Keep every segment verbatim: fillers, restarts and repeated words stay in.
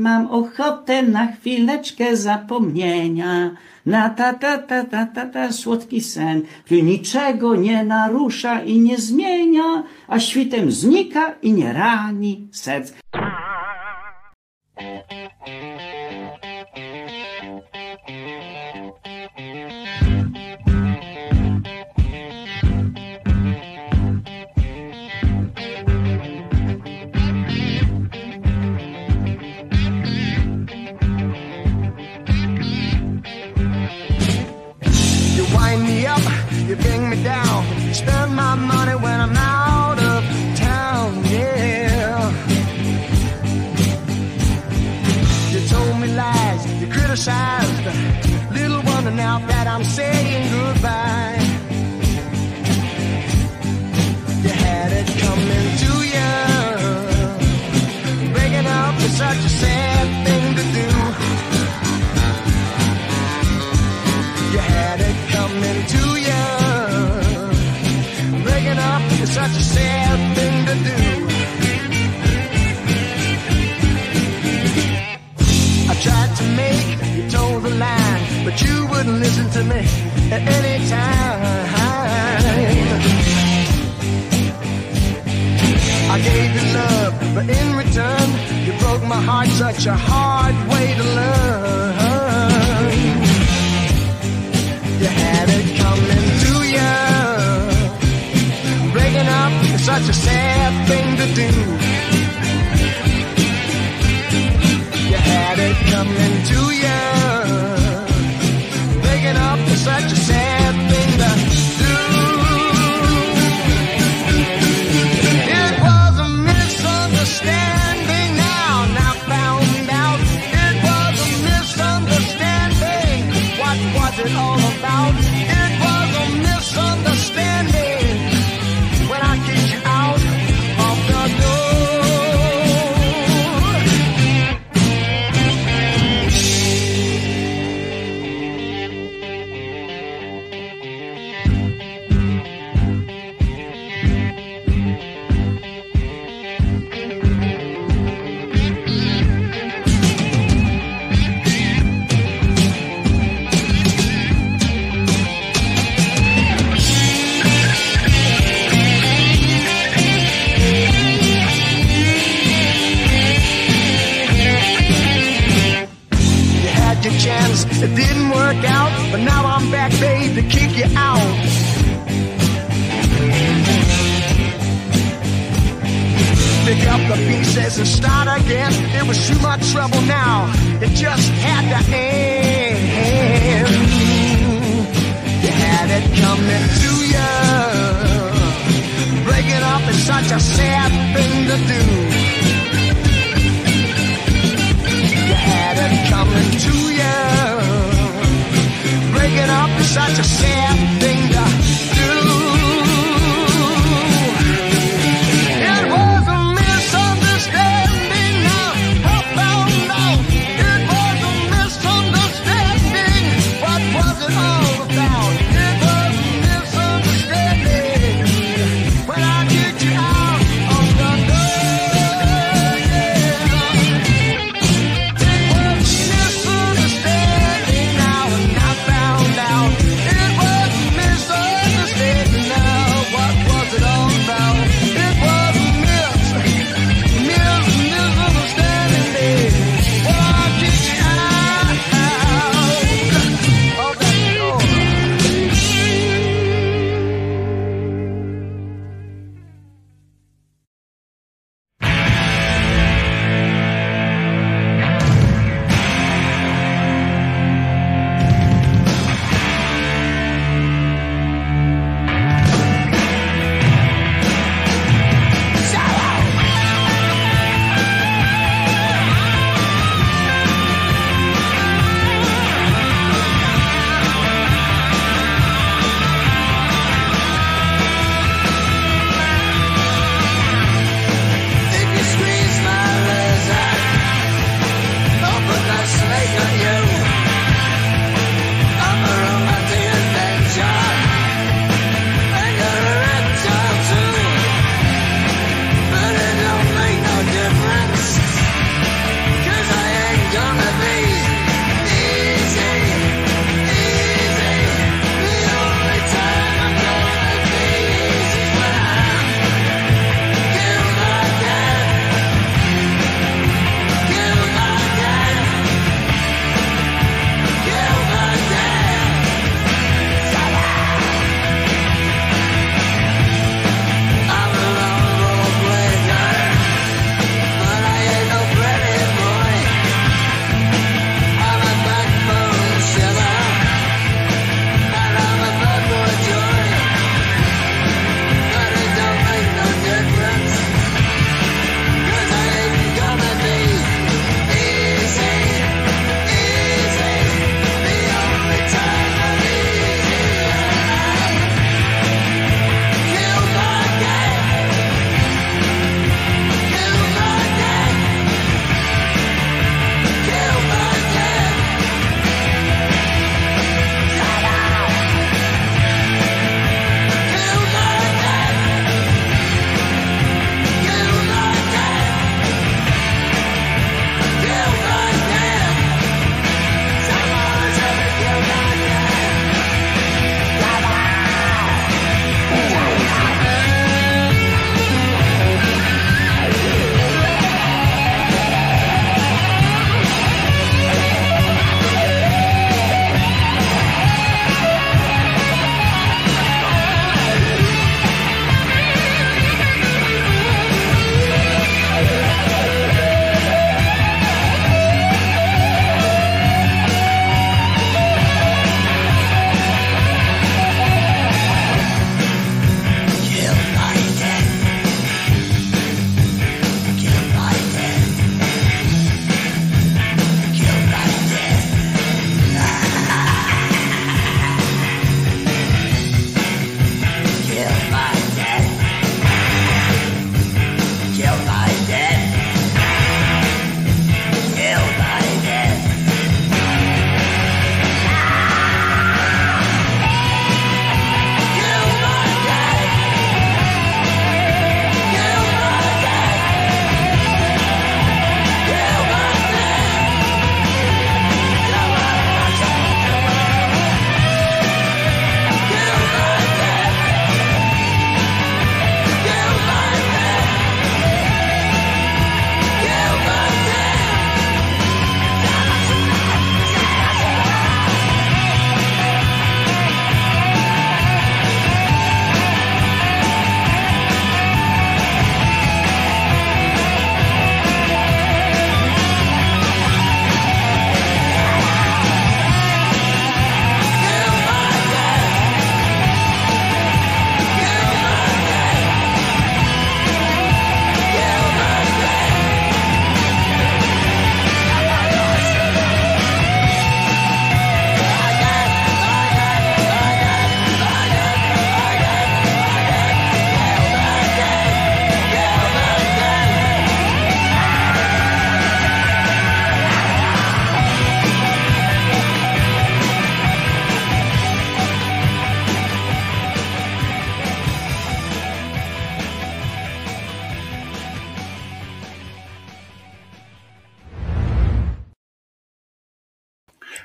mam ochotę na chwileczkę zapomnienia, na ta ta ta ta ta ta słodki sen, który niczego nie narusza i nie zmienia, a świtem znika i nie rani serc. You bring me down, spend my money when I'm out of town, yeah. You told me lies, you criticized, little wonder now that I'm saying goodbye. You had it coming to you, breaking up is such a sad thing to do. You had it coming to you, it's such a sad thing to do. I tried to make you toe the line, but you wouldn't listen to me at any time. I gave you love, but in return, you broke my heart, such a hard way to learn. You had it coming to you, breaking up is such a sad thing to do. You had it coming to you, breaking up is such a sad thing to do. It was a misunderstanding now, now found out. It was a misunderstanding. What was it all about? It was a misunderstanding. When I kicked you out of the door. Your chance, it didn't work out, but now I'm back, babe, to kick you out. Pick up the pieces and start again. It was too much trouble now, it just had to end. You had it coming to you, breaking up is such a sad thing to do. You had it coming to you, breaking up is such a sad thing to do. It was a misunderstanding now, I found out. It was a misunderstanding. What was it all about? It was a misunderstanding. When I kicked you out of the door. It was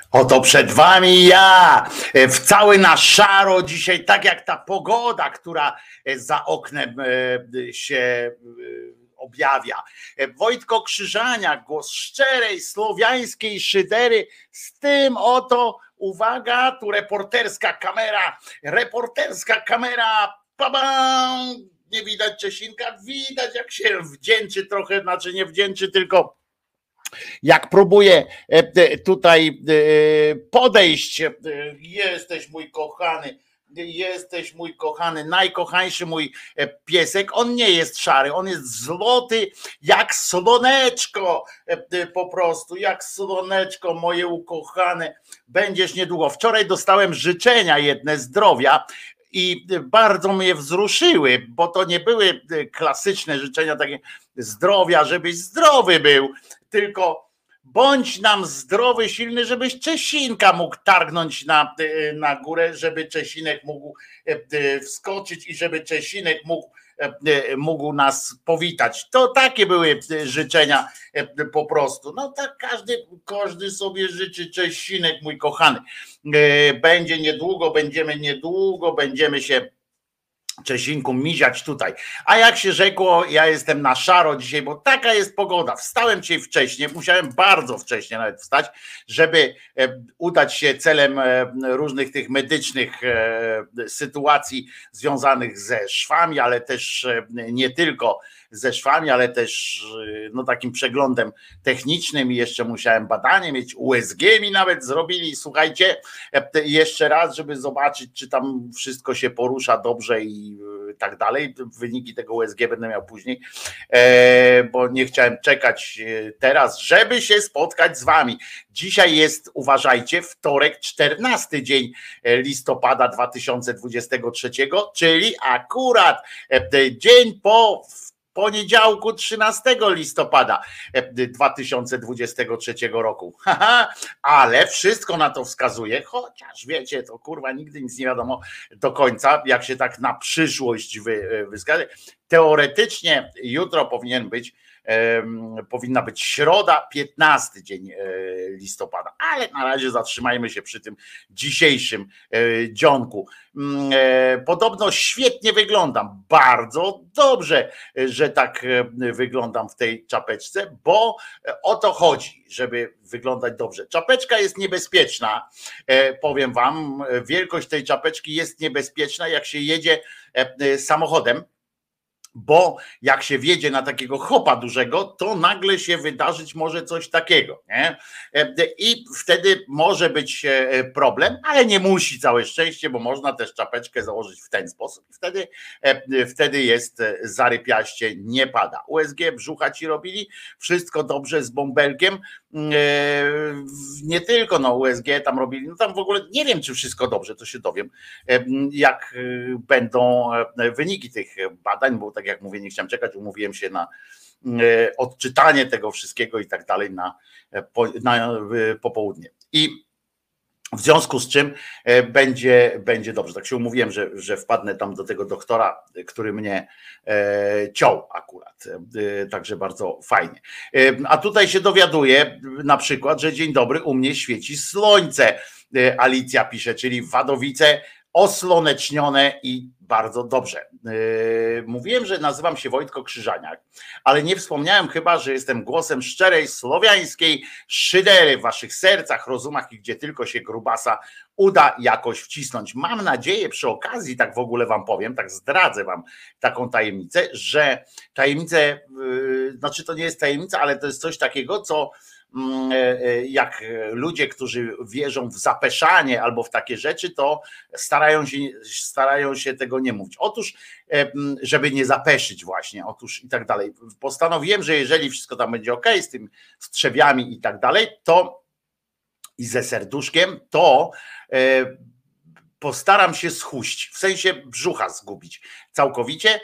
Oto przed wami ja, w cały na szaro dzisiaj, tak jak ta pogoda, która za oknem się objawia. Wojtko Krzyżaniak, głos szczerej, słowiańskiej szydery, z tym oto, uwaga, tu reporterska kamera, reporterska kamera, babam, nie widać Czesinka, widać jak się wdzięczy trochę, znaczy nie wdzięczy, tylko jak próbuję tutaj podejść, jesteś mój kochany, jesteś mój kochany, najkochańszy mój piesek, on nie jest szary, on jest złoty jak słoneczko, po prostu jak słoneczko moje ukochane, będziesz niedługo. Wczoraj dostałem życzenia jedne zdrowia i bardzo mnie wzruszyły, bo to nie były klasyczne życzenia takie zdrowia, żebyś zdrowy był, tylko bądź nam zdrowy, silny, żebyś Czesinka mógł targnąć na, na górę, żeby Czesinek mógł wskoczyć i żeby Czesinek mógł, mógł nas powitać. To takie były życzenia po prostu. No tak każdy, każdy sobie życzy, Czesinek mój kochany. Będzie niedługo, będziemy niedługo, będziemy się Czesinku miziać tutaj. A jak się rzekło, ja jestem na szaro dzisiaj, bo taka jest pogoda. Wstałem dzisiaj wcześnie, musiałem bardzo wcześnie nawet wstać, żeby udać się celem różnych tych medycznych sytuacji związanych ze szwami, ale też nie tylko ze szwami, ale też no, takim przeglądem technicznym i jeszcze musiałem badanie mieć, U S G mi nawet zrobili, słuchajcie, jeszcze raz, żeby zobaczyć, czy tam wszystko się porusza dobrze i tak dalej. Wyniki tego U S G będę miał później, bo nie chciałem czekać teraz, żeby się spotkać z wami. Dzisiaj jest, uważajcie, wtorek, czternasty dzień listopada dwa tysiące dwudziestego trzeciego, czyli akurat dzień po poniedziałku trzynastego listopada dwa tysiące dwudziestego trzeciego roku. Ale wszystko na to wskazuje, chociaż wiecie, to kurwa nigdy nic nie wiadomo do końca, jak się tak na przyszłość wy, wyskaże. Teoretycznie jutro powinien być, powinna być środa, piętnasty dzień listopada, ale na razie zatrzymajmy się przy tym dzisiejszym dzionku. Podobno świetnie wyglądam, bardzo dobrze, że tak wyglądam w tej czapeczce, bo o to chodzi, żeby wyglądać dobrze. Czapeczka jest niebezpieczna, powiem wam, wielkość tej czapeczki jest niebezpieczna, jak się jedzie samochodem, bo jak się wjedzie na takiego chopa dużego, to nagle się wydarzyć może coś takiego, nie? I wtedy może być problem, ale nie musi, całe szczęście, bo można też czapeczkę założyć w ten sposób. Wtedy, wtedy jest zarypiaście, nie pada. U S G brzucha ci robili, wszystko dobrze z bąbelkiem, nie tylko no U S G tam robili, no tam w ogóle nie wiem, czy wszystko dobrze, to się dowiem, jak będą wyniki tych badań, bo tak jak mówię, nie chciałem czekać, umówiłem się na odczytanie tego wszystkiego i tak dalej na, na popołudnie. I w związku z czym będzie, będzie dobrze. Tak się umówiłem, że, że wpadnę tam do tego doktora, który mnie e, ciął akurat. E, także bardzo fajnie. E, a tutaj się dowiaduję na przykład, że dzień dobry, u mnie świeci słońce. E, Alicja pisze, czyli Wadowice osłonecznione i bardzo dobrze. Yy, mówiłem, że nazywam się Wojtko Krzyżaniak, ale nie wspomniałem chyba, że jestem głosem szczerej, słowiańskiej szydery w waszych sercach, rozumach i gdzie tylko się grubasa uda jakoś wcisnąć. Mam nadzieję przy okazji, tak w ogóle wam powiem, tak zdradzę wam taką tajemnicę, że tajemnicę, yy, znaczy to nie jest tajemnica, ale to jest coś takiego, co jak ludzie, którzy wierzą w zapeszanie albo w takie rzeczy, to starają się, starają się tego nie mówić. Otóż, żeby nie zapeszyć właśnie, otóż i tak dalej. Postanowiłem, że jeżeli wszystko tam będzie ok, z tym strzewiami i tak dalej, to i ze serduszkiem, to postaram się schuść, w sensie brzucha zgubić całkowicie.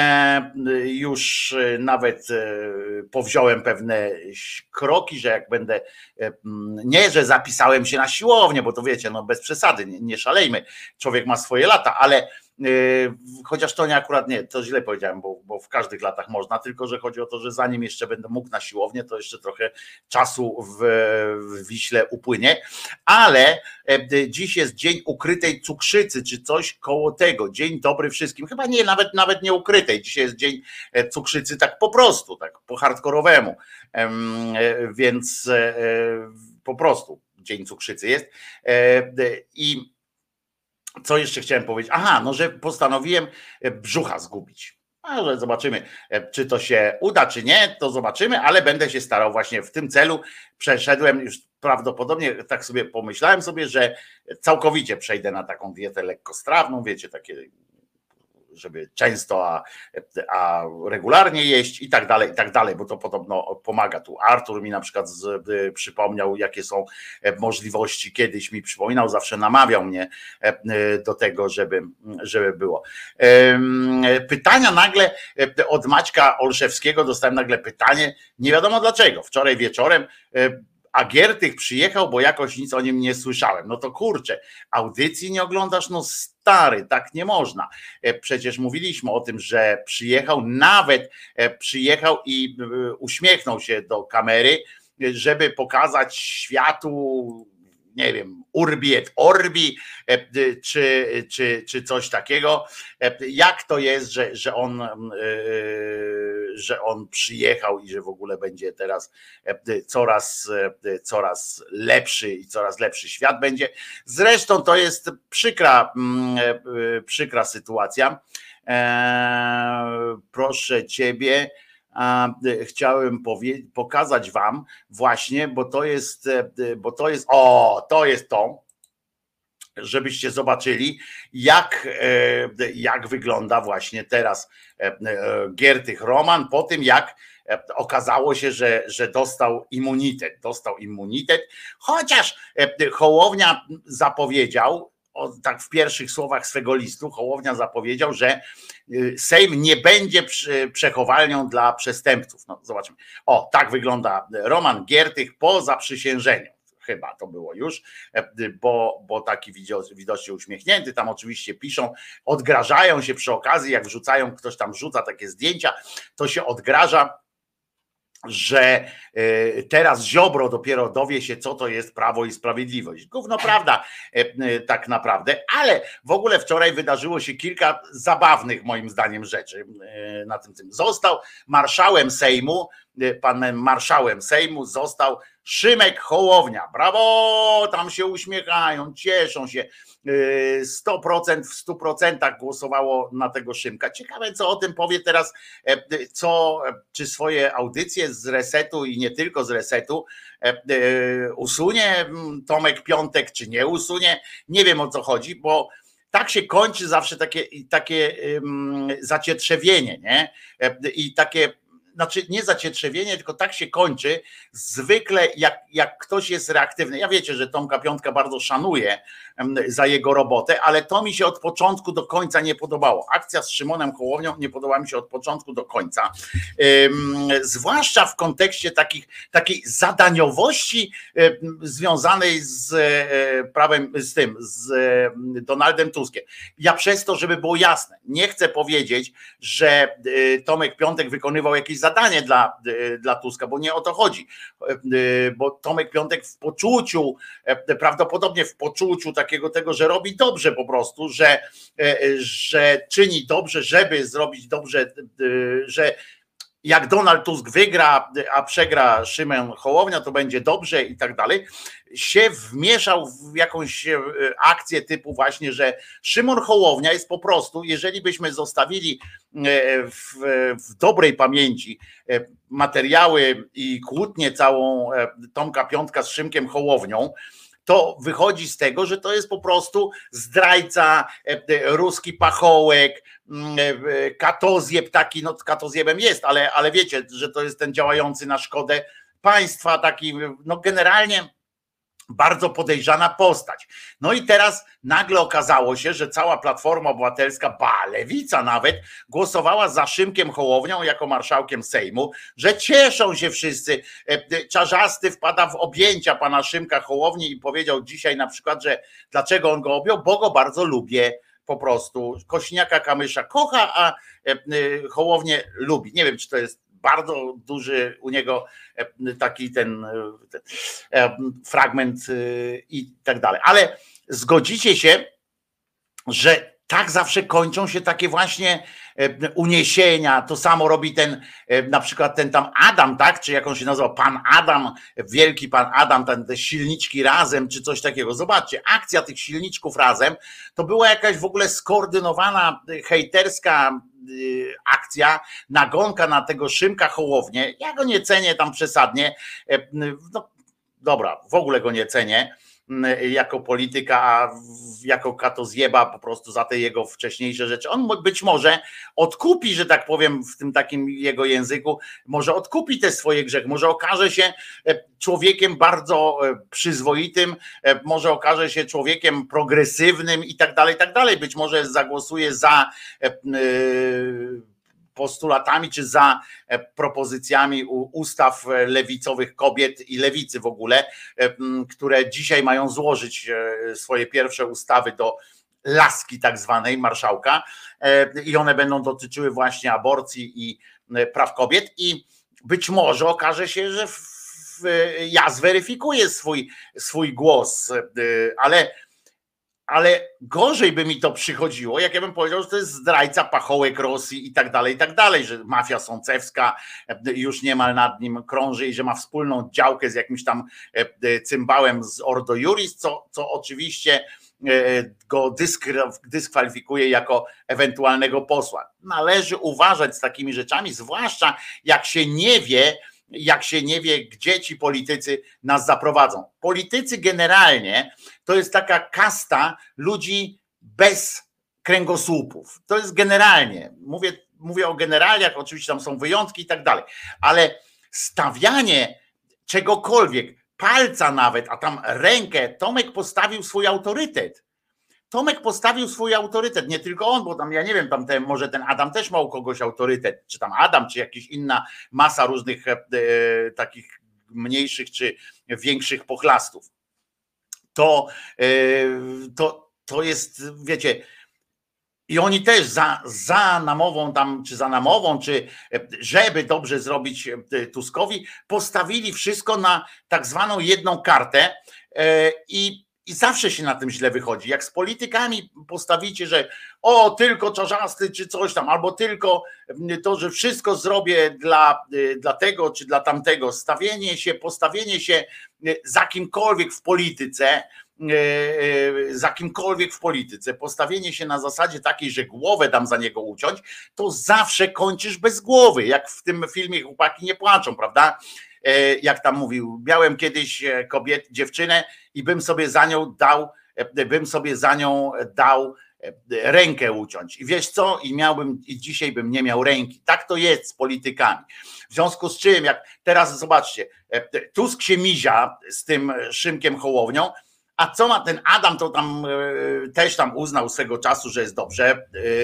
Już nawet powziąłem pewne kroki, że jak będę, nie, że zapisałem się na siłownię, bo to wiecie, no bez przesady, nie, nie szalejmy, człowiek ma swoje lata, ale chociaż to nie akurat nie, to źle powiedziałem, bo, bo w każdych latach można, tylko że chodzi o to, że zanim jeszcze będę mógł na siłownię, to jeszcze trochę czasu w, w Wiśle upłynie, ale dziś jest dzień ukrytej cukrzycy, czy coś koło tego, dzień dobry wszystkim, chyba nie, nawet, nawet nie ukrytej, dzisiaj jest dzień cukrzycy tak po prostu, tak po hardkorowemu, więc po prostu dzień cukrzycy jest i co jeszcze chciałem powiedzieć? Aha, no że postanowiłem brzucha zgubić. A że zobaczymy, czy to się uda, czy nie, to zobaczymy, ale będę się starał właśnie w tym celu. Przeszedłem już prawdopodobnie, tak sobie pomyślałem sobie, że całkowicie przejdę na taką dietę lekkostrawną, wiecie, takie, żeby często, a, a regularnie jeść i tak dalej, i tak dalej, bo to podobno pomaga. Tu Artur mi na przykład z, przypomniał, jakie są możliwości, kiedyś mi przypominał, zawsze namawiał mnie do tego, żeby, żeby było. Pytania nagle od Maćka Olszewskiego, dostałem nagle pytanie, nie wiadomo dlaczego, wczoraj wieczorem, a Giertych przyjechał, bo jakoś nic o nim nie słyszałem. No to kurczę, audycji nie oglądasz? No stary, tak nie można. Przecież mówiliśmy o tym, że przyjechał, nawet przyjechał i uśmiechnął się do kamery, żeby pokazać światu, nie wiem, urbi et orbi, czy, czy, czy coś takiego. Jak to jest, że, że, on, że on przyjechał i że w ogóle będzie teraz coraz, coraz lepszy i coraz lepszy świat będzie. Zresztą to jest przykra, przykra sytuacja. Proszę ciebie, chciałem powie- pokazać wam właśnie, bo to jest, bo to jest, o, to jest to, żebyście zobaczyli, jak, jak wygląda właśnie teraz Giertych Roman po tym, jak okazało się, że, że dostał immunitet, dostał immunitet, chociaż Hołownia zapowiedział, tak w pierwszych słowach swego listu Hołownia zapowiedział, że Sejm nie będzie przechowalnią dla przestępców. No zobaczmy. O, tak wygląda Roman Giertych po zaprzysiężeniu. Chyba to było już, bo, bo taki widocznie uśmiechnięty, tam oczywiście piszą, odgrażają się przy okazji, jak wrzucają, ktoś tam wrzuca takie zdjęcia, to się odgraża, że teraz Ziobro dopiero dowie się, co to jest Prawo i Sprawiedliwość. Gówno prawda tak naprawdę, ale w ogóle wczoraj wydarzyło się kilka zabawnych moim zdaniem rzeczy na tym tym. Został marszałem Sejmu, panem marszałem Sejmu został Szymek Hołownia. Brawo, tam się uśmiechają, cieszą się. sto procent w stu procentach głosowało na tego Szymka. Ciekawe, co o tym powie teraz, co, czy swoje audycje z Resetu i nie tylko z Resetu usunie Tomek Piątek, czy nie usunie. Nie wiem, o co chodzi, bo tak się kończy zawsze takie, takie zacietrzewienie, nie? I takie, znaczy nie zacietrzewienie, tylko tak się kończy zwykle, jak, jak ktoś jest reaktywny. Ja wiecie, że Tomka Piątka bardzo szanuję za jego robotę, ale to mi się od początku do końca nie podobało. Akcja z Szymonem Hołownią nie podobała mi się od początku do końca. Um, zwłaszcza w kontekście takich, takiej zadaniowości um, związanej z um, prawem, z tym, z um, Donaldem Tuskiem. Ja przez to, żeby było jasne, nie chcę powiedzieć, że um, Tomek Piątek wykonywał jakieś zadanie dla, um, dla Tuska, bo nie o to chodzi. Um, bo Tomek Piątek w poczuciu, um, prawdopodobnie w poczuciu tak takiego tego, że robi dobrze po prostu, że, że czyni dobrze, żeby zrobić dobrze, że jak Donald Tusk wygra, a przegra Szymon Hołownia, to będzie dobrze i tak dalej, się wmieszał w jakąś akcję typu właśnie, że Szymon Hołownia jest po prostu, jeżeli byśmy zostawili w, w dobrej pamięci materiały i kłótnię całą Tomka Piątka z Szymkiem Hołownią, to wychodzi z tego, że to jest po prostu zdrajca, ruski pachołek, katozjeb taki, no katozjebem jest, ale, ale wiecie, że to jest ten działający na szkodę państwa, taki no generalnie bardzo podejrzana postać. No i teraz nagle okazało się, że cała Platforma Obywatelska, ba, Lewica nawet, głosowała za Szymkiem Hołownią jako marszałkiem Sejmu, że cieszą się wszyscy. Czarzasty wpada w objęcia pana Szymka Hołowni i powiedział dzisiaj na przykład, że dlaczego on go objął, bo go bardzo lubię. po prostu. Kosiniaka-Kamysza kocha, a Hołownię lubi. Nie wiem, czy to jest bardzo duży u niego taki ten, ten fragment i tak dalej. Ale zgodzicie się, że tak zawsze kończą się takie właśnie uniesienia. To samo robi ten, na przykład ten tam Adam, tak? Czy jak on się nazywa? Pan Adam, wielki pan Adam, ten, te silniczki razem, czy coś takiego. Zobaczcie, akcja tych silniczków razem to była jakaś w ogóle skoordynowana, hejterska akcja, nagonka na tego Szymka Hołownię. Ja go nie cenię tam przesadnie. No, dobra, w ogóle go nie cenię jako polityka, a jako katozjeba po prostu za te jego wcześniejsze rzeczy. On być może odkupi, że tak powiem w tym takim jego języku, może odkupi te swoje grzechy, może okaże się człowiekiem bardzo przyzwoitym, może okaże się człowiekiem progresywnym i tak dalej, i tak dalej. Być może zagłosuje za postulatami czy za propozycjami ustaw lewicowych kobiet i lewicy w ogóle, które dzisiaj mają złożyć swoje pierwsze ustawy do laski tak zwanej marszałka i one będą dotyczyły właśnie aborcji i praw kobiet i być może okaże się, że ja zweryfikuję swój, swój głos, ale Ale gorzej by mi to przychodziło, jak ja bym powiedział, że to jest zdrajca, pachołek Rosji i tak dalej, i tak dalej, że mafia sącewska już niemal nad nim krąży i że ma wspólną działkę z jakimś tam cymbałem z Ordo Iuris, co, co oczywiście go dyskwalifikuje jako ewentualnego posła. Należy uważać z takimi rzeczami, zwłaszcza jak się nie wie, jak się nie wie, gdzie ci politycy nas zaprowadzą. Politycy generalnie to jest taka kasta ludzi bez kręgosłupów. To jest generalnie, mówię, mówię o generaliach, oczywiście tam są wyjątki i tak dalej, ale stawianie czegokolwiek, palca nawet, a tam rękę, Tomek postawił swój autorytet. Tomek postawił swój autorytet, nie tylko on, bo tam ja nie wiem, tam ten, może ten Adam też ma u kogoś autorytet, czy tam Adam, czy jakaś inna masa różnych e, takich mniejszych czy większych pochlastów. To, e, to, to jest, wiecie, i oni też za, za namową tam, czy za namową, czy żeby dobrze zrobić Tuskowi, postawili wszystko na tak zwaną jedną kartę e, i I zawsze się na tym źle wychodzi. Jak z politykami postawicie, że o, tylko Czarzasty czy coś tam, albo tylko to, że wszystko zrobię dla, dla tego czy dla tamtego, stawienie się, postawienie się za kimkolwiek w polityce, za kimkolwiek w polityce, postawienie się na zasadzie takiej, że głowę dam za niego uciąć, to zawsze kończysz bez głowy, jak w tym filmie Chłopaki nie płaczą, prawda? Jak tam mówił, miałem kiedyś kobietę, dziewczynę i bym sobie za nią dał, bym sobie za nią dał rękę uciąć. I wiesz co? I miałbym, i dzisiaj bym nie miał ręki. Tak to jest z politykami. W związku z czym, jak teraz zobaczcie, Tusk się mizia z tym Szymkiem Hołownią, a co ma ten Adam, to tam też tam uznał swego czasu, że jest dobrze.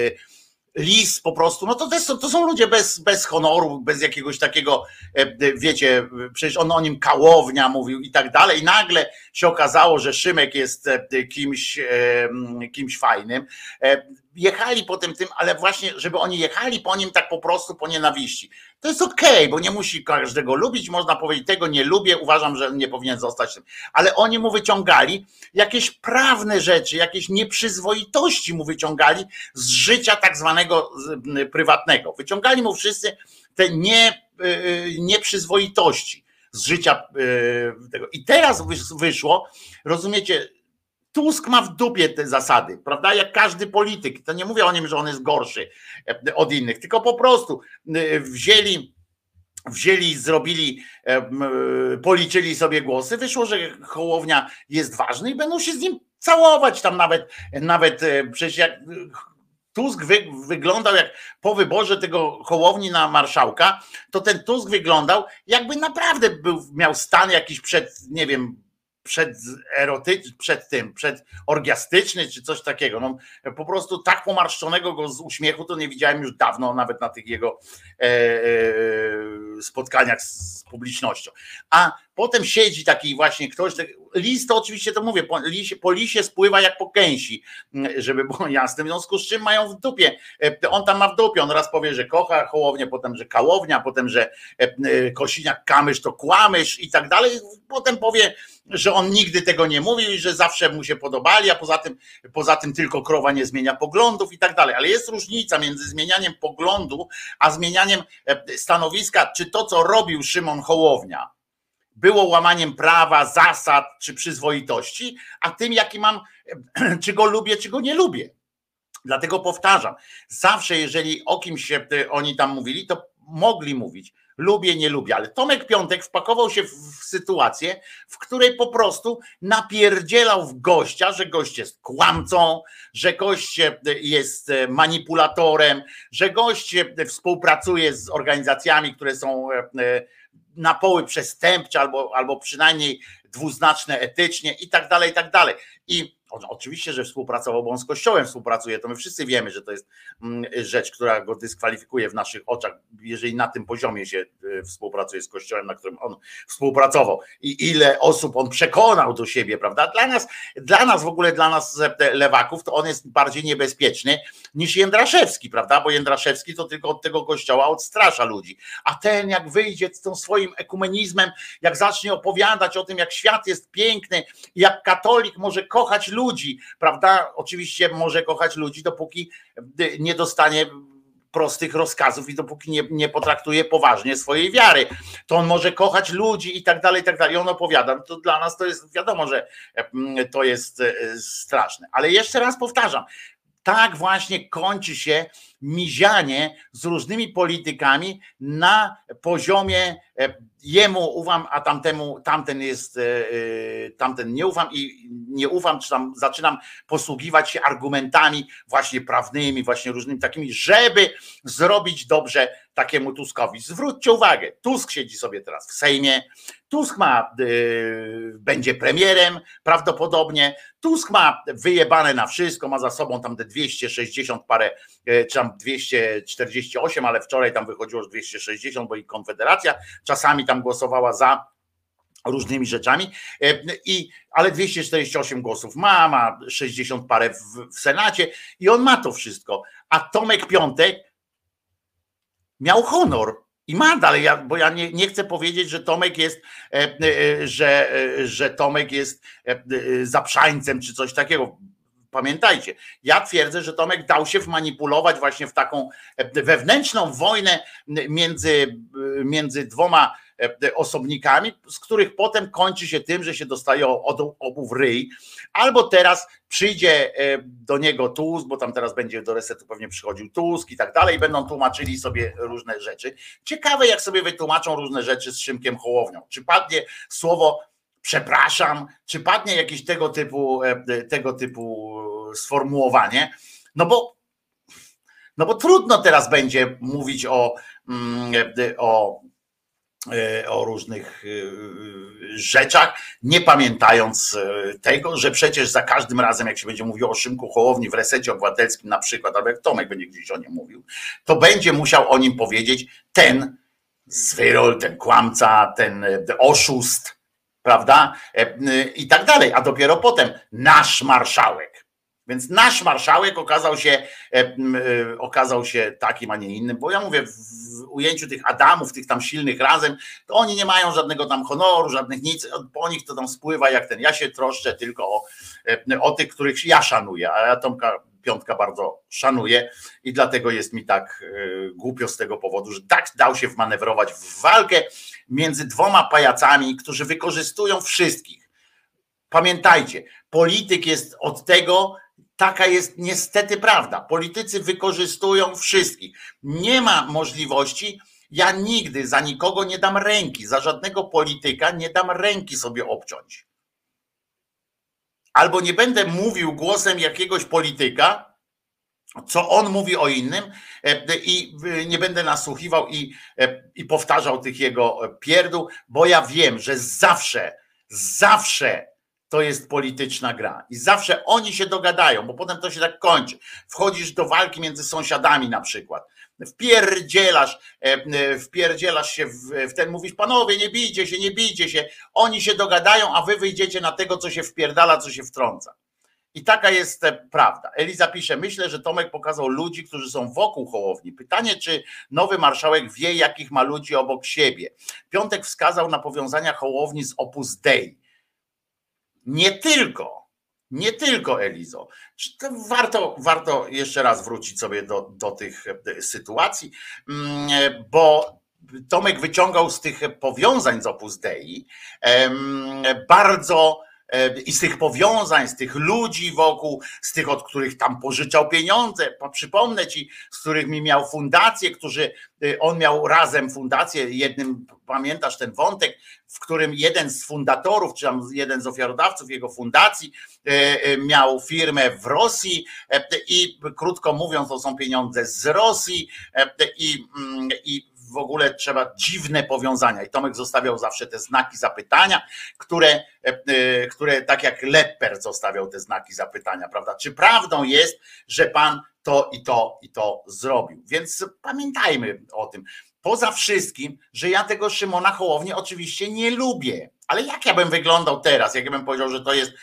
Lis po prostu, no to, też są, to są ludzie bez, bez honoru, bez jakiegoś takiego, wiecie, przecież on o nim Kałownia mówił i tak dalej. I nagle się okazało, że Szymek jest kimś, kimś fajnym. Jechali po tym tym, ale właśnie, żeby oni jechali po nim tak po prostu po nienawiści. To jest okej, okay, bo nie musi każdego lubić, można powiedzieć, tego nie lubię, uważam, że nie powinien zostać tym. Ale oni mu wyciągali jakieś prawne rzeczy, jakieś nieprzyzwoitości mu wyciągali z życia tak zwanego prywatnego. Wyciągali mu wszyscy te nie, nieprzyzwoitości z życia tego. I teraz wyszło, rozumiecie, Tusk ma w dupie te zasady, prawda? Jak każdy polityk. To nie mówię o nim, że on jest gorszy od innych, tylko po prostu wzięli, wzięli, zrobili, policzyli sobie głosy. Wyszło, że Hołownia jest ważny i będą się z nim całować tam nawet, nawet przecież jak Tusk wy, wyglądał jak po wyborze tego Hołowni na marszałka, to ten Tusk wyglądał jakby naprawdę był, miał stan jakiś przed, nie wiem, przed erotyczny, przed tym, przed orgiastyczny czy coś takiego. No, po prostu tak pomarszczonego go z uśmiechu to nie widziałem już dawno, nawet na tych jego e, e, spotkaniach z publicznością. A potem siedzi taki właśnie ktoś, lis to oczywiście to mówię, po lisie, po lisie spływa jak po gęsi, żeby było jasne, w związku z czym mają w dupie, on tam ma w dupie, on raz powie, że kocha Hołownię, potem, że Kałownia, potem, że Kosiniak-Kamysz to Kłamysz i tak dalej, potem powie, że on nigdy tego nie mówił i że zawsze mu się podobali, a poza tym, poza tym tylko krowa nie zmienia poglądów i tak dalej. Ale jest różnica między zmienianiem poglądu, a zmienianiem stanowiska, czy to, co robił Szymon Hołownia, było łamaniem prawa, zasad czy przyzwoitości, a tym, jaki mam, czy go lubię, czy go nie lubię. Dlatego powtarzam, zawsze jeżeli o kimś się oni tam mówili, to mogli mówić, lubię, nie lubię, ale Tomek Piątek wpakował się w, w sytuację, w której po prostu napierdzielał w gościa, że gość jest kłamcą, że gość jest manipulatorem, że gość współpracuje z organizacjami, które są na poły przestępcze albo, albo przynajmniej dwuznaczne etycznie i tak dalej, i tak dalej. I oczywiście, że współpracował, bo on z Kościołem współpracuje, to my wszyscy wiemy, że to jest rzecz, która go dyskwalifikuje w naszych oczach, jeżeli na tym poziomie się współpracuje z Kościołem, na którym on współpracował i ile osób on przekonał do siebie, prawda? Dla nas, dla nas w ogóle, dla nas lewaków, to on jest bardziej niebezpieczny niż Jędraszewski, prawda? Bo Jędraszewski to tylko od tego Kościoła odstrasza ludzi, a ten jak wyjdzie z tym swoim ekumenizmem, jak zacznie opowiadać o tym, jak świat jest piękny, jak katolik może kochać ludzi, prawda? Oczywiście może kochać ludzi, dopóki nie dostanie prostych rozkazów i dopóki nie, nie potraktuje poważnie swojej wiary, to on może kochać ludzi i tak dalej, i tak dalej. I on opowiada, to dla nas to jest wiadomo, że to jest straszne. Ale jeszcze raz powtarzam, tak właśnie kończy się mizianie z różnymi politykami na poziomie jemu ufam, a tamtemu, tamten jest, tamten nie ufam i nie ufam, czy tam zaczynam posługiwać się argumentami właśnie prawnymi, właśnie różnymi takimi, żeby zrobić dobrze takiemu Tuskowi. Zwróćcie uwagę, Tusk siedzi sobie teraz w Sejmie, Tusk ma, yy, będzie premierem prawdopodobnie, Tusk ma wyjebane na wszystko, ma za sobą tam te dwieście sześćdziesiąt parę, czy tam dwieście czterdzieści osiem, ale wczoraj tam wychodziło już dwieście sześćdziesiąt, bo i Konfederacja czasami tam głosowała za różnymi rzeczami, i, ale dwieście czterdzieści osiem głosów ma, ma sześćdziesiąt parę w, w Senacie i on ma to wszystko, a Tomek Piątek miał honor i ma dalej, ja, bo ja nie, nie chcę powiedzieć, że Tomek jest, że, że Tomek jest zaprzańcem czy coś takiego. Pamiętajcie, ja twierdzę, że Tomek dał się wmanipulować właśnie w taką wewnętrzną wojnę między, między dwoma osobnikami, z których potem kończy się tym, że się dostaje od obu w ryj, albo teraz przyjdzie do niego Tusk, bo tam teraz będzie do resetu pewnie przychodził Tusk i tak dalej, będą tłumaczyli sobie różne rzeczy. Ciekawe, jak sobie wytłumaczą różne rzeczy z Szymkiem Hołownią. Czy padnie słowo przepraszam, czy padnie jakieś tego typu, tego typu sformułowanie, no bo, no bo trudno teraz będzie mówić o, o, o różnych rzeczach, nie pamiętając tego, że przecież za każdym razem, jak się będzie mówiło o Szymku Hołowni w Resecie Obywatelskim na przykład, albo jak Tomek będzie gdzieś o nim mówił, to będzie musiał o nim powiedzieć ten zwyrol, ten kłamca, ten oszust, prawda? I tak dalej, a dopiero potem nasz marszałek. Więc nasz marszałek okazał się, okazał się takim, a nie innym, bo ja mówię, w ujęciu tych Adamów, tych tam silnych razem, to oni nie mają żadnego tam honoru, żadnych nic, po nich to tam spływa jak ten. Ja się troszczę tylko o, o tych, których ja szanuję, a ja Tomka Piątka bardzo szanuję i dlatego jest mi tak głupio z tego powodu, że tak dał się wmanewrować w walkę między dwoma pajacami, którzy wykorzystują wszystkich. Pamiętajcie, polityk jest od tego, taka jest niestety prawda. Politycy wykorzystują wszystkich. Nie ma możliwości, ja nigdy za nikogo nie dam ręki, za żadnego polityka nie dam ręki sobie obciąć. Albo nie będę mówił głosem jakiegoś polityka, co on mówi o innym, i nie będę nasłuchiwał i, i powtarzał tych jego pierdół, bo ja wiem, że zawsze, zawsze to jest polityczna gra i zawsze oni się dogadają, bo potem to się tak kończy. Wchodzisz do walki między sąsiadami na przykład. wpierdzielasz, wpierdzielasz się w, w ten, mówisz, panowie, nie bijcie się, nie bijcie się, oni się dogadają, a wy wyjdziecie na tego, co się wpierdala, co się wtrąca. I taka jest prawda. Eliza pisze, myślę, że Tomek pokazał ludzi, którzy są wokół Hołowni. Pytanie, czy nowy marszałek wie, jakich ma ludzi obok siebie. Piątek wskazał na powiązania Hołowni z Opus Dei. Nie tylko, nie tylko, Elizo. Warto, warto jeszcze raz wrócić sobie do, do tych sytuacji, bo Tomek wyciągał z tych powiązań z Opus Dei bardzo i z tych powiązań, z tych ludzi wokół, z tych, od których tam pożyczał pieniądze. Przypomnę ci, z którymi miał fundację, którzy on miał razem fundację, jednym, pamiętasz ten wątek, w którym jeden z fundatorów, czy tam jeden z ofiarodawców jego fundacji miał firmę w Rosji i krótko mówiąc, to są pieniądze z Rosji i, i w ogóle trzeba dziwne powiązania. I Tomek zostawiał zawsze te znaki zapytania, które, które tak jak Lepper zostawiał te znaki zapytania, prawda? Czy prawdą jest, że pan to i to i to zrobił? Więc pamiętajmy o tym. Poza wszystkim, że ja tego Szymona Hołownię oczywiście nie lubię. Ale jak ja bym wyglądał teraz, jak ja bym powiedział, że to jest...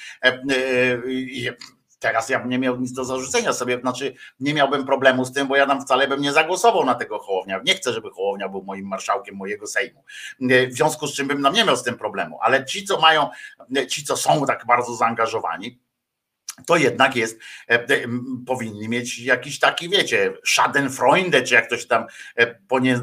Teraz ja bym nie miał nic do zarzucenia sobie, znaczy nie miałbym problemu z tym, bo ja tam wcale bym nie zagłosował na tego Hołownia. Nie chcę, żeby Hołownia był moim marszałkiem mojego Sejmu. W związku z czym bym nam nie miał z tym problemu. Ale ci, co mają, ci, co są tak bardzo zaangażowani, to jednak jest, powinni mieć jakiś taki, wiecie, Schadenfreude, czy jak to się tam po nie,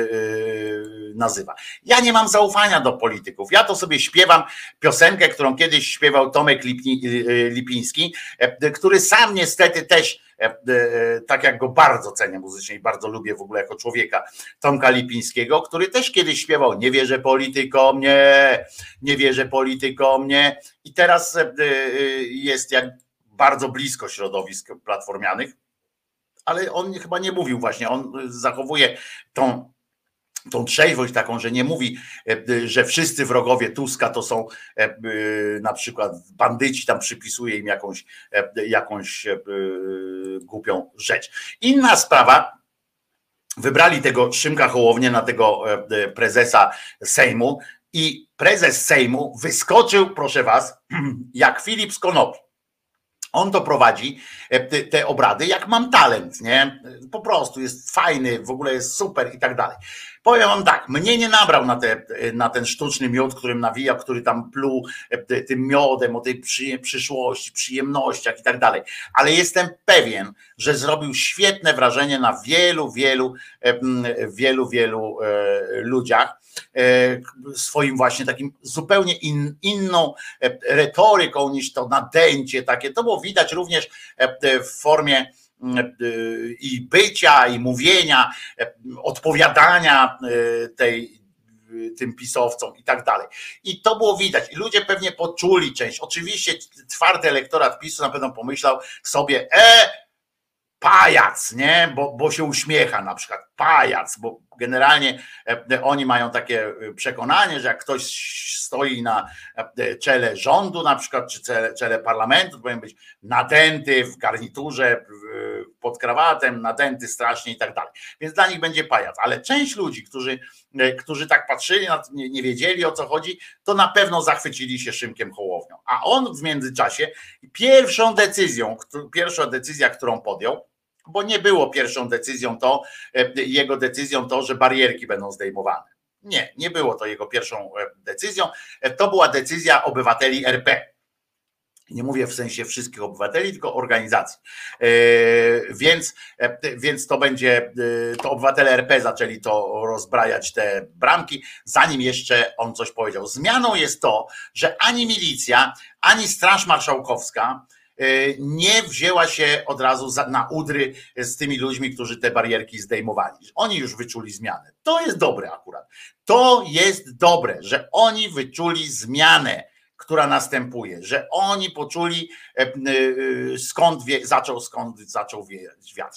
nazywa. Ja nie mam zaufania do polityków. Ja to sobie śpiewam piosenkę, którą kiedyś śpiewał Tomek Lipiński, który sam niestety też, tak jak go bardzo cenię muzycznie i bardzo lubię w ogóle jako człowieka, Tomka Lipińskiego, który też kiedyś śpiewał nie wierzę politykom, nie, nie wierzę politykom, nie. I teraz jest jak bardzo blisko środowisk platformianych, ale on chyba nie mówił właśnie, on zachowuje tą, tą trzeźwość taką, że nie mówi, że wszyscy wrogowie Tuska to są na przykład bandyci, tam przypisuje im jakąś, jakąś głupią rzecz. Inna sprawa, wybrali tego Szymka Hołownię na tego prezesa Sejmu i prezes Sejmu wyskoczył, proszę was, jak Filip z Konopi. On to prowadzi, te, te obrady, jak mam talent, nie? Po prostu jest fajny, w ogóle jest super i tak dalej. Powiem wam tak, mnie nie nabrał na, te, na ten sztuczny miód, którym nawijał, który tam pluł tym miodem o tej przy, przyszłości, przyjemnościach i tak dalej. Ale jestem pewien, że zrobił świetne wrażenie na wielu, wielu, wielu, wielu ludziach. Swoim właśnie takim zupełnie in, inną retoryką niż to nadęcie takie. To było widać również w formie i bycia, i mówienia, odpowiadania tej, tym pisowcom i tak dalej. I to było widać. I ludzie pewnie poczuli część. Oczywiście twardy elektorat PiSu na pewno pomyślał sobie, e, pajac, nie? Bo, bo się uśmiecha na przykład. Pajac, bo generalnie oni mają takie przekonanie, że jak ktoś stoi na czele rządu na przykład, czy czele, czele parlamentu, to powinien być nadęty w garniturze, pod krawatem, nadęty strasznie i tak dalej. Więc dla nich będzie pajac. Ale część ludzi, którzy, którzy tak patrzyli, nie, nie wiedzieli o co chodzi, to na pewno zachwycili się Szymkiem Hołownią. A on w międzyczasie pierwszą decyzją, pierwsza decyzja, którą podjął, bo nie było pierwszą decyzją to, jego decyzją to, że barierki będą zdejmowane. Nie, nie było to jego pierwszą decyzją. To była decyzja obywateli R P. Nie mówię w sensie wszystkich obywateli, tylko organizacji. Więc, więc to będzie, to obywatele R P zaczęli to rozbrajać te bramki, zanim jeszcze on coś powiedział. Zmianą jest to, że ani milicja, ani Straż Marszałkowska nie wzięła się od razu na udry z tymi ludźmi, którzy te barierki zdejmowali. Oni już wyczuli zmianę. To jest dobre akurat. To jest dobre, że oni wyczuli zmianę, która następuje, że oni poczuli skąd wie, zaczął, skąd zaczął wieać wiatr.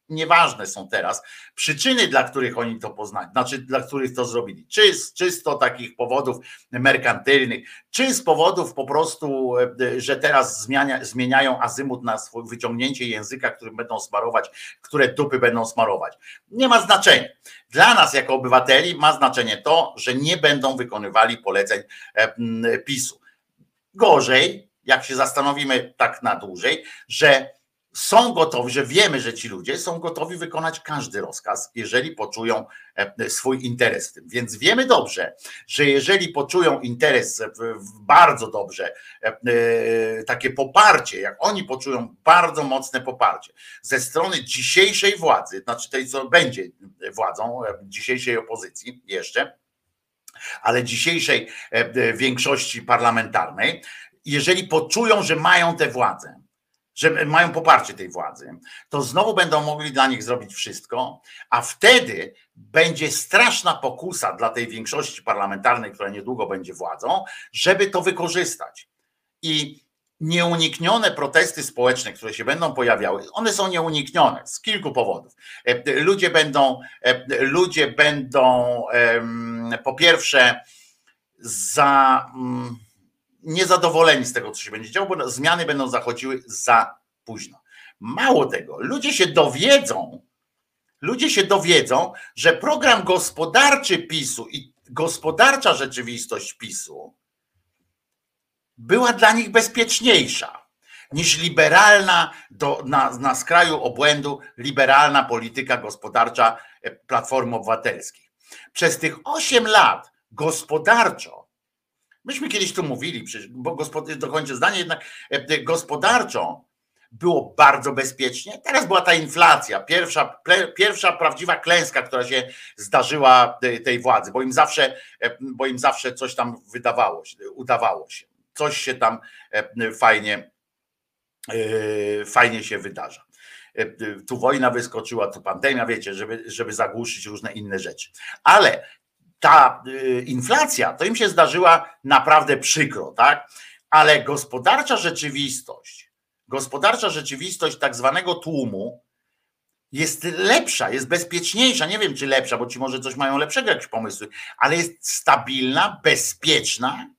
Nieważne są teraz przyczyny, dla których oni to poznali, znaczy dla których to zrobili. Czy z czysto takich powodów merkantylnych, czy z powodów po prostu, że teraz zmienia, zmieniają azymut na swoje wyciągnięcie języka, którym będą smarować, które dupy będą smarować. Nie ma znaczenia. Dla nas jako obywateli ma znaczenie to, że nie będą wykonywali poleceń PiSu. Gorzej, jak się zastanowimy tak na dłużej, że są gotowi, że wiemy, że ci ludzie są gotowi wykonać każdy rozkaz, jeżeli poczują swój interes w tym. Więc wiemy dobrze, że jeżeli poczują interes bardzo dobrze, takie poparcie, jak oni poczują bardzo mocne poparcie ze strony dzisiejszej władzy, znaczy tej, co będzie władzą, dzisiejszej opozycji jeszcze, ale dzisiejszej większości parlamentarnej, jeżeli poczują, że mają tę władzę, że mają poparcie tej władzy, to znowu będą mogli dla nich zrobić wszystko, a wtedy będzie straszna pokusa dla tej większości parlamentarnej, która niedługo będzie władzą, żeby to wykorzystać. I nieuniknione protesty społeczne, które się będą pojawiały, one są nieuniknione z kilku powodów. Ludzie będą, ludzie będą po pierwsze za... niezadowoleni z tego, co się będzie działo, bo zmiany będą zachodziły za późno. Mało tego, ludzie się dowiedzą, ludzie się dowiedzą, że program gospodarczy PiSu i gospodarcza rzeczywistość PiSu była dla nich bezpieczniejsza niż liberalna, do, na, na skraju obłędu, liberalna polityka gospodarcza Platformy Obywatelskiej. Przez tych osiem lat gospodarczo, myśmy kiedyś tu mówili, bo gospod- dokończę zdanie, jednak gospodarczo było bardzo bezpiecznie. Teraz była ta inflacja, pierwsza, pierwsza prawdziwa klęska, która się zdarzyła tej władzy, bo im zawsze, bo im zawsze coś tam wydawało się, udawało się. Coś się tam fajnie, fajnie się wydarza. Tu wojna wyskoczyła, tu pandemia, wiecie, żeby, żeby zagłuszyć różne inne rzeczy. Ale ta inflacja, to im się zdarzyła naprawdę przykro, tak? Ale gospodarcza rzeczywistość, gospodarcza rzeczywistość tak zwanego tłumu jest lepsza, jest bezpieczniejsza. Nie wiem, czy lepsza, bo ci może coś mają lepszego, jakieś pomysły, ale jest stabilna, bezpieczna.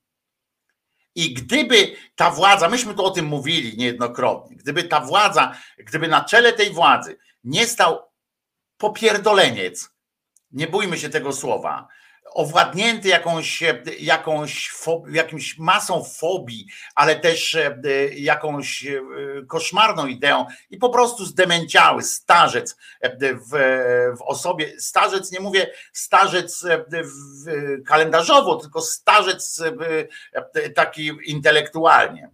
I gdyby ta władza, myśmy tu o tym mówili niejednokrotnie, gdyby ta władza, gdyby na czele tej władzy nie stał popierdoleniec, nie bójmy się tego słowa, owładnięty jakąś, jakąś fob, jakimś masą fobii, ale też jakąś koszmarną ideą i po prostu zdemęciały starzec w, w osobie, starzec, nie mówię starzec w, kalendarzowo, tylko starzec taki intelektualnie.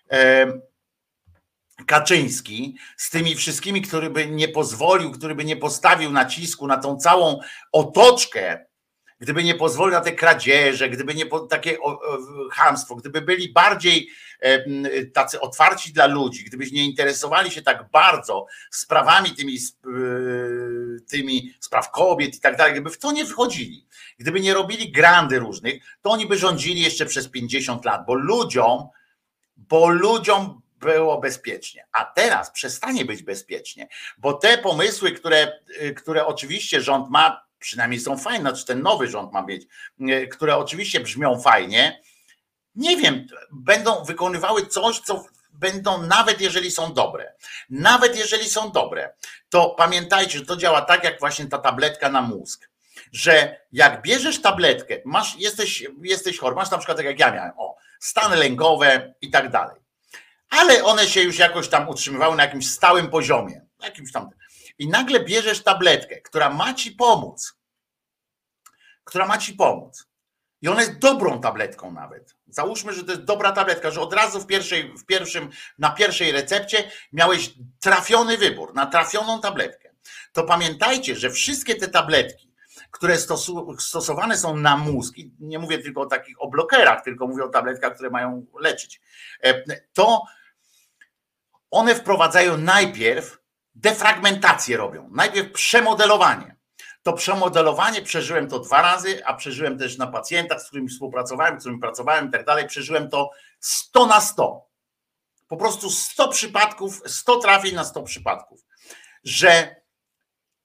Kaczyński z tymi wszystkimi, który by nie pozwolił, który by nie postawił nacisku na tą całą otoczkę, gdyby nie pozwolił na te kradzieże, gdyby nie takie chamstwo, gdyby byli bardziej tacy otwarci dla ludzi, gdyby nie interesowali się tak bardzo sprawami tymi, tymi spraw kobiet i tak dalej, gdyby w to nie wchodzili, gdyby nie robili grandy różnych, to oni by rządzili jeszcze przez pięćdziesiąt lat, bo ludziom, bo ludziom było bezpiecznie, a teraz przestanie być bezpiecznie, bo te pomysły, które, które oczywiście rząd ma, przynajmniej są fajne, znaczy ten nowy rząd ma mieć, które oczywiście brzmią fajnie, nie wiem, będą wykonywały coś, co będą, nawet jeżeli są dobre, nawet jeżeli są dobre, to pamiętajcie, że to działa tak, jak właśnie ta tabletka na mózg, że jak bierzesz tabletkę, masz, jesteś, jesteś chory, masz na przykład tak jak ja miałem, o, stany lękowe i tak dalej, ale one się już jakoś tam utrzymywały na jakimś stałym poziomie, jakimś tam. I nagle bierzesz tabletkę, która ma ci pomóc, która ma ci pomóc. I ona jest dobrą tabletką nawet. Załóżmy, że to jest dobra tabletka, że od razu w pierwszej, w pierwszym, na pierwszej recepcie miałeś trafiony wybór, na trafioną tabletkę. To pamiętajcie, że wszystkie te tabletki, które stosu, stosowane są na mózg, i nie mówię tylko o takich o blokerach, tylko mówię o tabletkach, które mają leczyć, to one wprowadzają najpierw defragmentację robią, najpierw przemodelowanie. To przemodelowanie przeżyłem to dwa razy, a przeżyłem też na pacjentach, z którymi współpracowałem, z którymi pracowałem i tak dalej, przeżyłem to sto na sto. Po prostu sto przypadków, sto trafień na sto przypadków, że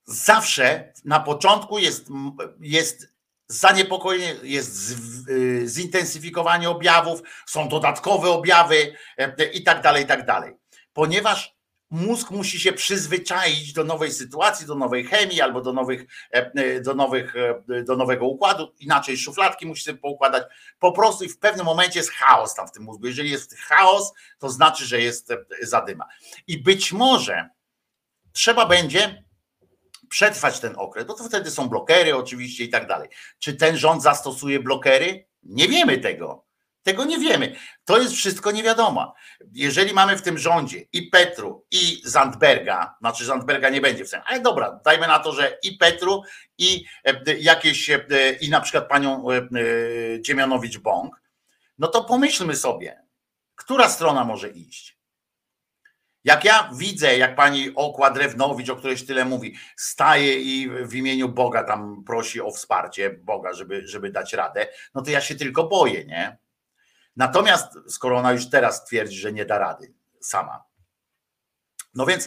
zawsze na początku jest, jest zaniepokojenie, jest zintensyfikowanie objawów, są dodatkowe objawy i tak dalej, i tak dalej. Ponieważ mózg musi się przyzwyczaić do nowej sytuacji, do nowej chemii albo do nowych, do nowych, do nowego układu, inaczej szufladki musi sobie poukładać, po prostu i w pewnym momencie jest chaos tam w tym mózgu. Jeżeli jest chaos, to znaczy, że jest zadyma. I być może trzeba będzie przetrwać ten okres, bo to wtedy są blokery oczywiście i tak dalej. Czy ten rząd zastosuje blokery? Nie wiemy tego. Tego nie wiemy. To jest wszystko nie wiadomo. Jeżeli mamy w tym rządzie i Petru, i Zandberga, znaczy Zandberga nie będzie w sensie, ale dobra, dajmy na to, że i Petru, i jakieś, i na przykład panią Dziemianowicz-Bąk, no to pomyślmy sobie, która strona może iść. Jak ja widzę, jak pani Okła-Drewnowicz, o której tyle mówi, staje i w imieniu Boga tam prosi o wsparcie Boga, żeby, żeby dać radę, no to ja się tylko boję, nie? Natomiast skoro ona już teraz twierdzi, że nie da rady sama, no więc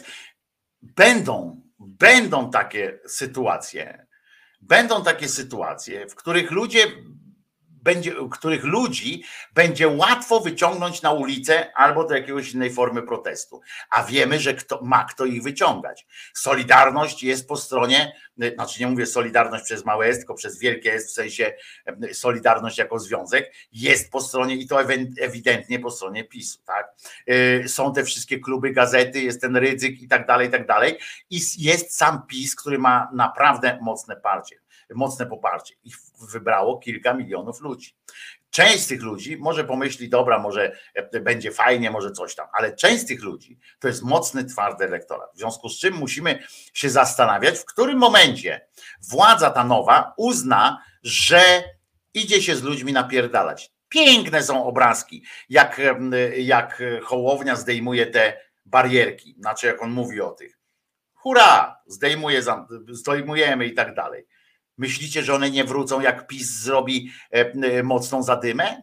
będą, będą takie sytuacje, będą takie sytuacje, w których ludzie będzie, których ludzi będzie łatwo wyciągnąć na ulicę albo do jakiegoś innej formy protestu. A wiemy, że kto, ma kto ich wyciągać. Solidarność jest po stronie, znaczy nie mówię Solidarność przez małe S, tylko przez wielkie S, w sensie Solidarność jako związek, jest po stronie i to ewidentnie po stronie PiSu. Tak? Są te wszystkie kluby, gazety, jest ten Rydzyk i tak dalej, i tak dalej. I jest sam PiS, który ma naprawdę mocne parcie. mocne poparcie. Ich wybrało kilka milionów ludzi. Część z tych ludzi może pomyśli, dobra, może będzie fajnie, może coś tam, ale część z tych ludzi to jest mocny, twardy elektorat. W związku z czym musimy się zastanawiać, w którym momencie władza ta nowa uzna, że idzie się z ludźmi napierdalać. Piękne są obrazki, jak, jak Hołownia zdejmuje te barierki, znaczy jak on mówi o tych. Hurra, zdejmuje, zdejmujemy i tak dalej. Myślicie, że one nie wrócą, jak PiS zrobi mocną zadymę?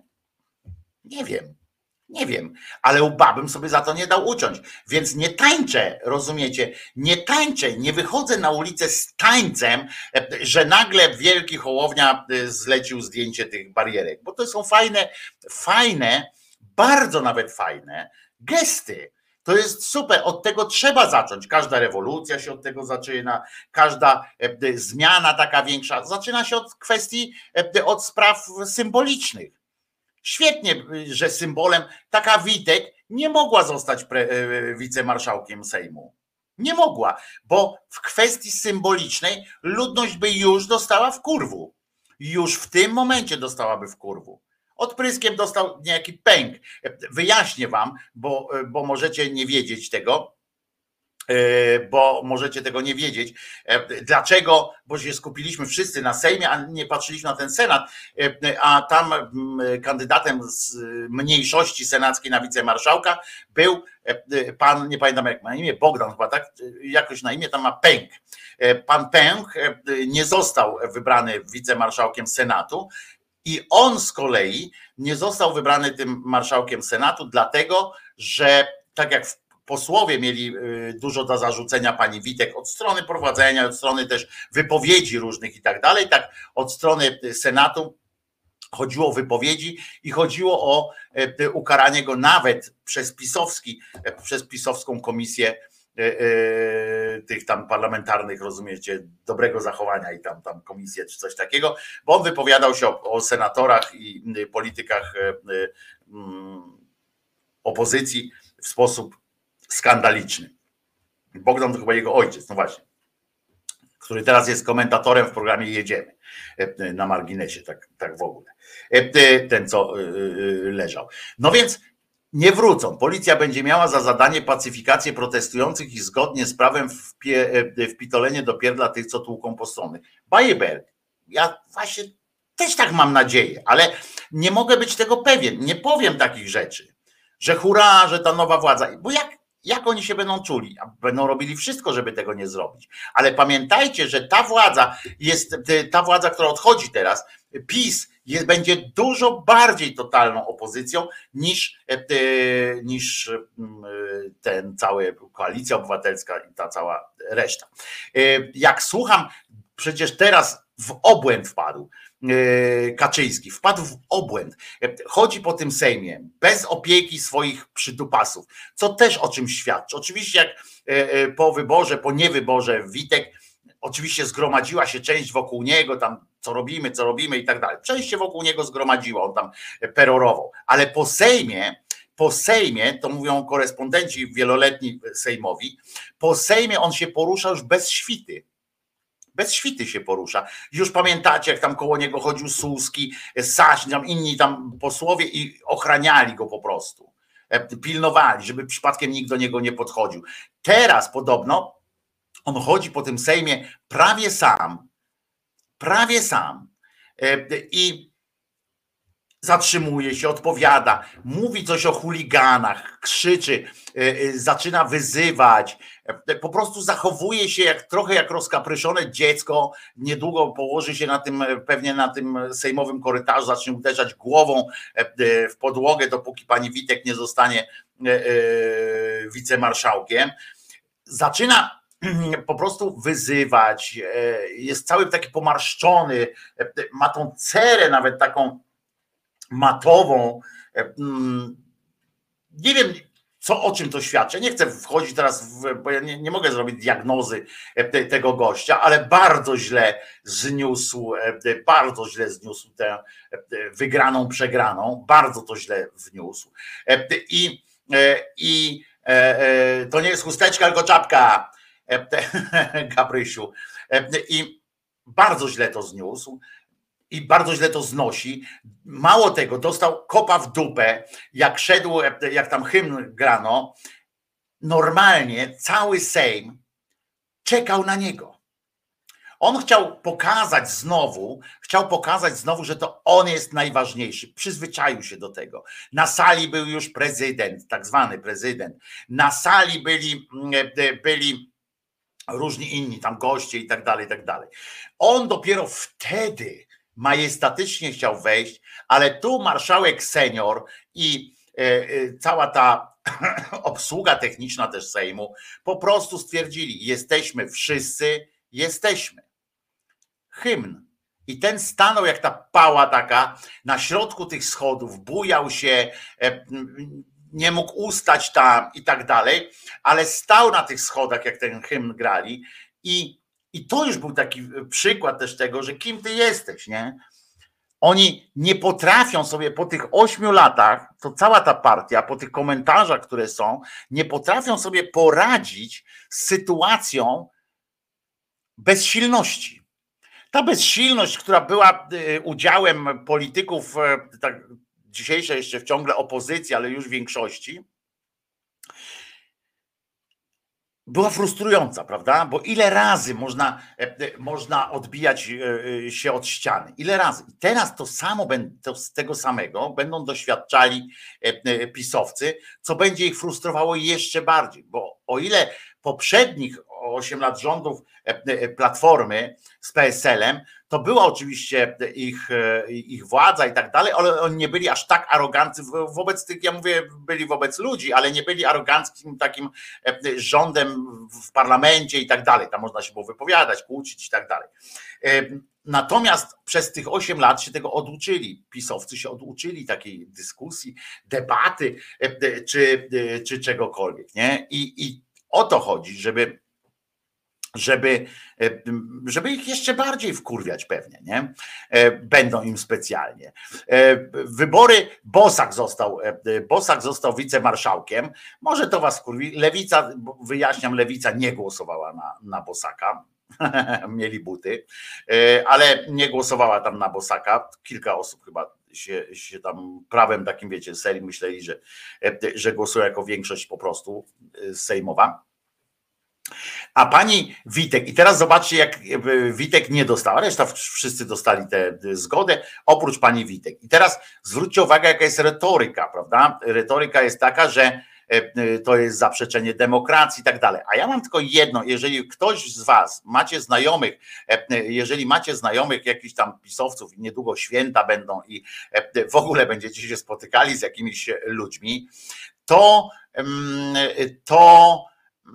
Nie wiem, nie wiem, ale łba bym sobie za to nie dał uciąć. Więc nie tańczę, rozumiecie, nie tańczę, nie wychodzę na ulicę z tańcem, że nagle wielki Hołownia zlecił zdjęcie tych barierek, bo to są fajne, fajne, bardzo nawet fajne gesty. To jest super, od tego trzeba zacząć. Każda rewolucja się od tego zaczyna, każda zmiana taka większa zaczyna się od kwestii, od spraw symbolicznych. Świetnie, że symbolem taka Witek nie mogła zostać pre, wicemarszałkiem Sejmu. Nie mogła, bo w kwestii symbolicznej ludność by już dostała w kurwu. Już w tym momencie dostałaby w kurwu. Odpryskiem dostał niejaki pęk. Wyjaśnię wam, bo, bo możecie nie wiedzieć tego, bo możecie tego nie wiedzieć. Dlaczego? Bo się skupiliśmy wszyscy na Sejmie, a nie patrzyliśmy na ten Senat, a tam kandydatem z mniejszości senackiej na wicemarszałka był pan, nie pamiętam jak ma na imię, Bogdan chyba, tak? Jakoś na imię tam ma Pęk. Pan Pęk nie został wybrany wicemarszałkiem Senatu, i on z kolei nie został wybrany tym marszałkiem Senatu, dlatego że tak jak posłowie mieli dużo do zarzucenia pani Witek od strony prowadzenia, od strony też wypowiedzi różnych i tak dalej, tak od strony Senatu chodziło o wypowiedzi i chodziło o ukaranie go nawet przez pisowski, przez pisowską komisję tych tam parlamentarnych, rozumiecie, dobrego zachowania i tam, tam komisję czy coś takiego, bo on wypowiadał się o, o senatorach i politykach opozycji w sposób skandaliczny. Bogdan to chyba jego ojciec, no właśnie, który teraz jest komentatorem w programie Jedziemy na marginesie, tak, tak w ogóle. Ten, co leżał. No więc nie wrócą. Policja będzie miała za zadanie pacyfikację protestujących i zgodnie z prawem wpitolenie do pierdla tych, co tłuką postronnych. Bajeberg. Ja właśnie też tak mam nadzieję, ale nie mogę być tego pewien. Nie powiem takich rzeczy, że hurra, że ta nowa władza. Bo jak, jak oni się będą czuli? Będą robili wszystko, żeby tego nie zrobić. Ale pamiętajcie, że ta władza jest, ta władza, która odchodzi teraz, PiS jest, będzie dużo bardziej totalną opozycją niż, niż ten cały Koalicja Obywatelska i ta cała reszta. Jak słucham, przecież teraz w obłęd wpadł Kaczyński, wpadł w obłęd, chodzi po tym Sejmie bez opieki swoich przydupasów, co też o czymś świadczy. Oczywiście jak po wyborze, po niewyborze Witek, oczywiście zgromadziła się część wokół niego, tam co robimy, co robimy i tak dalej. Część się wokół niego zgromadziła, on tam perorował, ale po Sejmie, po Sejmie, to mówią korespondenci wieloletni sejmowi, po Sejmie on się porusza już bez świty. Bez świty się porusza. Już pamiętacie, jak tam koło niego chodził Suski, Sasin, tam inni tam posłowie i ochraniali go po prostu. Pilnowali, żeby przypadkiem nikt do niego nie podchodził. Teraz podobno on chodzi po tym Sejmie prawie sam, prawie sam i zatrzymuje się, odpowiada, mówi coś o chuliganach, krzyczy, zaczyna wyzywać, po prostu zachowuje się jak trochę jak rozkapryszone dziecko, niedługo położy się na tym, pewnie na tym sejmowym korytarzu, zacznie uderzać głową w podłogę, dopóki pani Witek nie zostanie wicemarszałkiem. Zaczyna po prostu wyzywać, jest cały taki pomarszczony, ma tą cerę nawet taką matową. Nie wiem, co, o czym to świadczy. Nie chcę wchodzić teraz, w, bo ja nie, nie mogę zrobić diagnozy te, tego gościa, ale bardzo źle zniósł, bardzo źle zniósł tę wygraną, przegraną, bardzo to źle wniósł. I, i to nie jest chusteczka, tylko czapka, Gabrysiu. I bardzo źle to zniósł. I bardzo źle to znosi. Mało tego, dostał kopa w dupę, jak szedł, jak tam hymn grano. Normalnie cały Sejm czekał na niego. On chciał pokazać znowu, chciał pokazać znowu, że to on jest najważniejszy. Przyzwyczaił się do tego. Na sali był już prezydent, tak zwany prezydent. Na sali byli, byli różni inni tam goście i tak dalej, i tak dalej. On dopiero wtedy majestatycznie chciał wejść, ale tu marszałek senior i cała ta obsługa techniczna też Sejmu po prostu stwierdzili, jesteśmy wszyscy, jesteśmy. Hymn. I ten stanął jak ta pała taka na środku tych schodów, bujał się, nie mógł ustać tam i tak dalej, ale stał na tych schodach, jak ten hymn grali i I to już był taki przykład też tego, że kim ty jesteś, nie? Oni nie potrafią sobie po tych ośmiu latach, to cała ta partia, po tych komentarzach, które są, nie potrafią sobie poradzić z sytuacją bezsilności. Ta bezsilność, która była udziałem polityków, tak dzisiejszej jeszcze ciągle opozycji, ale już większości, była frustrująca, prawda? Bo ile razy można, można odbijać się od ściany? Ile razy? I teraz to samo, to z tego samego będą doświadczali pisowcy, co będzie ich frustrowało jeszcze bardziej. Bo o ile poprzednich osiem lat rządów Platformy z P S L-em, to była oczywiście ich, ich władza i tak dalej, ale oni nie byli aż tak aroganccy wobec tych, ja mówię, byli wobec ludzi, ale nie byli aroganckim takim rządem w parlamencie i tak dalej. Tam można się było wypowiadać, kłócić i tak dalej. Natomiast przez tych osiem lat się tego oduczyli. Pisowcy się oduczyli takiej dyskusji, debaty czy, czy czegokolwiek. Nie? I, i o to chodzi, żeby Żeby, żeby ich jeszcze bardziej wkurwiać pewnie, nie? Będą im specjalnie. Wybory, Bosak został, Bosak został wicemarszałkiem. Może to was wkurwi. Lewica, wyjaśniam, Lewica nie głosowała na, na Bosaka. Mieli buty, ale nie głosowała tam na Bosaka. Kilka osób chyba się, się tam prawem takim, wiecie, serii myśleli, że, że głosują jako większość po prostu sejmowa. A pani Witek, i teraz zobaczcie, jak Witek nie dostała, reszta wszyscy dostali tę zgodę, oprócz pani Witek. I teraz zwróćcie uwagę, jaka jest retoryka, prawda? Retoryka jest taka, że to jest zaprzeczenie demokracji i tak dalej. A ja mam tylko jedno, jeżeli ktoś z was macie znajomych, jeżeli macie znajomych jakichś tam pisowców i niedługo święta będą i w ogóle będziecie się spotykali z jakimiś ludźmi, to to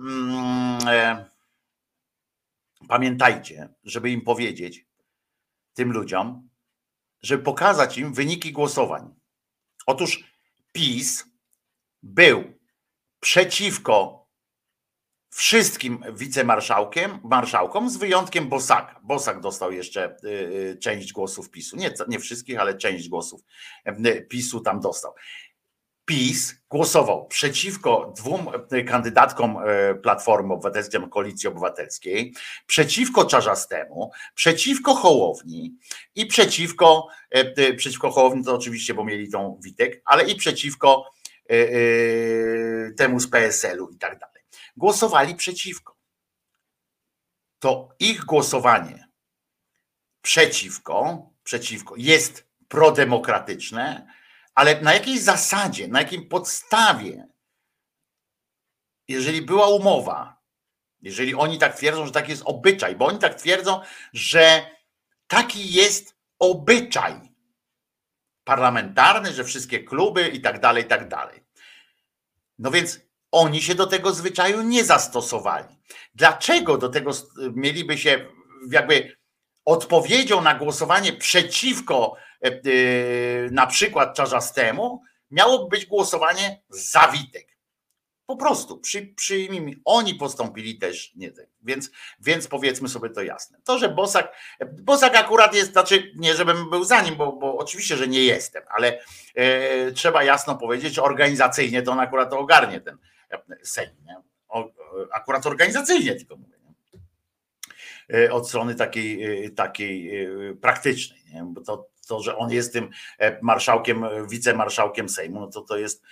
pamiętajcie, żeby im powiedzieć, tym ludziom, żeby pokazać im wyniki głosowań. Otóż PiS był przeciwko wszystkim wicemarszałkiem, marszałkom, z wyjątkiem Bosaka. Bosak dostał jeszcze y, część głosów PiSu. Nie, nie wszystkich, ale część głosów PiSu tam dostał. PiS głosował przeciwko dwóm kandydatkom Platformy Obywatelskiej, Koalicji Obywatelskiej, przeciwko Czarzastemu, przeciwko Hołowni i przeciwko, przeciwko Hołowni to oczywiście, bo mieli tą Witek, ale i przeciwko temu z P S L u i tak dalej. Głosowali przeciwko. To ich głosowanie przeciwko, przeciwko jest prodemokratyczne, ale na jakiej zasadzie, na jakiej podstawie, jeżeli była umowa, jeżeli oni tak twierdzą, że taki jest obyczaj, bo oni tak twierdzą, że taki jest obyczaj parlamentarny, że wszystkie kluby i tak dalej, i tak dalej. No więc oni się do tego zwyczaju nie zastosowali. Dlaczego do tego mieliby się jakby odpowiedzią na głosowanie przeciwko na przykład Czarzastemu miałoby być głosowanie za Witek. Po prostu przy, przyjmijmy, oni postąpili też nie tak. Więc, więc powiedzmy sobie to jasne. To, że Bosak, Bosak akurat jest, znaczy nie żebym był za nim, bo, bo oczywiście, że nie jestem, ale e, trzeba jasno powiedzieć, że organizacyjnie to on akurat to ogarnie ten Sejm. Nie? O, akurat organizacyjnie tylko mówię. Nie? Od strony takiej, takiej praktycznej. Nie? Bo to To, że on jest tym marszałkiem, wicemarszałkiem Sejmu, no to to jest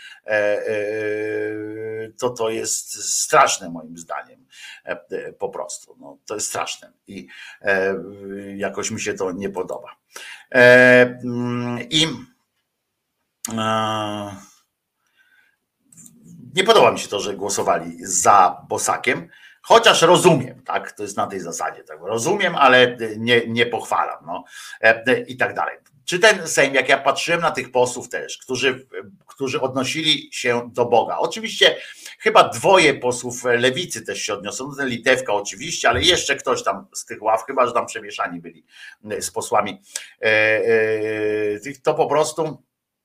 to, to jest straszne moim zdaniem po prostu. No, to jest straszne i jakoś mi się to nie podoba. I nie podoba mi się to, że głosowali za Bosakiem, chociaż rozumiem, tak, to jest na tej zasadzie, tak, rozumiem, ale nie, nie pochwalam, no i tak dalej. Czy ten Sejm, jak ja patrzyłem na tych posłów też, którzy, którzy odnosili się do Boga, oczywiście chyba dwoje posłów lewicy też się odniosą, ten Litewka oczywiście, ale jeszcze ktoś tam z tych ław, chyba że tam przemieszani byli z posłami, to po prostu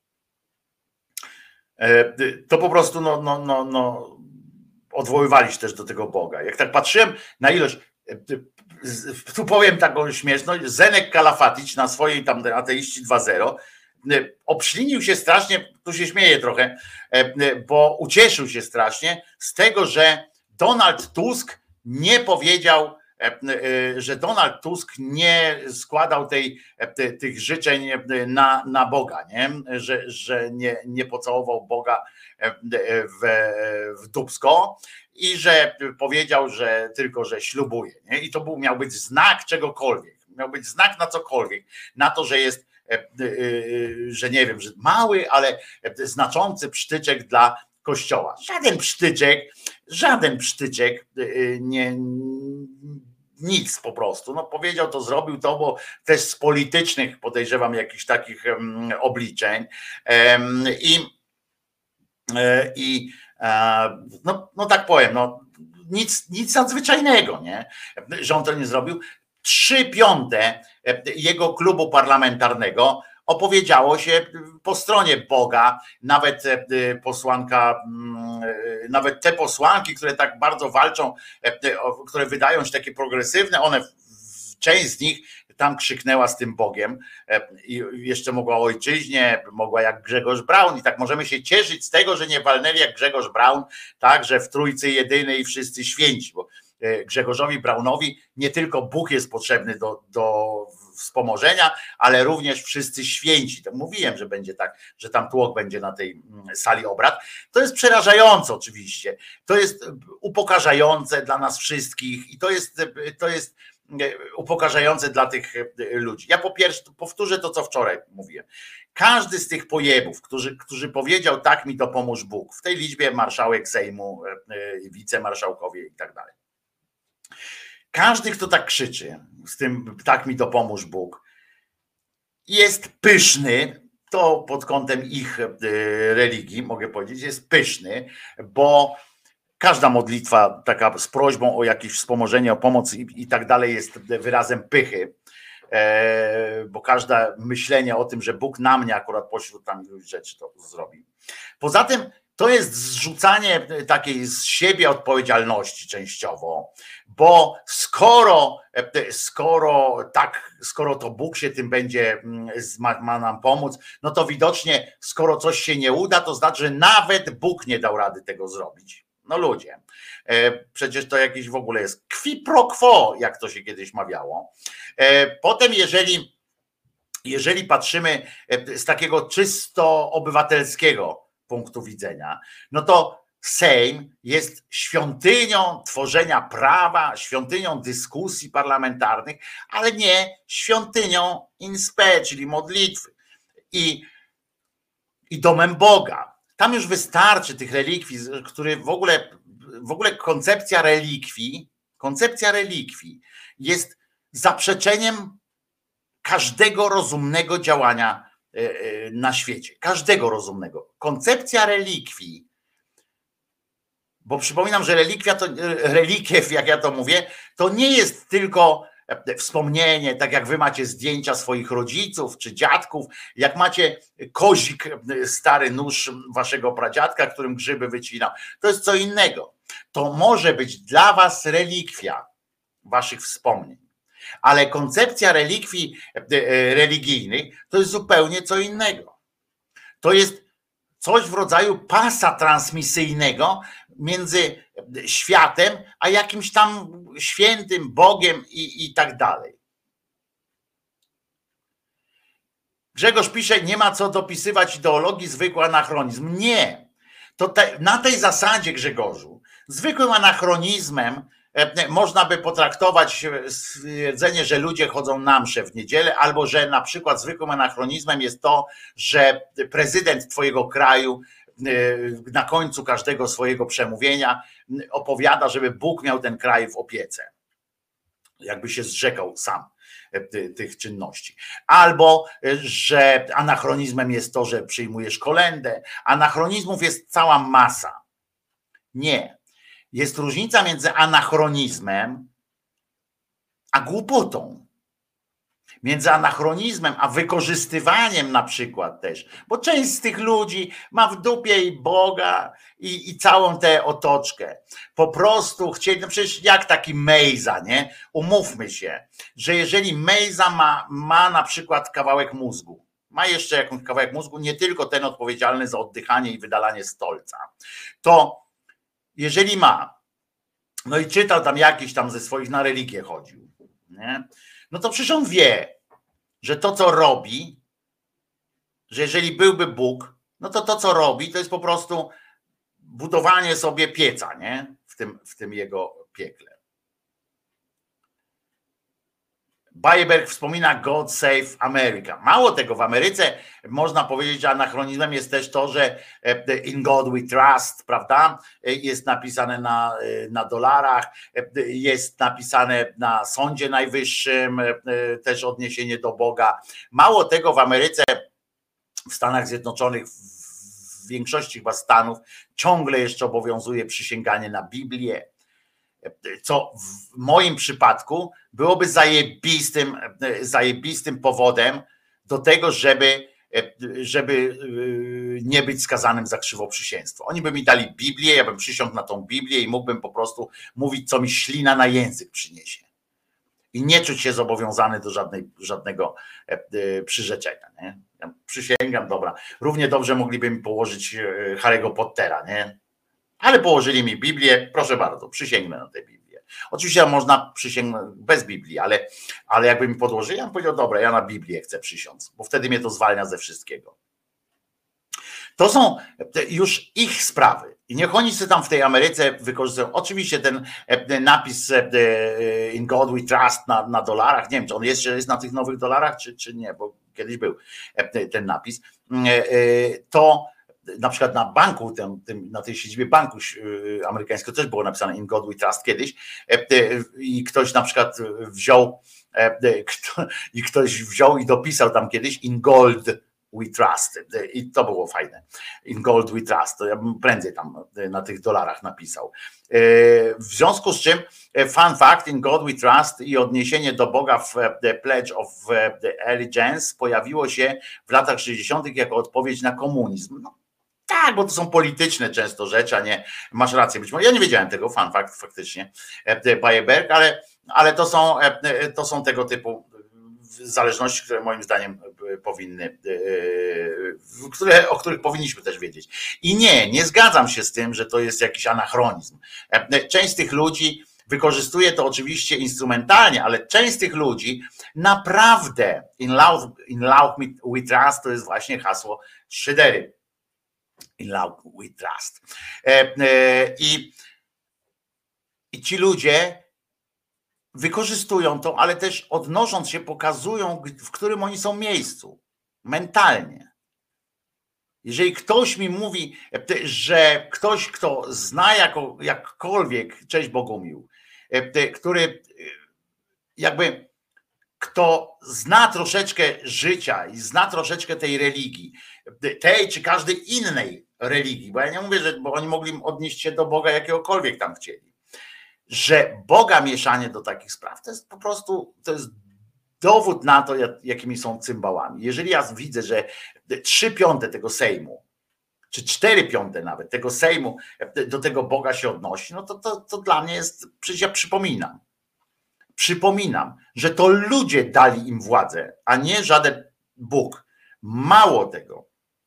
to po prostu no, no, no, no odwoływali się też do tego Boga. Jak tak patrzyłem na ilość, tu powiem taką śmieszność, Zenek Kalafaticz na swojej tam ateiści dwa zero obślinił się strasznie, tu się śmieje trochę, bo ucieszył się strasznie z tego, że Donald Tusk nie powiedział, że Donald Tusk nie składał tej, tych życzeń na, na Boga, nie? Że, że nie, nie pocałował Boga w, w dupsko i że powiedział, że tylko, że ślubuje. Nie? I to był, miał być znak czegokolwiek, miał być znak na cokolwiek, na to, że jest, że nie wiem, że mały, ale znaczący psztyczek dla Kościoła. Żaden psztyczek, żaden psztyczek nie, nic po prostu. No powiedział to, zrobił to, bo też z politycznych podejrzewam jakichś takich obliczeń i, i no, no tak powiem, no nic, nic nadzwyczajnego, nie? Że on to nie zrobił. Trzy piąte jego klubu parlamentarnego opowiedziało się po stronie Boga, nawet posłanka, nawet te posłanki, które tak bardzo walczą, które wydają się takie progresywne, one, część z nich tam krzyknęła z tym Bogiem i jeszcze mogła o ojczyźnie, mogła jak Grzegorz Braun i tak możemy się cieszyć z tego, że nie walnęli jak Grzegorz Braun, tak, że w Trójcy Jedynej wszyscy święci, bo Grzegorzowi Braunowi nie tylko Bóg jest potrzebny do, do wspomożenia, ale również wszyscy święci. Tak mówiłem, że będzie tak, że tam tłok będzie na tej sali obrad. To jest przerażające oczywiście. To jest upokarzające dla nas wszystkich i to jest, to jest upokarzające dla tych ludzi. Ja po pierwsze powtórzę to, co wczoraj mówiłem. Każdy z tych pojebów, którzy, którzy powiedział tak mi dopomóż Bóg, w tej liczbie marszałek Sejmu, wicemarszałkowie i tak dalej. Każdy, kto tak krzyczy, z tym tak mi dopomóż Bóg, jest pyszny, to pod kątem ich religii, mogę powiedzieć, jest pyszny, bo każda modlitwa taka z prośbą o jakieś wspomożenie, o pomoc i, i tak dalej jest wyrazem pychy, e, bo każde myślenie o tym, że Bóg na mnie akurat pośród tam rzeczy to zrobi. Poza tym to jest zrzucanie takiej z siebie odpowiedzialności częściowo, bo skoro, skoro tak, skoro to Bóg się tym będzie, ma, ma nam pomóc, no to widocznie skoro coś się nie uda, to znaczy, że nawet Bóg nie dał rady tego zrobić. No ludzie, przecież to jakieś w ogóle jest qui pro quo, jak to się kiedyś mawiało. Potem jeżeli, jeżeli patrzymy z takiego czysto obywatelskiego punktu widzenia, no to Sejm jest świątynią tworzenia prawa, świątynią dyskusji parlamentarnych, ale nie świątynią in spe, czyli modlitwy i, i domem Boga. Tam już wystarczy tych relikwii, które w ogóle, w ogóle koncepcja relikwii, koncepcja relikwii jest zaprzeczeniem każdego rozumnego działania na świecie. Każdego rozumnego. Koncepcja relikwii, bo przypominam, że relikwia to, relikiew, jak ja to mówię, to nie jest tylko wspomnienie, tak jak wy macie zdjęcia swoich rodziców czy dziadków, jak macie kozik, stary nóż waszego pradziadka, którym grzyby wycinał. To jest co innego. To może być dla was relikwia waszych wspomnień. Ale koncepcja relikwii religijnych to jest zupełnie co innego. To jest coś w rodzaju pasa transmisyjnego między światem a jakimś tam świętym Bogiem i, i tak dalej. Grzegorz pisze, nie ma co dopisywać ideologii, zwykły anachronizm. Nie. To te, na tej zasadzie, Grzegorzu, zwykłym anachronizmem można by potraktować stwierdzenie, że ludzie chodzą na mszę w niedzielę, albo że na przykład zwykłym anachronizmem jest to, że prezydent twojego kraju na końcu każdego swojego przemówienia opowiada, żeby Bóg miał ten kraj w opiece. Jakby się zrzekał sam tych czynności. Albo, że anachronizmem jest to, że przyjmujesz kolędę. Anachronizmów jest cała masa. Nie. Jest różnica między anachronizmem a głupotą. Między anachronizmem a wykorzystywaniem na przykład też. Bo część z tych ludzi ma w dupie i Boga i, i całą tę otoczkę. Po prostu chcieli, no przecież jak taki Mejza, nie? Umówmy się, że jeżeli Mejza ma, ma na przykład kawałek mózgu, ma jeszcze jakąś kawałek mózgu, nie tylko ten odpowiedzialny za oddychanie i wydalanie stolca, to jeżeli ma, no i czytał tam jakiś tam ze swoich, na religię chodził, nie? No to przecież on wie, że to co robi, że jeżeli byłby Bóg, no to to co robi, to jest po prostu budowanie sobie pieca, nie? W tym, w tym jego piekle. Bajeberg wspomina God Save America. Mało tego, w Ameryce można powiedzieć, że anachronizmem jest też to, że in God we trust, prawda? Jest napisane na, na dolarach, jest napisane na Sądzie Najwyższym, też odniesienie do Boga. Mało tego, w Ameryce, w Stanach Zjednoczonych, w większości chyba stanów ciągle jeszcze obowiązuje przysięganie na Biblię, co w moim przypadku byłoby zajebistym, zajebistym powodem do tego, żeby, żeby nie być skazanym za krzywoprzysięstwo. Oni by mi dali Biblię, ja bym przysiągł na tą Biblię i mógłbym po prostu mówić, co mi ślina na język przyniesie. I nie czuć się zobowiązany do żadnej, żadnego przyrzeczenia. Nie? Ja przysięgam, dobra. Równie dobrze mogliby mi położyć Harry'ego Pottera, nie? Ale położyli mi Biblię, proszę bardzo, przysięgnę na tę Biblię. Oczywiście można przysięgnąć bez Biblii, ale, ale jakby mi podłożyli, ja bym powiedział, dobra, ja na Biblię chcę przysiąc, bo wtedy mnie to zwalnia ze wszystkiego. To są już ich sprawy. I niech oni sobie tam w tej Ameryce wykorzystują. Oczywiście ten, ten napis In God We Trust na, na dolarach, nie wiem, czy on jeszcze jest na tych nowych dolarach, czy, czy nie, bo kiedyś był ten napis. To na przykład na banku, tym, tym, na tej siedzibie banku amerykańskiego też było napisane In God We Trust kiedyś i ktoś na przykład wziął i ktoś wziął i dopisał tam kiedyś In Gold We Trust i to było fajne. In Gold We Trust, to ja bym prędzej tam na tych dolarach napisał. W związku z czym fun fact, In God We Trust i odniesienie do Boga w The Pledge of Allegiance pojawiło się w latach sześćdziesiątych jako odpowiedź na komunizm. No, tak, bo to są polityczne często rzeczy, a nie, masz rację być może. Ja nie wiedziałem tego, fun fact faktycznie, Bajeberg, ale, ale to są, to są tego typu zależności, które moim zdaniem powinny, które, o których powinniśmy też wiedzieć. I nie, nie zgadzam się z tym, że to jest jakiś anachronizm. Część z tych ludzi wykorzystuje to oczywiście instrumentalnie, ale część z tych ludzi naprawdę in love, in love we trust to jest właśnie hasło szydery. In love we trust. I, i ci ludzie wykorzystują to, ale też odnosząc się, pokazują, w którym oni są miejscu mentalnie. Jeżeli ktoś mi mówi, że ktoś, kto zna jako, jakkolwiek, cześć Bogumił, który jakby, kto zna troszeczkę życia i zna troszeczkę tej religii, tej czy każdej innej religii, bo ja nie mówię, że bo oni mogli odnieść się do Boga jakiegokolwiek tam chcieli, że Boga mieszanie do takich spraw, to jest po prostu, to jest dowód na to, jakimi są cymbałami. Jeżeli ja widzę, że trzy piąte tego Sejmu, czy cztery piąte nawet tego Sejmu do tego Boga się odnosi, no to, to, to dla mnie jest, przecież ja przypominam, przypominam, że to ludzie dali im władzę, a nie żaden Bóg. Mało tego,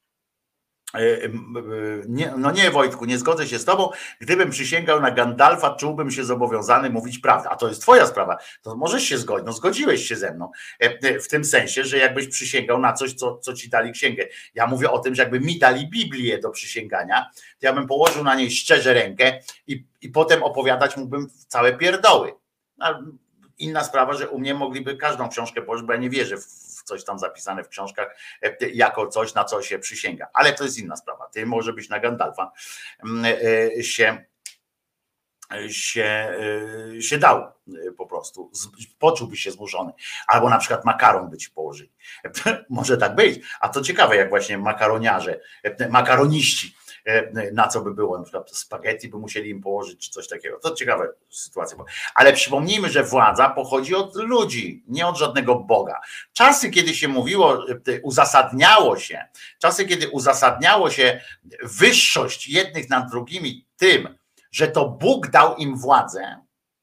Nie, no nie Wojtku, nie zgodzę się z tobą, gdybym przysięgał na Gandalfa, czułbym się zobowiązany mówić prawdę, a to jest twoja sprawa, to możesz się zgodzić, no zgodziłeś się ze mną, w tym sensie, że jakbyś przysięgał na coś, co, co ci dali księgę. Ja mówię o tym, że jakby mi dali Biblię do przysięgania, to ja bym położył na niej szczerze rękę i, i potem opowiadać mógłbym całe pierdoły. Inna sprawa, że u mnie mogliby każdą książkę położyć, bo ja nie wierzę w coś tam zapisane w książkach jako coś, na co się przysięga. Ale to jest inna sprawa. Ty może być na Gandalfa się, się, się dał po prostu. Poczułby się zmuszony. Albo na przykład makaron by ci położyli. Może tak być. A to ciekawe, jak właśnie makaroniarze, makaroniści, na co by było, na przykład spaghetti by musieli im położyć, czy coś takiego. To ciekawa sytuacja. Ale przypomnijmy, że władza pochodzi od ludzi, nie od żadnego Boga. Czasy, kiedy się mówiło, uzasadniało się, czasy, kiedy uzasadniało się wyższość jednych nad drugimi tym, że to Bóg dał im władzę,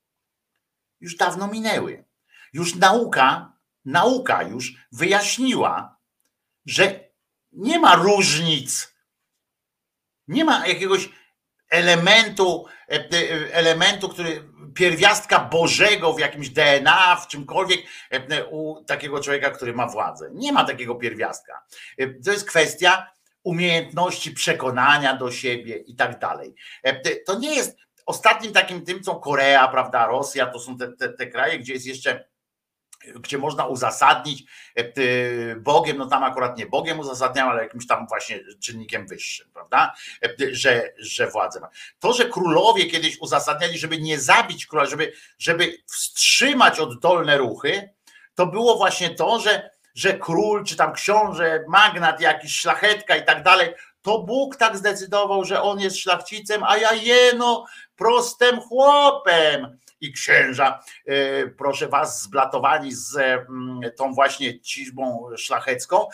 już dawno minęły. Już nauka, nauka już wyjaśniła, że nie ma różnic. Nie ma jakiegoś elementu, elementu, który pierwiastka Bożego w jakimś D N A, w czymkolwiek u takiego człowieka, który ma władzę. Nie ma takiego pierwiastka. To jest kwestia umiejętności przekonania do siebie i tak dalej. To nie jest ostatnim takim tym, co Korea, prawda, Rosja, to są te, te, te kraje, gdzie jest jeszcze, gdzie można uzasadnić Bogiem, no tam akurat nie Bogiem uzasadniam, ale jakimś tam właśnie czynnikiem wyższym, prawda, że, że władzę ma. To, że królowie kiedyś uzasadniali, żeby nie zabić króla, żeby, żeby wstrzymać oddolne ruchy, to było właśnie to, że, że król, czy tam książę, magnat jakiś, szlachetka i tak dalej, to Bóg tak zdecydował, że on jest szlachcicem, a ja jeno prostym chłopem. I księża, proszę was, zblatowani z tą właśnie ciżbą szlachecką,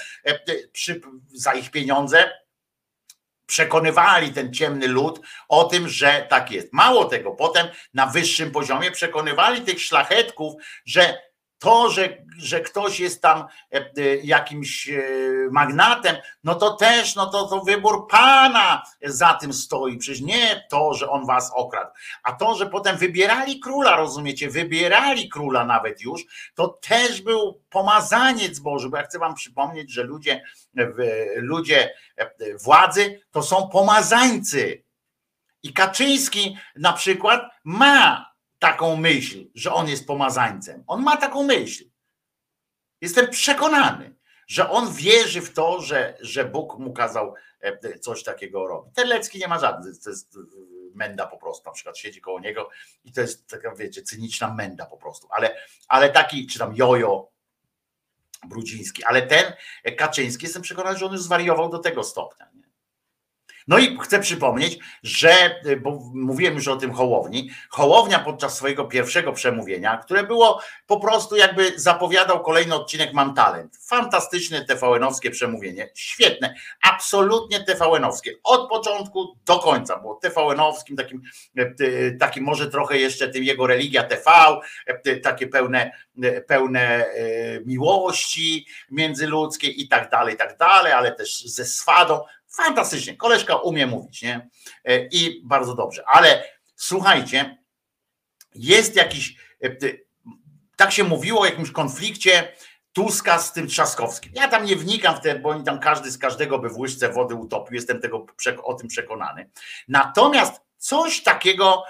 za ich pieniądze przekonywali ten ciemny lud o tym, że tak jest. Mało tego, potem na wyższym poziomie przekonywali tych szlachetków, że to, że, że ktoś jest tam jakimś magnatem, no to też, no to, to wybór Pana za tym stoi. Przecież nie to, że on was okradł, a to, że potem wybierali króla, rozumiecie, wybierali króla nawet już, to też był pomazaniec Boży, bo ja chcę wam przypomnieć, że ludzie, ludzie władzy to są pomazańcy. I Kaczyński na przykład ma taką myśl, że on jest pomazańcem. On ma taką myśl. Jestem przekonany, że on wierzy w to, że, że Bóg mu kazał coś takiego robić. Terlecki nie ma żadnych, to jest menda po prostu, na przykład siedzi koło niego i to jest taka, wiecie, cyniczna menda po prostu, ale, ale taki, czy tam Jojo Brudziński, ale ten Kaczyński, jestem przekonany, że on już zwariował do tego stopnia. Nie? No i chcę przypomnieć, że, bo mówiłem już o tym Hołowni, Hołownia podczas swojego pierwszego przemówienia, które było po prostu jakby zapowiadał kolejny odcinek Mam Talent. Fantastyczne T V N-owskie przemówienie, świetne, absolutnie T V N-owskie, od początku do końca, było T V N-owskim, takim, takim może trochę jeszcze tym jego religia T V, takie pełne, pełne miłości międzyludzkiej i tak dalej, i tak dalej, ale też ze swadą. Fantastycznie, koleżka umie mówić, nie? I bardzo dobrze, ale słuchajcie, jest jakiś, tak się mówiło o jakimś konflikcie Tuska z tym Trzaskowskim. Ja tam nie wnikam w te, bo oni tam każdy z każdego by w łyżce wody utopił, jestem tego, o tym przekonany. Natomiast coś takiego,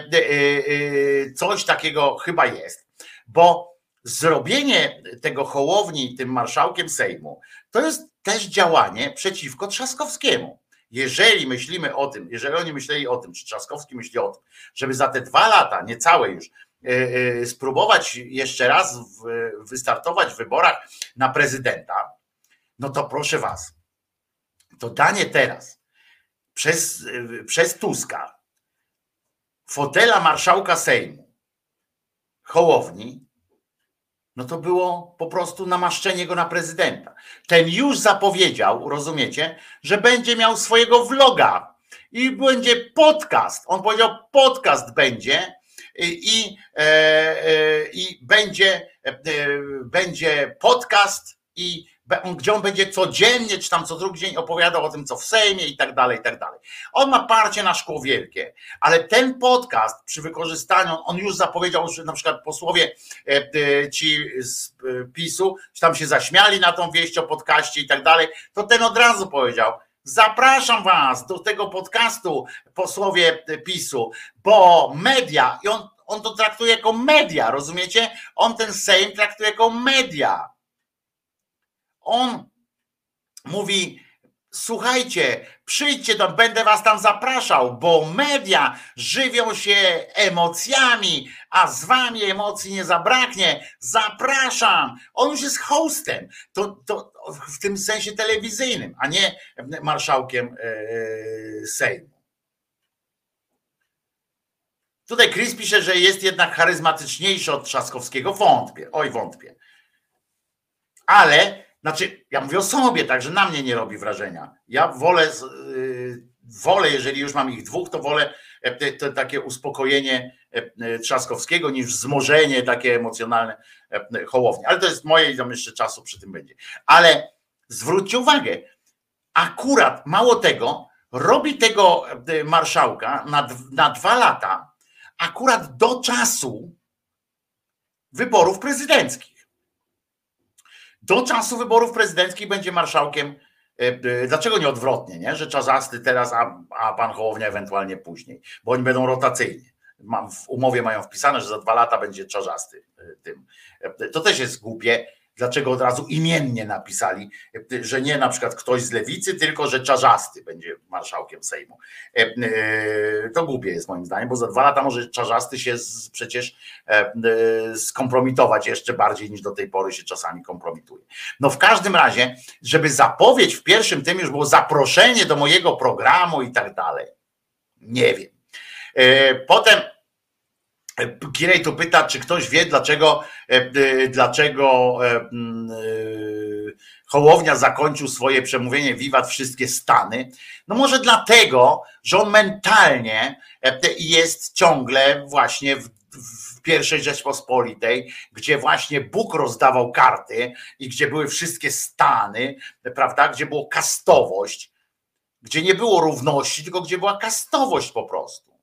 coś takiego chyba jest, bo zrobienie tego Hołowni tym marszałkiem Sejmu to jest też działanie przeciwko Trzaskowskiemu. Jeżeli myślimy o tym, jeżeli oni myśleli o tym, czy Trzaskowski myśli o tym, żeby za te dwa lata, niecałe już, spróbować jeszcze raz wystartować w wyborach na prezydenta, no to proszę was, to danie teraz przez, przez Tuska fotela marszałka Sejmu Hołowni, no to było po prostu namaszczenie go na prezydenta. Ten już zapowiedział, rozumiecie, że będzie miał swojego vloga i będzie podcast. On powiedział, podcast będzie i, i, e, i będzie, e, będzie podcast i on, gdzie on będzie codziennie, czy tam co drugi dzień opowiadał o tym, co w Sejmie i tak dalej, i tak dalej. On ma parcie na szkło wielkie, ale ten podcast przy wykorzystaniu, on już zapowiedział, że na przykład posłowie ci z PiSu, czy tam się zaśmiali na tą wieść o podcaście i tak dalej, to ten od razu powiedział, zapraszam was do tego podcastu, posłowie PiSu, bo media, i on, on to traktuje jako media, rozumiecie? On ten Sejm traktuje jako media. On mówi, słuchajcie, przyjdźcie tam, będę was tam zapraszał, bo media żywią się emocjami, a z wami emocji nie zabraknie. Zapraszam. On już jest hostem, to, to w tym sensie telewizyjnym, a nie marszałkiem yy, Sejmu. Tutaj Chris pisze, że jest jednak charyzmatyczniejszy od Trzaskowskiego. Wątpię, oj wątpię. Ale znaczy, ja mówię o sobie, także na mnie nie robi wrażenia. Ja wolę, yy, wolę, jeżeli już mam ich dwóch, to wolę te, te, takie uspokojenie Trzaskowskiego niż wzmożenie takie emocjonalne Hołowni. Ale to jest moje i tam jeszcze czasu przy tym będzie. Ale zwróćcie uwagę, akurat mało tego, robi tego marszałka na, na dwa lata, akurat do czasu wyborów prezydenckich. Do czasu wyborów prezydenckich będzie marszałkiem. Dlaczego nie odwrotnie, nie? Że Czarzasty teraz, a, a pan Hołownia ewentualnie później, bo oni będą rotacyjnie. W umowie mają wpisane, że za dwa lata będzie Czarzasty tym. To też jest głupie. Dlaczego od razu imiennie napisali, że nie na przykład ktoś z lewicy, tylko że Czarzasty będzie marszałkiem Sejmu. To głupie jest moim zdaniem, bo za dwa lata może Czarzasty się z, przecież skompromitować jeszcze bardziej niż do tej pory się czasami kompromituje. No w każdym razie, żeby zapowiedź w pierwszym tym już było zaproszenie do mojego programu i tak dalej. Nie wiem. Potem Kirej tu pyta, czy ktoś wie, dlaczego, dlaczego Hołownia zakończył swoje przemówienie Wiwat wszystkie Stany. No może dlatego, że on mentalnie jest ciągle właśnie w, w pierwszej Rzeczpospolitej, gdzie właśnie Bóg rozdawał karty i gdzie były wszystkie Stany, prawda, gdzie było kastowość, gdzie nie było równości, tylko gdzie była kastowość po prostu.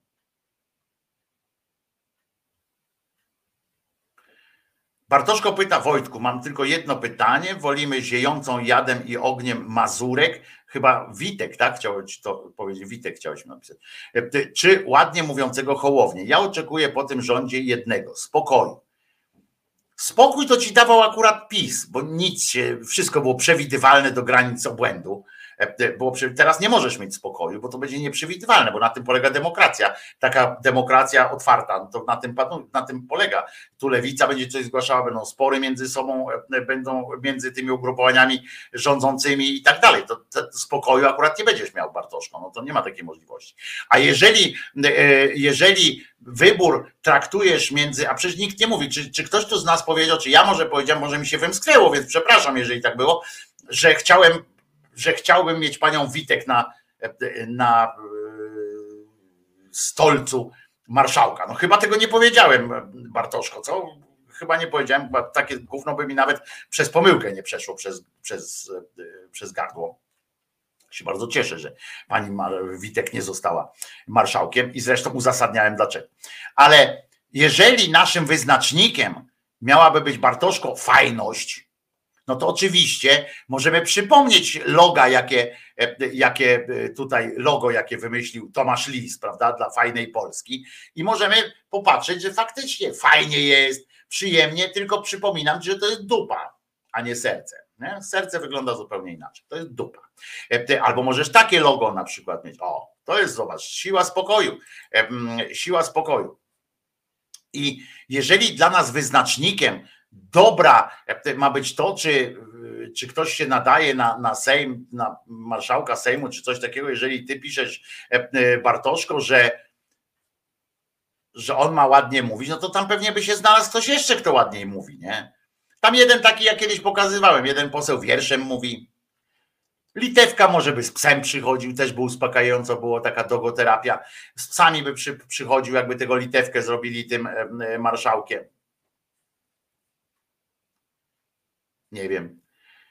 Bartoszko pyta, Wojtku, mam tylko jedno pytanie, wolimy ziejącą jadem i ogniem Mazurek, chyba Witek, tak? Chciałem ci to powiedzieć, Witek chciałeś mi napisać. Czy ładnie mówiącego Hołownię? Ja oczekuję po tym rządzie jednego, spokoju. Spokój to ci dawał akurat PiS, bo nic się, wszystko było przewidywalne do granic obłędu. Było, teraz nie możesz mieć spokoju, bo to będzie nieprzewidywalne, bo na tym polega demokracja. Taka demokracja otwarta, to na tym, na tym polega. Tu lewica będzie coś zgłaszała, będą spory między sobą, będą między tymi ugrupowaniami rządzącymi i tak dalej. To, to spokoju akurat nie będziesz miał, Bartoszko, no to nie ma takiej możliwości. A jeżeli, jeżeli wybór traktujesz między, a przecież nikt nie mówi, czy, czy ktoś tu z nas powiedział, czy ja może powiedziałem, może mi się wymsknęło, więc przepraszam, jeżeli tak było, że chciałem że chciałbym mieć panią Witek na, na stolcu marszałka. No chyba tego nie powiedziałem, Bartoszko, co? Chyba nie powiedziałem, chyba takie gówno by mi nawet przez pomyłkę nie przeszło przez, przez, przez gardło. Się bardzo cieszę, że pani Witek nie została marszałkiem i zresztą uzasadniałem dlaczego. Ale jeżeli naszym wyznacznikiem miałaby być, Bartoszko, fajność, no to oczywiście możemy przypomnieć loga, jakie, jakie tutaj logo, jakie wymyślił Tomasz Lis, prawda, dla fajnej Polski i możemy popatrzeć, że faktycznie fajnie jest, przyjemnie, tylko przypominam, że to jest dupa, a nie serce. Nie? Serce wygląda zupełnie inaczej, to jest dupa. Albo możesz takie logo na przykład mieć, o, to jest, zobacz, siła spokoju, siła spokoju. I jeżeli dla nas wyznacznikiem dobra ma być to, czy, czy ktoś się nadaje na, na Sejm, na marszałka Sejmu, czy coś takiego, jeżeli ty piszesz, Bartoszko, że, że on ma ładnie mówić, no to tam pewnie by się znalazł ktoś jeszcze, kto ładniej mówi, nie? Tam jeden taki, jak kiedyś pokazywałem, jeden poseł wierszem mówi, Litewka może by z psem przychodził, też by uspokajająco, było taka dogoterapia, z psami by przy, przychodził, jakby tego Litewkę zrobili tym marszałkiem. Nie wiem.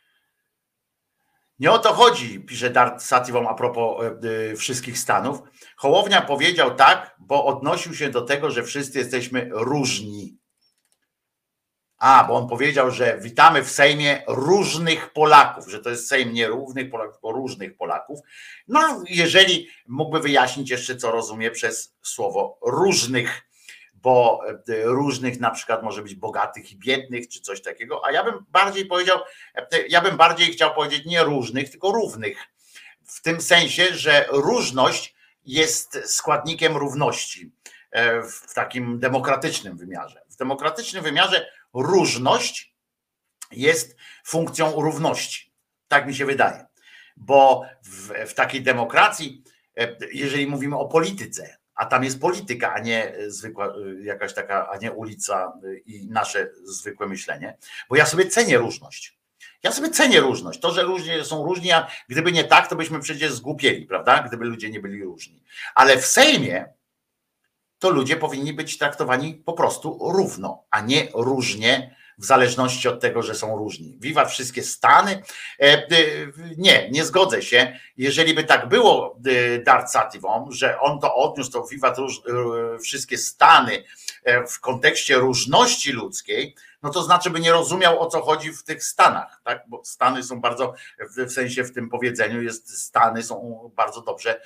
Nie o to chodzi, pisze Dart Sativon a propos y, wszystkich stanów. Hołownia powiedział tak, bo odnosił się do tego, że wszyscy jesteśmy różni. A, bo on powiedział, że witamy w Sejmie różnych Polaków, że to jest Sejm nie równych Polaków, tylko różnych Polaków. No, jeżeli mógłby wyjaśnić jeszcze, co rozumie przez słowo różnych, bo różnych na przykład może być bogatych i biednych, czy coś takiego, a ja bym bardziej powiedział, ja bym bardziej chciał powiedzieć nie różnych, tylko równych. W tym sensie, że różność jest składnikiem równości w takim demokratycznym wymiarze. W demokratycznym wymiarze różność jest funkcją równości. Tak mi się wydaje. Bo w, w takiej demokracji, jeżeli mówimy o polityce, a tam jest polityka, a nie zwykła jakaś taka, a nie ulica i nasze zwykłe myślenie, bo ja sobie cenię różność. Ja sobie cenię różność. To, że ludzie są różni, a gdyby nie tak, to byśmy przecież zgłupieli, prawda? Gdyby ludzie nie byli różni. Ale w Sejmie to ludzie powinni być traktowani po prostu równo, a nie różnie, w zależności od tego, że są różni. Wiwat wszystkie stany. Nie, nie zgodzę się. Jeżeli by tak było, Dart Sativon, że on to odniósł, to wiwat wszystkie stany w kontekście różności ludzkiej, no to znaczy by nie rozumiał, o co chodzi w tych stanach, tak? Bo stany są bardzo, w sensie w tym powiedzeniu jest, stany są bardzo dobrze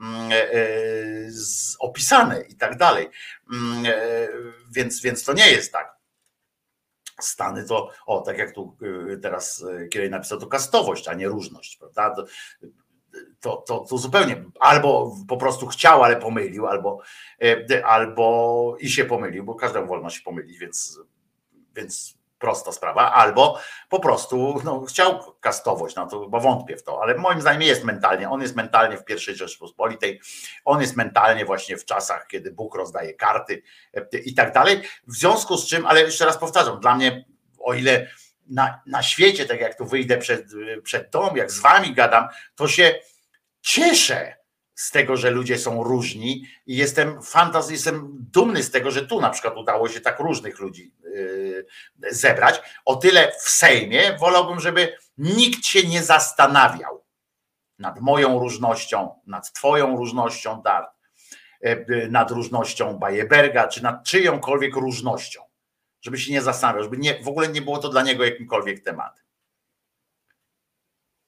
opisane i tak dalej. Więc, więc to nie jest tak. Stany to, o, tak jak tu teraz Kierej napisał, to kastowość, a nie różność, prawda? To, to, to, to zupełnie, albo po prostu chciał, ale pomylił, albo, albo i się pomylił, bo każdemu wolno się pomylić, więc, więc prosta sprawa, albo po prostu no, chciał kastowość, no to chyba wątpię w to, ale moim zdaniem jest mentalnie, on jest mentalnie w pierwszej Rzeczypospolitej, on jest mentalnie właśnie w czasach, kiedy Bóg rozdaje karty i tak dalej, w związku z czym, ale jeszcze raz powtarzam, dla mnie, o ile na, na świecie, tak jak tu wyjdę przed, przed dom, jak z wami gadam, to się cieszę z tego, że ludzie są różni i jestem fantaz, jestem dumny z tego, że tu na przykład udało się tak różnych ludzi yy, zebrać. O tyle w Sejmie wolałbym, żeby nikt się nie zastanawiał nad moją różnością, nad twoją różnością, Dart, yy, nad różnością Bajeberga, czy nad czyjąkolwiek różnością. Żeby się nie zastanawiał, żeby nie, w ogóle nie było to dla niego jakimkolwiek tematem.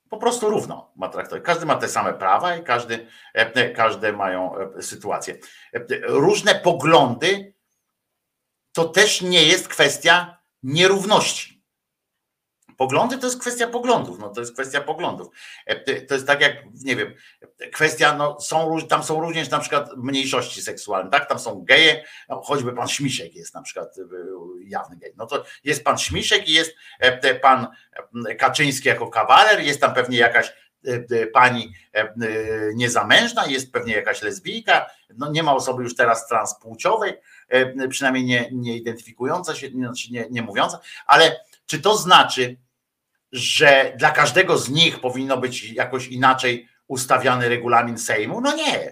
Po prostu równo ma traktować. Każdy ma te same prawa i każdy, każde mają sytuacje. Różne poglądy to też nie jest kwestia nierówności. Poglądy to jest kwestia poglądów, no to jest kwestia poglądów. To jest tak jak, nie wiem, kwestia, no są, tam są również na przykład mniejszości seksualne, tak, tam są geje, no choćby pan Śmiszek jest na przykład jawny gej, no to jest pan Śmiszek i jest pan Kaczyński jako kawaler, jest tam pewnie jakaś pani niezamężna, jest pewnie jakaś lesbijka, no nie ma osoby już teraz transpłciowej, przynajmniej nie, nie identyfikująca się, nie, nie mówiąca, ale czy to znaczy, że dla każdego z nich powinno być jakoś inaczej ustawiany regulamin Sejmu? No nie.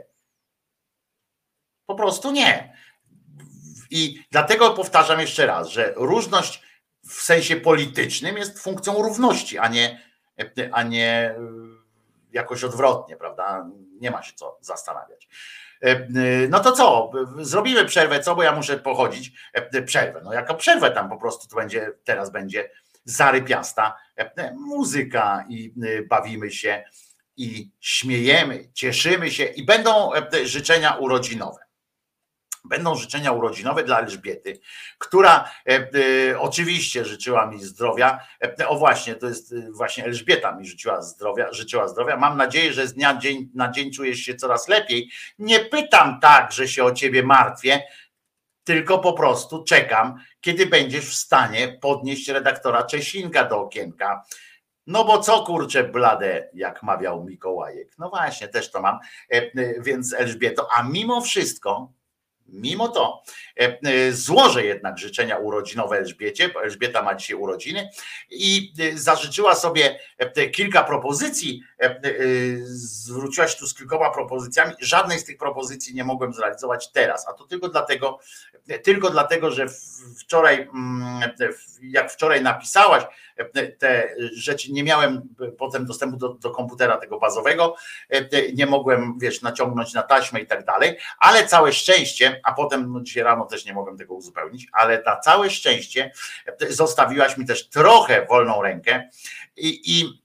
Po prostu nie. I dlatego powtarzam jeszcze raz, że różność w sensie politycznym jest funkcją równości, a nie, a nie jakoś odwrotnie, prawda? Nie ma się co zastanawiać. No to co? Zrobimy przerwę, co? Bo ja muszę pochodzić. Przerwę. No jako przerwę tam po prostu to będzie, teraz będzie zarypiasta muzyka i bawimy się i śmiejemy, cieszymy się i będą życzenia urodzinowe. Będą życzenia urodzinowe dla Elżbiety, która e, e, oczywiście życzyła mi zdrowia. E, o właśnie, to jest właśnie Elżbieta mi życzyła zdrowia, życzyła zdrowia. Mam nadzieję, że z dnia dzień, na dzień czujesz się coraz lepiej. Nie pytam tak, że się o ciebie martwię, tylko po prostu czekam, kiedy będziesz w stanie podnieść redaktora Czesinka do okienka. No bo co kurczę blade, jak mawiał Mikołajek. No właśnie, też to mam. E, e, więc Elżbieto, a mimo wszystko, Mimo to złożę jednak życzenia urodzinowe Elżbiecie, bo Elżbieta ma dzisiaj urodziny i zażyczyła sobie kilka propozycji, zwróciła się tu z kilkoma propozycjami, żadnej z tych propozycji nie mogłem zrealizować teraz, a to tylko dlatego, tylko dlatego, że wczoraj, jak wczoraj napisałaś te rzeczy, nie miałem potem dostępu do, do komputera tego bazowego, nie mogłem, wiesz, naciągnąć na taśmę i tak dalej, ale całe szczęście, a potem no, dzisiaj rano też nie mogłem tego uzupełnić, ale na całe szczęście zostawiłaś mi też trochę wolną rękę i, i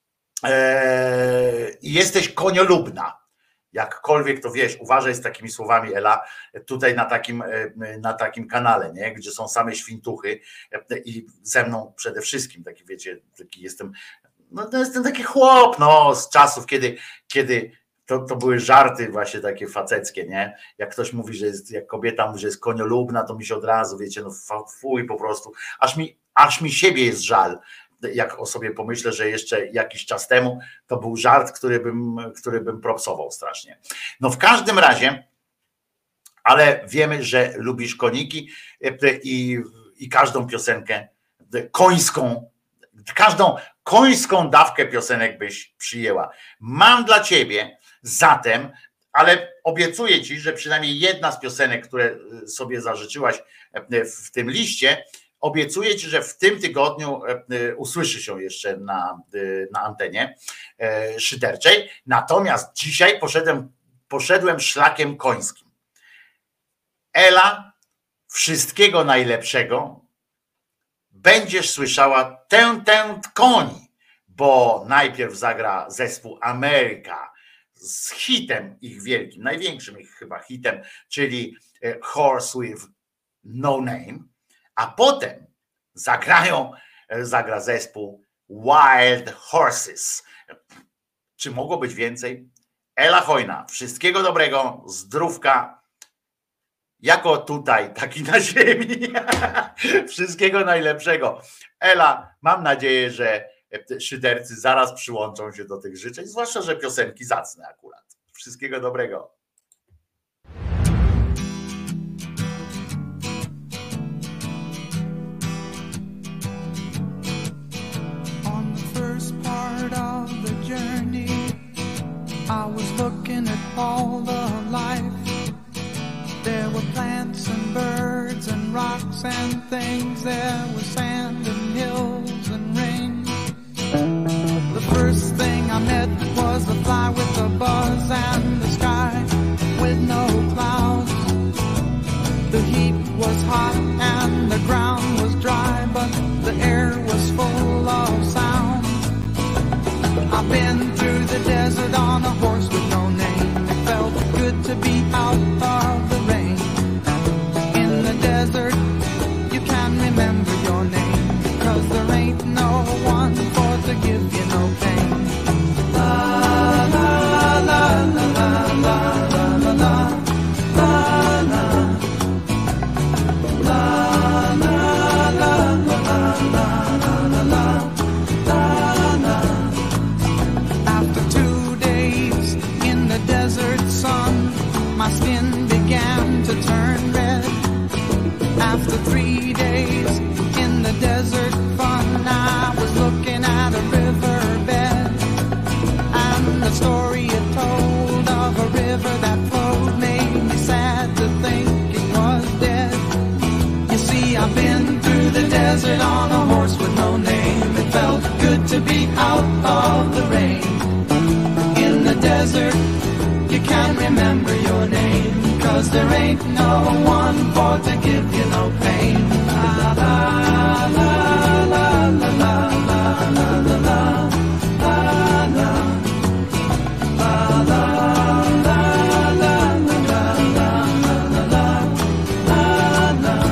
e, jesteś koniolubna. Jakkolwiek to wiesz, uważaj z takimi słowami, Ela, tutaj na takim, na takim kanale, nie? Gdzie są same świntuchy i ze mną przede wszystkim, taki wiecie, taki jestem, no to jestem taki chłop, no z czasów, kiedy, kiedy to, to były żarty właśnie takie faceckie, nie? Jak ktoś mówi, że jest, jak kobieta mówi, że jest koniolubna, to mi się od razu, wiecie, no fuj po prostu, aż mi, aż mi siebie jest żal. Jak o sobie pomyślę, że jeszcze jakiś czas temu to był żart, który bym, który bym propsował strasznie. No w każdym razie, ale wiemy, że lubisz koniki i, i każdą piosenkę końską, każdą końską dawkę piosenek byś przyjęła. Mam dla ciebie zatem, ale obiecuję ci, że przynajmniej jedna z piosenek, które sobie zażyczyłaś w tym liście, obiecuję ci, że w tym tygodniu usłyszy się jeszcze na, na antenie szyderczej. Natomiast dzisiaj poszedłem, poszedłem szlakiem końskim. Ela, wszystkiego najlepszego. Będziesz słyszała tę, tę koni, bo najpierw zagra zespół Ameryka z hitem ich wielkim, największym ich chyba hitem, czyli Horse with No Name. A potem zagrają, zagra zespół Wild Horses. Czy mogło być więcej? Ela Chojna, wszystkiego dobrego, zdrówka, jako tutaj, tak i na ziemi. Wszystkiego najlepszego. Ela, mam nadzieję, że szydercy zaraz przyłączą się do tych życzeń, zwłaszcza, że piosenki zacne akurat. Wszystkiego dobrego. Of the journey, I was looking at all the life. There were plants and birds and rocks and things. There was sand and hills and rain. The first thing I met was a fly with a buzz and the sky with no clouds. The heat was hot and the ground was dry, but the air was full of sound. I I've been through the desert on a horse with no name. It felt good to be out of the rain. In the desert, you can remember your name, 'cause there ain't no one for to give you no pain. La la la la la la la la la la la la la la la la. After two days in the desert sun, my skin began to turn red. After three days in the desert fun, I was looking at a riverbed, and the story it told of a river that flowed made me sad to think it was dead. You see, I've been through the desert on a horse with no name. It felt good to be out of the rain. In the desert, you can't remember your name, 'cause there ain't no one for to give you no pain. La la la la la la la la la la la la la la la la la la.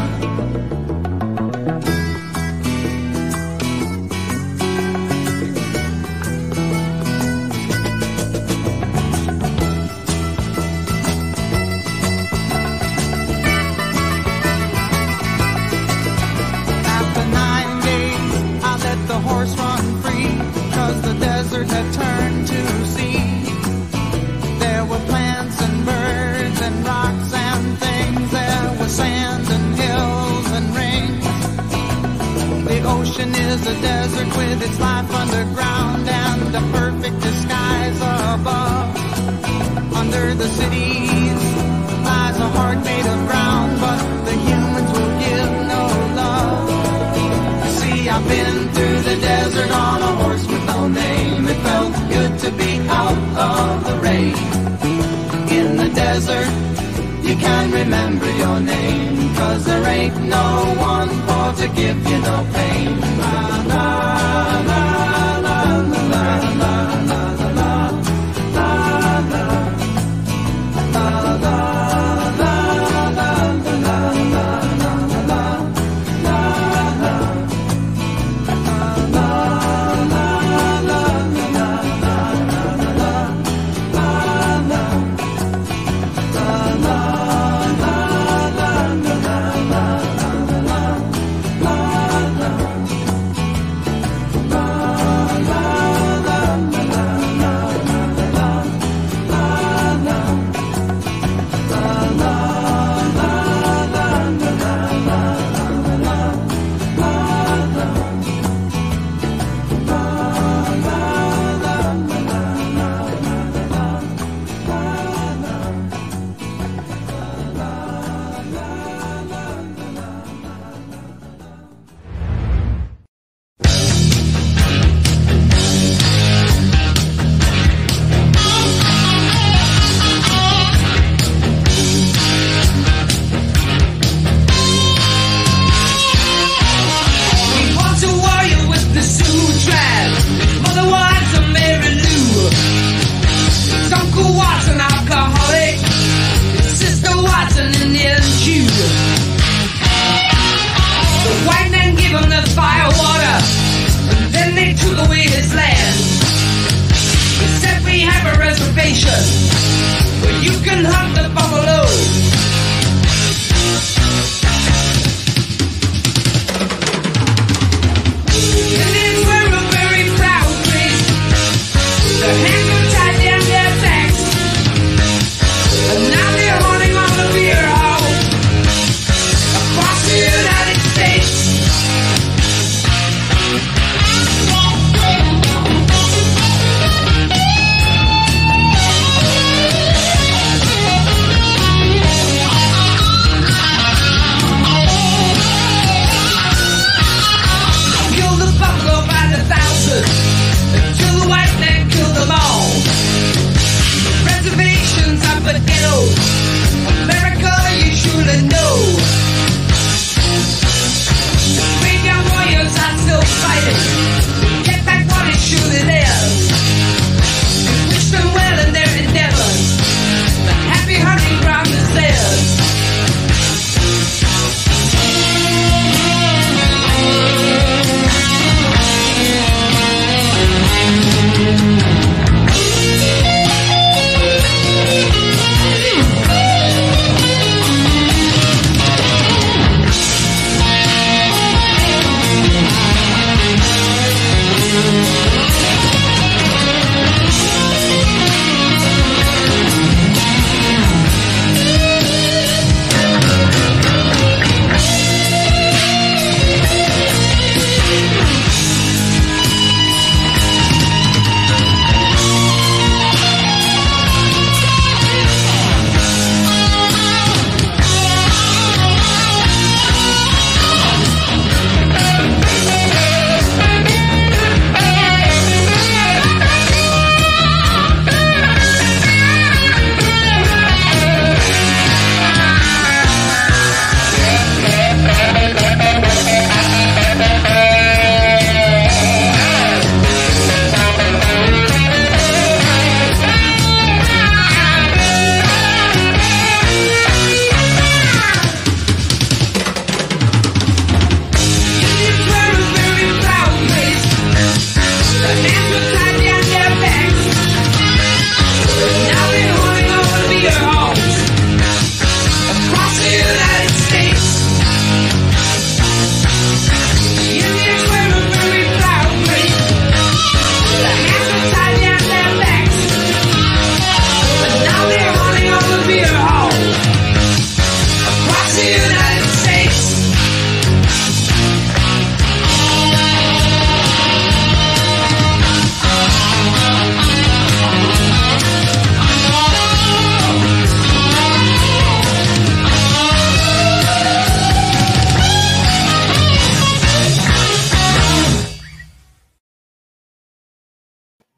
After nine days, I let the horse run free, 'cause the desert had turned to sea. There were plants and birds and rocks and things. There was sand and hills and rings. The ocean is a desert with its life underground and a perfect disguise above. Under the cities lies a heart made of ground, but the humans will give no love. You see, I've been through the desert on a horse with no name. It felt good to be out of the rain. In the desert, you can remember your name, 'cause there ain't no one for to give you no pain. La la la la la la la la la la la la la la la la la la la.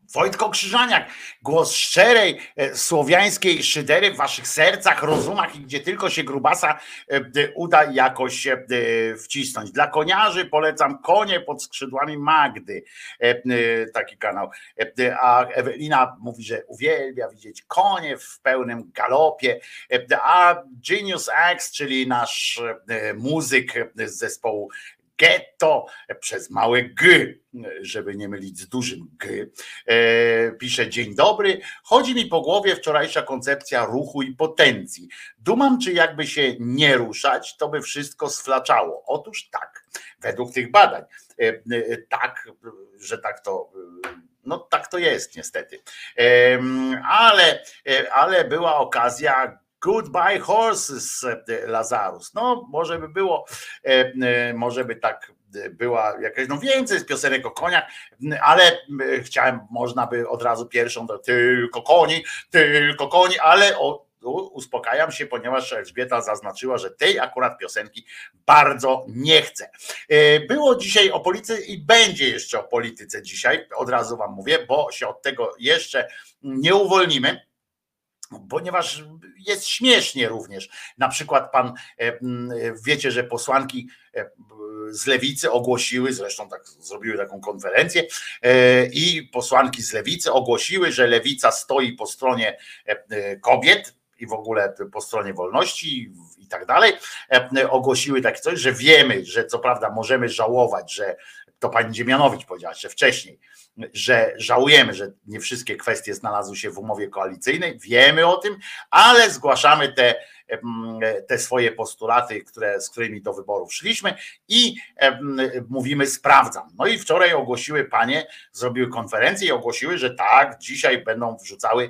Wojtko Krzyżaniak, głos szczerej, słowiańskiej szydery w waszych sercach, rozumach i gdzie tylko się grubasa uda jakoś się wcisnąć. Dla koniarzy polecam Konie pod skrzydłami Magdy. Taki kanał. A Ewelina mówi, że uwielbia widzieć konie w pełnym galopie. A Genius X, czyli nasz muzyk z zespołu Getto, przez małe G, żeby nie mylić z dużym G, e, pisze: dzień dobry, chodzi mi po głowie wczorajsza koncepcja ruchu i potencji. Dumam, czy jakby się nie ruszać, to by wszystko sflaczało. Otóż tak, według tych badań, e, e, tak, że tak to, no tak to jest niestety. E, ale, ale była okazja. Goodbye Horses, Lazarus. No może by było, może by tak była jakaś, no więcej z piosenek o koniach, ale chciałem, można by od razu pierwszą, to tylko koni, tylko koni, ale o, uspokajam się, ponieważ Elżbieta zaznaczyła, że tej akurat piosenki bardzo nie chce. Było dzisiaj o polityce i będzie jeszcze o polityce dzisiaj, od razu wam mówię, bo się od tego jeszcze nie uwolnimy, ponieważ jest śmiesznie również. Na przykład pan, wiecie, że posłanki z lewicy ogłosiły, zresztą tak zrobiły taką konferencję, i posłanki z lewicy ogłosiły, że lewica stoi po stronie kobiet i w ogóle po stronie wolności i tak dalej. Ogłosiły takie coś, że wiemy, że co prawda możemy żałować, że to pani Dziemianowicz powiedziała jeszcze wcześniej, że żałujemy, że nie wszystkie kwestie znalazły się w umowie koalicyjnej, wiemy o tym, ale zgłaszamy te, te swoje postulaty, które, z którymi do wyborów szliśmy i mówimy sprawdzam. No i wczoraj ogłosiły panie, zrobiły konferencję i ogłosiły, że tak, dzisiaj będą wrzucały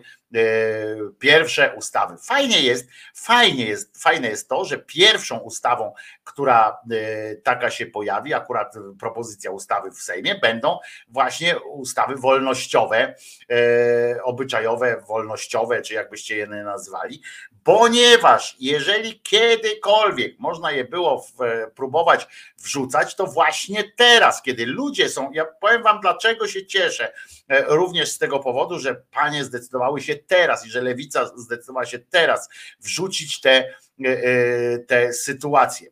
pierwsze ustawy. Fajnie jest, fajnie jest, fajne jest to, że pierwszą ustawą, która taka się pojawi, akurat propozycja ustawy w Sejmie, będą właśnie ustawy wolnościowe, obyczajowe, wolnościowe, czy jakbyście je nazwali, ponieważ jeżeli kiedykolwiek można je było próbować wrzucać, to właśnie teraz, kiedy ludzie są, ja powiem wam, dlaczego się cieszę, również z tego powodu, że panie zdecydowały się teraz i że lewica zdecydowała się teraz wrzucić te, te sytuacje.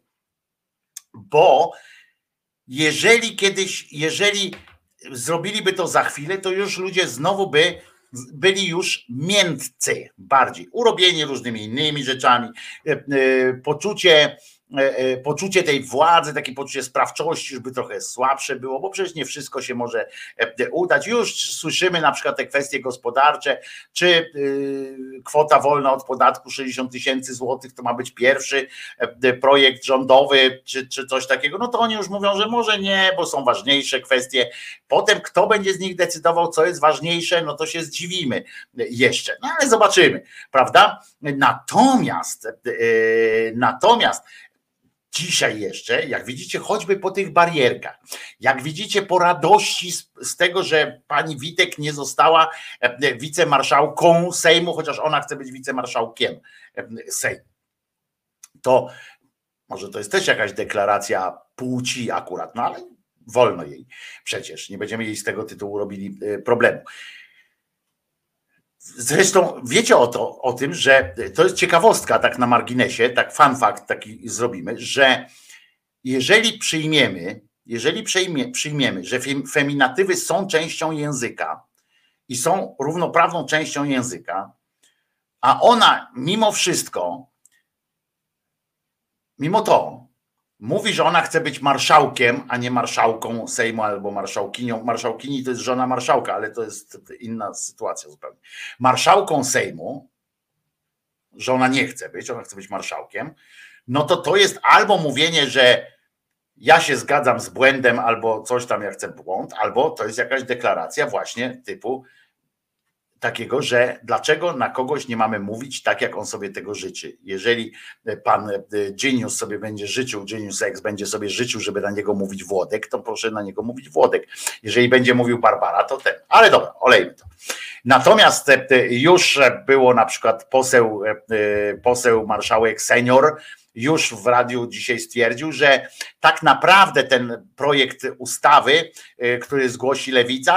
Bo jeżeli kiedyś, jeżeli zrobiliby to za chwilę, to już ludzie znowu by byli już miętcy bardziej, urobieni różnymi innymi rzeczami, poczucie, poczucie tej władzy, takie poczucie sprawczości już by trochę słabsze było, bo przecież nie wszystko się może udać. Już słyszymy na przykład te kwestie gospodarcze, czy kwota wolna od podatku sześćdziesiąt tysięcy złotych to ma być pierwszy projekt rządowy, czy, czy coś takiego, no to oni już mówią, że może nie, bo są ważniejsze kwestie. Potem kto będzie z nich decydował, co jest ważniejsze, no to się zdziwimy jeszcze, no ale zobaczymy, prawda? Natomiast natomiast dzisiaj jeszcze, jak widzicie, choćby po tych barierkach, jak widzicie po radości z, z tego, że pani Witek nie została wicemarszałką Sejmu, chociaż ona chce być wicemarszałkiem Sejmu, to może to jest też jakaś deklaracja płci akurat, no ale wolno jej przecież, nie będziemy jej z tego tytułu robili problemu. Zresztą wiecie o, to, o tym, że to jest ciekawostka, tak na marginesie, tak fun fact taki zrobimy, że jeżeli przyjmiemy, jeżeli przyjmie, przyjmiemy, że feminatywy są częścią języka i są równoprawną częścią języka, a ona mimo wszystko, mimo to mówi, że ona chce być marszałkiem, a nie marszałką Sejmu albo marszałkinią. Marszałkini to jest żona marszałka, ale to jest inna sytuacja zupełnie. Marszałką Sejmu, że ona nie chce być, ona chce być marszałkiem, no to to jest albo mówienie, że ja się zgadzam z błędem, albo coś tam, ja chcę błąd, albo to jest jakaś deklaracja właśnie typu takiego, że dlaczego na kogoś nie mamy mówić tak, jak on sobie tego życzy. Jeżeli pan Genius sobie będzie życzył, Genius X będzie sobie życzył, żeby na niego mówić Włodek, to proszę na niego mówić Włodek. Jeżeli będzie mówił Barbara, to ten. Ale dobra, olejmy to. Natomiast już było na przykład poseł, poseł marszałek senior, już w radiu dzisiaj stwierdził, że tak naprawdę ten projekt ustawy, który zgłosi Lewica,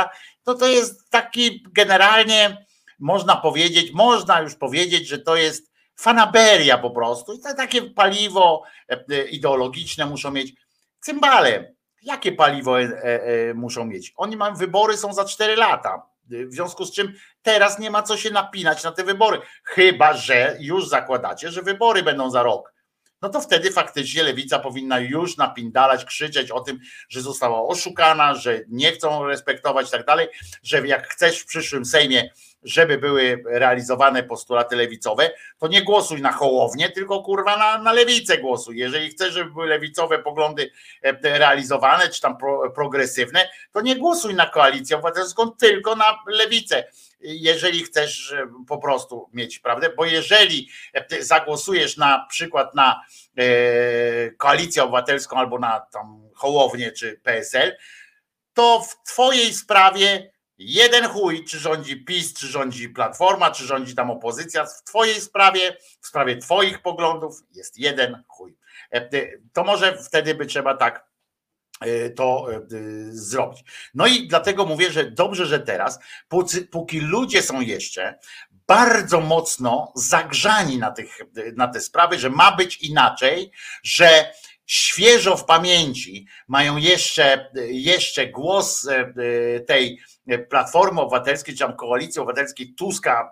to to jest taki generalnie, można powiedzieć, można już powiedzieć, że to jest fanaberia po prostu. I to takie paliwo ideologiczne muszą mieć. Cymbale, jakie paliwo muszą mieć? Oni mają, wybory są za cztery lata. W związku z czym teraz nie ma co się napinać na te wybory. Chyba że już zakładacie, że wybory będą za rok. No to wtedy faktycznie lewica powinna już napindalać, krzyczeć o tym, że została oszukana, że nie chcą respektować i tak dalej, że jak chcesz w przyszłym Sejmie, żeby były realizowane postulaty lewicowe, to nie głosuj na Hołownię, tylko kurwa na, na lewicę głosuj. Jeżeli chcesz, żeby były lewicowe poglądy realizowane, czy tam pro, progresywne, to nie głosuj na Koalicję Obywatelską, tylko na lewicę. Jeżeli chcesz po prostu mieć prawdę, bo jeżeli zagłosujesz na przykład na e, Koalicję Obywatelską albo na tam Hołownię czy P S L, to w twojej sprawie jeden chuj, czy rządzi PiS, czy rządzi Platforma, czy rządzi tam opozycja, w twojej sprawie, w sprawie twoich poglądów jest jeden chuj. To może wtedy by trzeba tak to zrobić. No i dlatego mówię, że dobrze, że teraz, póki ludzie są jeszcze bardzo mocno zagrzani na, tych, na te sprawy, że ma być inaczej, że świeżo w pamięci mają jeszcze, jeszcze głos tej Platformy Obywatelskiej, czy tam Koalicji Obywatelskiej, Tuska,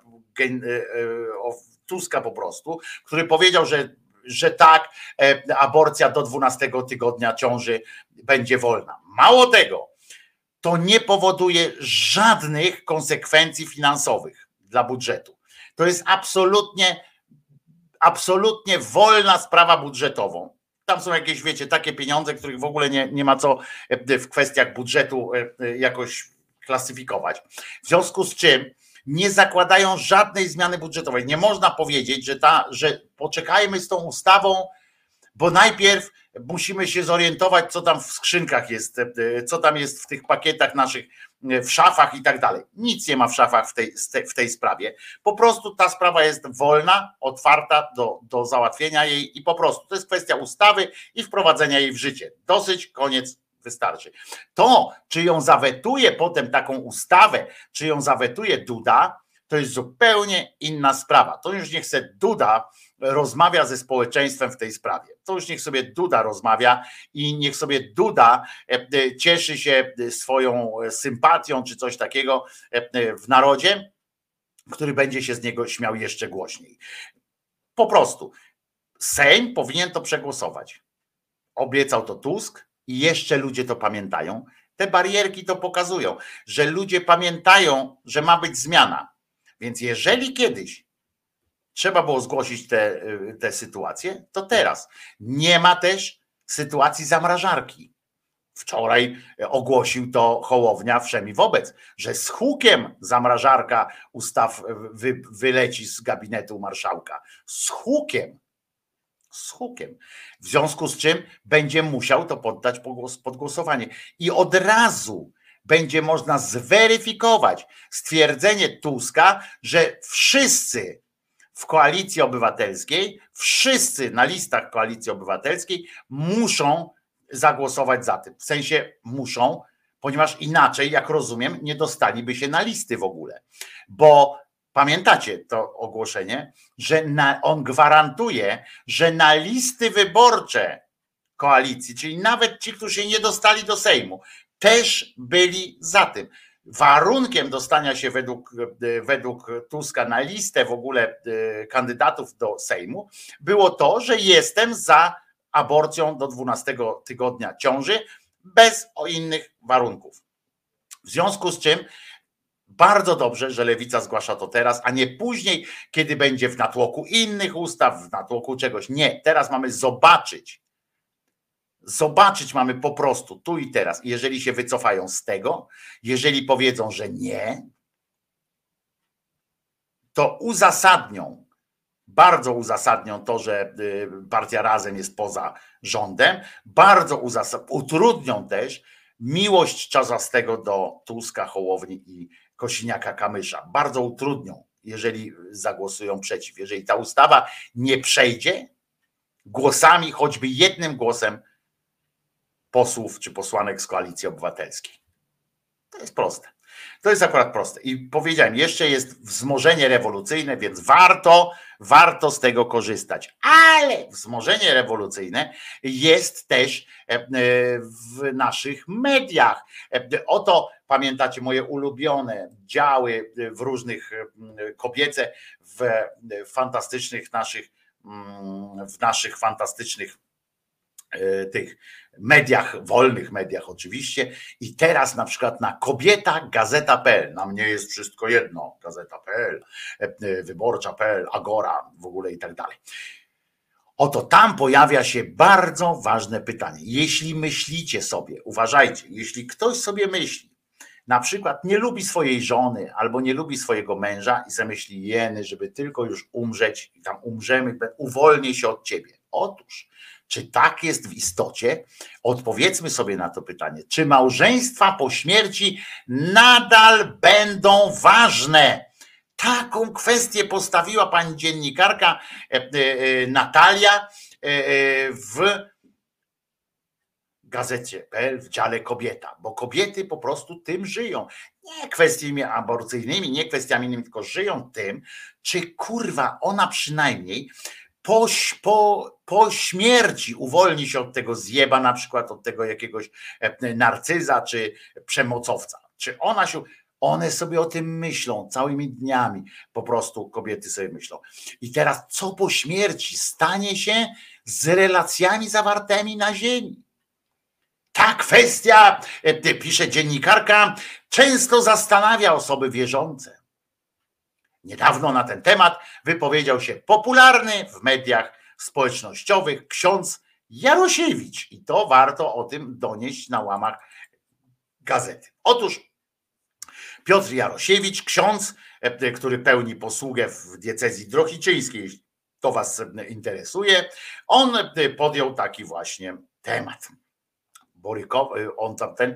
Tuska po prostu, który powiedział, że że tak, aborcja do dwunastego tygodnia ciąży będzie wolna. Mało tego, to nie powoduje żadnych konsekwencji finansowych dla budżetu. To jest absolutnie, absolutnie wolna sprawa budżetową. Tam są jakieś, wiecie, takie pieniądze, których w ogóle nie, nie ma co w kwestiach budżetu jakoś klasyfikować. W związku z czym nie zakładają żadnej zmiany budżetowej. Nie można powiedzieć, że, ta, że poczekajmy z tą ustawą, bo najpierw musimy się zorientować, co tam w skrzynkach jest, co tam jest w tych pakietach naszych, w szafach i tak dalej. Nic nie ma w szafach w tej, w tej sprawie. Po prostu ta sprawa jest wolna, otwarta do, do załatwienia jej i po prostu to jest kwestia ustawy i wprowadzenia jej w życie. Dosyć, koniec. Wystarczy. To, czy ją zawetuje potem taką ustawę, czy ją zawetuje Duda, to jest zupełnie inna sprawa. To już niech sobie Duda rozmawia ze społeczeństwem w tej sprawie. To już niech sobie Duda rozmawia i niech sobie Duda cieszy się swoją sympatią, czy coś takiego w narodzie, który będzie się z niego śmiał jeszcze głośniej. Po prostu Sejm powinien to przegłosować. Obiecał to Tusk. I jeszcze ludzie to pamiętają. Te barierki to pokazują, że ludzie pamiętają, że ma być zmiana. Więc jeżeli kiedyś trzeba było zgłosić te, te sytuacje, to teraz. Nie ma też sytuacji zamrażarki. Wczoraj ogłosił to Hołownia wszemi wobec, że z hukiem zamrażarka ustaw wy, wyleci z gabinetu marszałka. Z hukiem. Z hukiem. W związku z czym będzie musiał to poddać pod głosowanie. I od razu będzie można zweryfikować stwierdzenie Tuska, że wszyscy w Koalicji Obywatelskiej, wszyscy na listach Koalicji Obywatelskiej muszą zagłosować za tym. W sensie muszą, ponieważ inaczej, jak rozumiem, nie dostaliby się na listy w ogóle. Bo pamiętacie to ogłoszenie, że na, on gwarantuje, że na listy wyborcze koalicji, czyli nawet ci, którzy się nie dostali do Sejmu, też byli za tym. Warunkiem dostania się według, według Tuska na listę w ogóle kandydatów do Sejmu było to, że jestem za aborcją do dwunastego tygodnia ciąży bez innych warunków. W związku z czym bardzo dobrze, że Lewica zgłasza to teraz, a nie później, kiedy będzie w natłoku innych ustaw, w natłoku czegoś. Nie, teraz mamy zobaczyć. Zobaczyć mamy po prostu tu i teraz. Jeżeli się wycofają z tego, jeżeli powiedzą, że nie, to uzasadnią, bardzo uzasadnią to, że partia Razem jest poza rządem, bardzo uzasad- utrudnią też miłość Czarzastego do Tuska, Hołowni i Kosiniaka-Kamysza. Bardzo utrudnią, jeżeli zagłosują przeciw. Jeżeli ta ustawa nie przejdzie głosami, choćby jednym głosem posłów czy posłanek z Koalicji Obywatelskiej. To jest proste. To jest akurat proste. I powiedziałem, jeszcze jest wzmożenie rewolucyjne, więc warto, warto z tego korzystać. Ale wzmożenie rewolucyjne jest też w naszych mediach. Oto pamiętacie moje ulubione działy w różnych kobiece, w fantastycznych naszych, w naszych fantastycznych tych mediach, wolnych mediach oczywiście. I teraz na przykład na kobieta gazeta kropka pe el, na mnie jest wszystko jedno, gazeta kropka pe el, wyborcza kropka pe el, Agora w ogóle i tak dalej. Oto tam pojawia się bardzo ważne pytanie. Jeśli myślicie sobie, uważajcie, jeśli ktoś sobie myśli, na przykład nie lubi swojej żony albo nie lubi swojego męża i sobie myśli, jeny, żeby tylko już umrzeć i tam umrzemy, uwolnię się od ciebie. Otóż, czy tak jest w istocie? Odpowiedzmy sobie na to pytanie. Czy małżeństwa po śmierci nadal będą ważne? Taką kwestię postawiła pani dziennikarka Natalia w gazecie kropka pe el w dziale kobieta, bo kobiety po prostu tym żyją. Nie kwestiami aborcyjnymi, nie kwestiami innymi, tylko żyją tym, czy kurwa ona przynajmniej po, po, po śmierci uwolni się od tego zjeba, na przykład od tego jakiegoś narcyza czy przemocowca. Czy ona się... One sobie o tym myślą całymi dniami, po prostu kobiety sobie myślą. I teraz co po śmierci stanie się z relacjami zawartymi na ziemi? Ta kwestia, pisze dziennikarka, często zastanawia osoby wierzące. Niedawno na ten temat wypowiedział się popularny w mediach społecznościowych ksiądz Jarosiewicz. I to warto o tym donieść na łamach gazety. Otóż Piotr Jarosiewicz, ksiądz, który pełni posługę w diecezji drohiczyńskiej, jeśli to was interesuje, on podjął taki właśnie temat. Borykowy, on tam ten,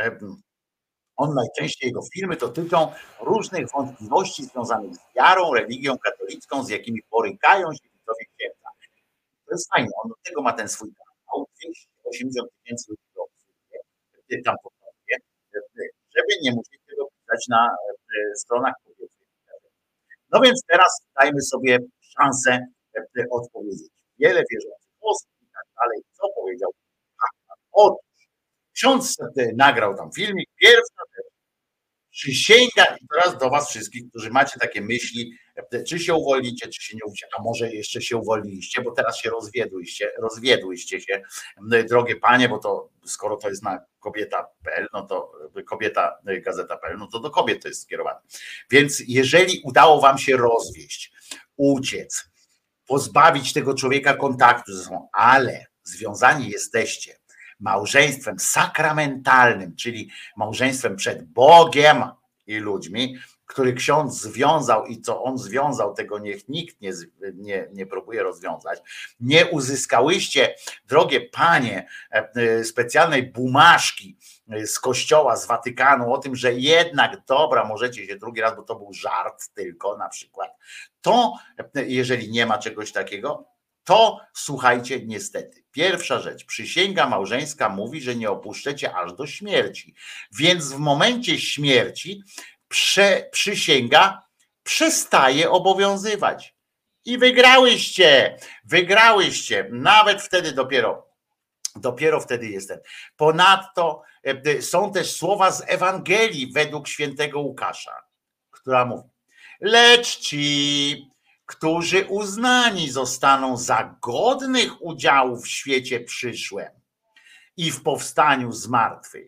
on najczęściej jego filmy dotyczą różnych wątpliwości związanych z wiarą, religią katolicką, z jakimi borykają się widzowie księdza. To jest fajne, on do tego ma ten swój kanał, dwieście osiemdziesiąt tysięcy ludzi obsługuje, tam pokazuje, żeby nie musieć tego pisać na stronach kobiecych. No więc teraz dajmy sobie szansę odpowiedzieć. Wiele wierzących osób i tak dalej, co powiedział. Otóż ksiądz nagrał tam filmik, pierwsza rzecz, przysięga, i teraz do was wszystkich, którzy macie takie myśli, czy się uwolnicie, czy się nie uwolnicie, a może jeszcze się uwolniliście, bo teraz się rozwiedłyście, rozwiedłyście się, drogie panie, bo to skoro to jest na kobieta kropka pe el, no to kobieta gazeta kropka pe el, no to do kobiet to jest skierowane. Więc jeżeli udało wam się rozwieść, uciec, pozbawić tego człowieka kontaktu ze sobą, ale związani jesteście małżeństwem sakramentalnym, czyli małżeństwem przed Bogiem i ludźmi, który ksiądz związał i co on związał, tego niech nikt nie, nie, nie próbuje rozwiązać. Nie uzyskałyście, drogie panie, specjalnej bumaszki z kościoła, z Watykanu o tym, że jednak dobra, możecie się drugi raz, bo to był żart tylko na przykład. To, jeżeli nie ma czegoś takiego, to słuchajcie, niestety. Pierwsza rzecz, przysięga małżeńska mówi, że nie opuszczecie aż do śmierci. Więc w momencie śmierci prze, przysięga przestaje obowiązywać. I wygrałyście, wygrałyście. Nawet wtedy dopiero, dopiero wtedy jestem. Ponadto są też słowa z Ewangelii według świętego Łukasza, która mówi, lecz ci, którzy uznani zostaną za godnych udziału w świecie przyszłym i w powstaniu z martwych,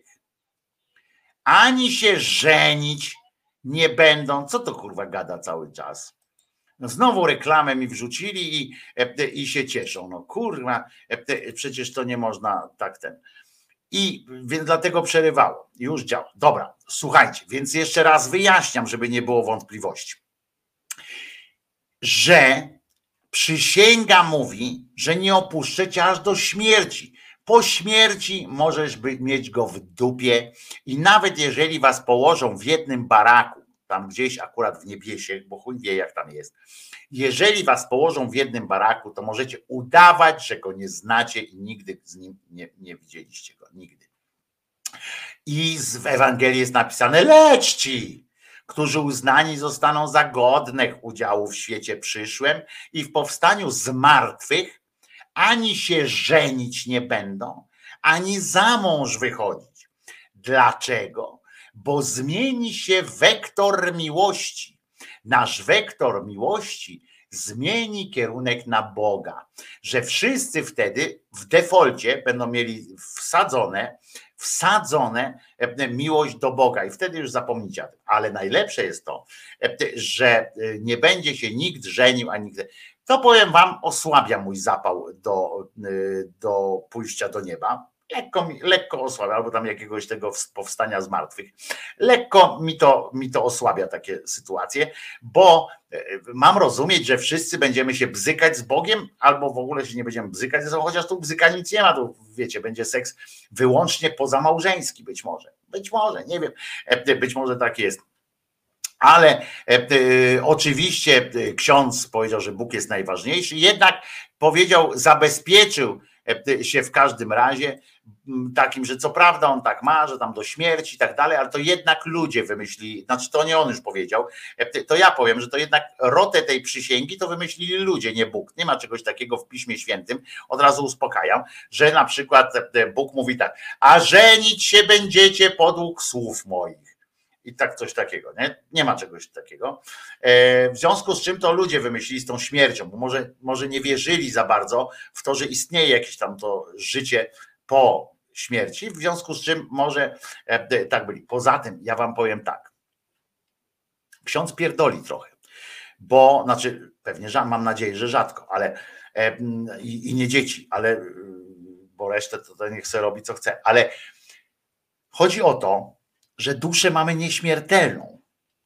ani się żenić nie będą. Co to kurwa gada cały czas? No znowu reklamę mi wrzucili i, i się cieszą. No kurwa, przecież to nie można tak ten. I więc dlatego przerywało. Już działa. Dobra, słuchajcie, więc jeszcze raz wyjaśniam, żeby nie było wątpliwości. Że przysięga mówi, że nie opuszczę aż do śmierci. Po śmierci możesz by, mieć go w dupie i nawet jeżeli was położą w jednym baraku, tam gdzieś akurat w niebiesie, bo chuj wie jak tam jest, jeżeli was położą w jednym baraku, to możecie udawać, że go nie znacie i nigdy z nim nie, nie widzieliście go, nigdy. I w Ewangelii jest napisane: lecz ci, którzy uznani zostaną za godnych udziału w świecie przyszłym i w powstaniu z martwych, ani się żenić nie będą, ani za mąż wychodzić. Dlaczego? Bo zmieni się wektor miłości. Nasz wektor miłości zmieni kierunek na Boga, że wszyscy wtedy w defolcie będą mieli wsadzone, wsadzone miłość do Boga i wtedy już zapomnicie o tym. Ale najlepsze jest to, że nie będzie się nikt żenił, ani nikt. To powiem wam, osłabia mój zapał do, do pójścia do nieba. Lekko, mi, lekko osłabia, albo tam jakiegoś tego powstania z martwych. Lekko mi to, mi to osłabia takie sytuacje, bo mam rozumieć, że wszyscy będziemy się bzykać z Bogiem, albo w ogóle się nie będziemy bzykać, chociaż tu bzyka nic nie ma, tu wiecie, będzie seks wyłącznie pozamałżeński być może. Być może, nie wiem, być może tak jest. Ale e, oczywiście ksiądz powiedział, że Bóg jest najważniejszy, jednak powiedział, zabezpieczył się w każdym razie takim, że co prawda on tak ma, że tam do śmierci i tak dalej, ale to jednak ludzie wymyślili, znaczy to nie on już powiedział, to ja powiem, że to jednak rotę tej przysięgi to wymyślili ludzie, nie Bóg. Nie ma czegoś takiego w Piśmie Świętym, od razu uspokajam, że na przykład Bóg mówi tak: a żenić się będziecie podług słów moich. I tak coś takiego, nie? Nie ma czegoś takiego. W związku z czym to ludzie wymyślili z tą śmiercią, bo może, może nie wierzyli za bardzo w to, że istnieje jakieś tam to życie po śmierci, w związku z czym może tak byli. Poza tym ja wam powiem tak. Ksiądz pierdoli trochę, bo, znaczy pewnie mam nadzieję, że rzadko, ale i, i nie dzieci, ale bo resztę to, to niech sobie robi co chce, ale chodzi o to, że duszę mamy nieśmiertelną,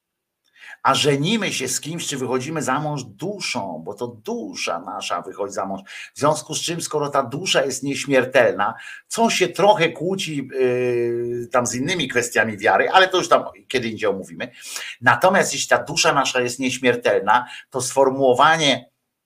a żenimy się z kimś, czy wychodzimy za mąż duszą, bo to dusza nasza wychodzi za mąż. W związku z czym, skoro ta dusza jest nieśmiertelna, co się trochę kłóci yy, tam z innymi kwestiami wiary, ale to już tam kiedy indziej omówimy. Natomiast jeśli ta dusza nasza jest nieśmiertelna, to sformułowanie,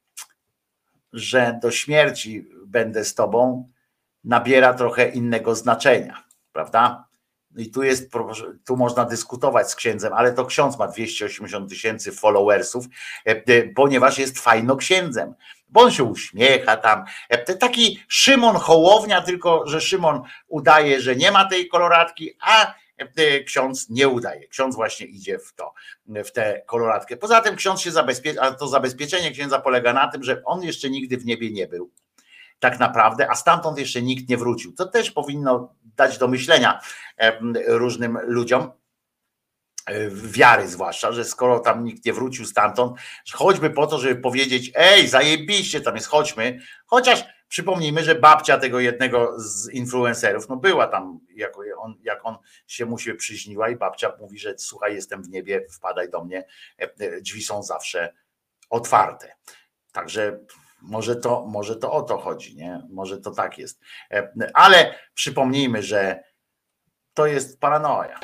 że do śmierci będę z tobą, nabiera trochę innego znaczenia, prawda? I tu jest, tu można dyskutować z księdzem, ale to ksiądz ma dwieście osiemdziesiąt tysięcy followersów, ponieważ jest fajno księdzem, bo on się uśmiecha tam. Taki Szymon Hołownia, tylko że Szymon udaje, że nie ma tej koloratki, a ksiądz nie udaje. Ksiądz właśnie idzie w to, w tę koloratkę. Poza tym ksiądz się zabezpiecza, a to zabezpieczenie księdza polega na tym, że on jeszcze nigdy w niebie nie był. Tak naprawdę, a stamtąd jeszcze nikt nie wrócił. To też powinno dać do myślenia różnym ludziom, wiary zwłaszcza, że skoro tam nikt nie wrócił stamtąd, choćby po to, żeby powiedzieć: ej, zajebiście tam jest, chodźmy, chociaż przypomnijmy, że babcia tego jednego z influencerów, no była tam, jak on, jak on się mu się przyśniła i babcia mówi, że słuchaj, jestem w niebie, wpadaj do mnie, drzwi są zawsze otwarte. Także Może to, może to o to chodzi, nie? Może to tak jest. Ale przypomnijmy, że to jest paranoja.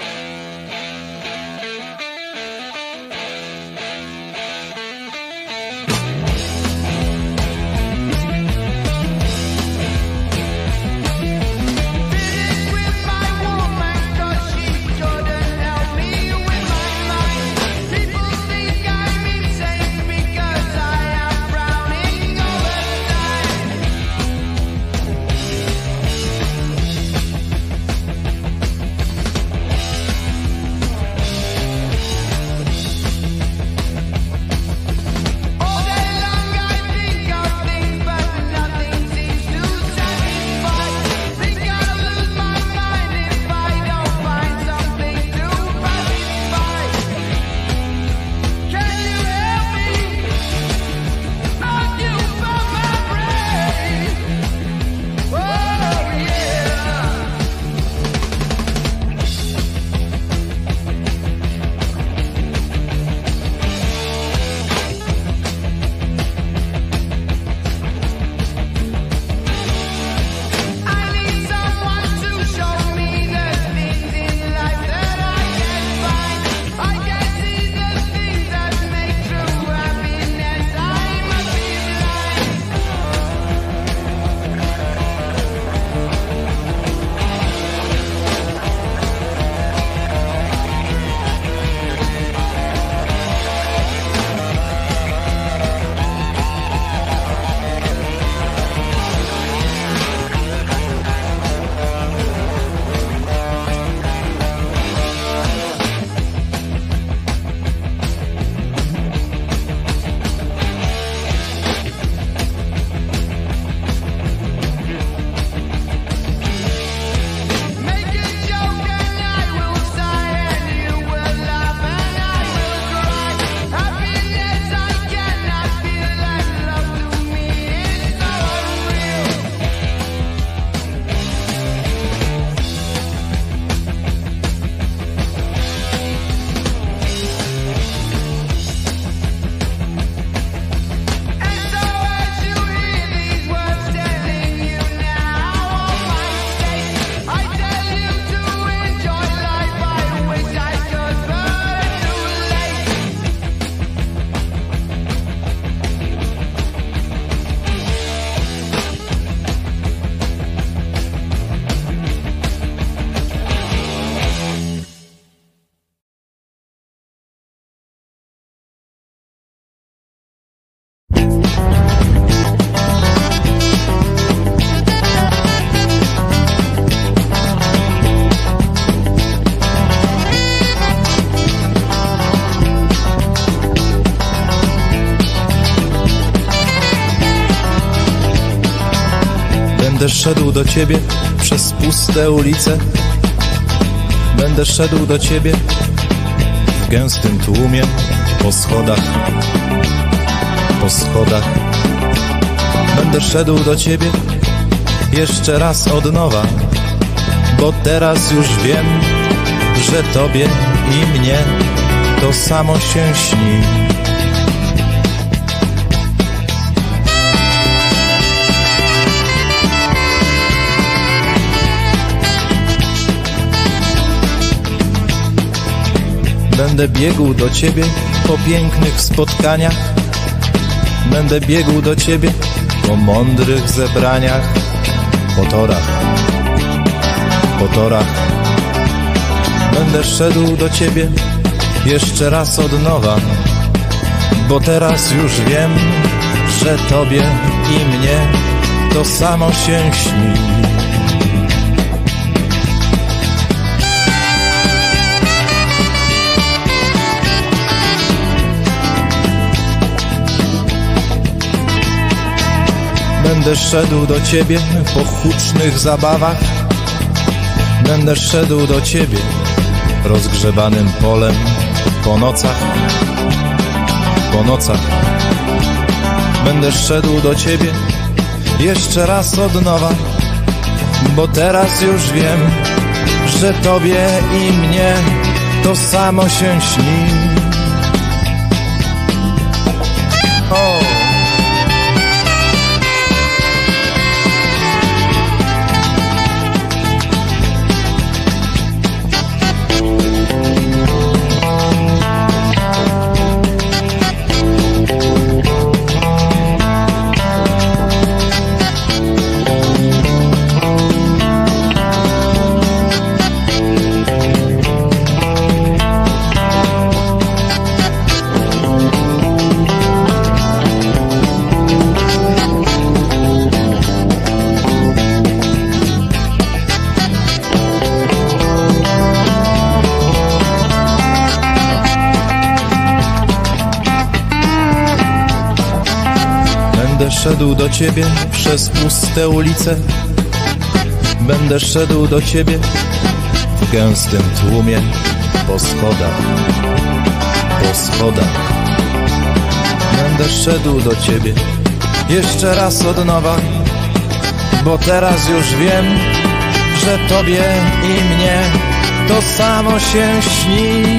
Będę szedł do ciebie przez puste ulice. Będę szedł do ciebie w gęstym tłumie, po schodach, po schodach. Będę szedł do ciebie jeszcze raz od nowa, bo teraz już wiem, że tobie i mnie to samo się śni. Będę biegł do ciebie po pięknych spotkaniach. Będę biegł do ciebie po mądrych zebraniach. Po torach, po torach. Będę szedł do ciebie jeszcze raz od nowa, bo teraz już wiem, że tobie i mnie to samo się śni. Będę szedł do ciebie po hucznych zabawach. Będę szedł do ciebie rozgrzebanym polem po nocach, po nocach. Będę szedł do ciebie jeszcze raz od nowa, bo teraz już wiem, że tobie i mnie to samo się śni. O! Będę szedł do ciebie przez puste ulice. Będę szedł do ciebie w gęstym tłumie, po schodach, po schodach. Będę szedł do ciebie jeszcze raz od nowa, bo teraz już wiem, że tobie i mnie to samo się śni.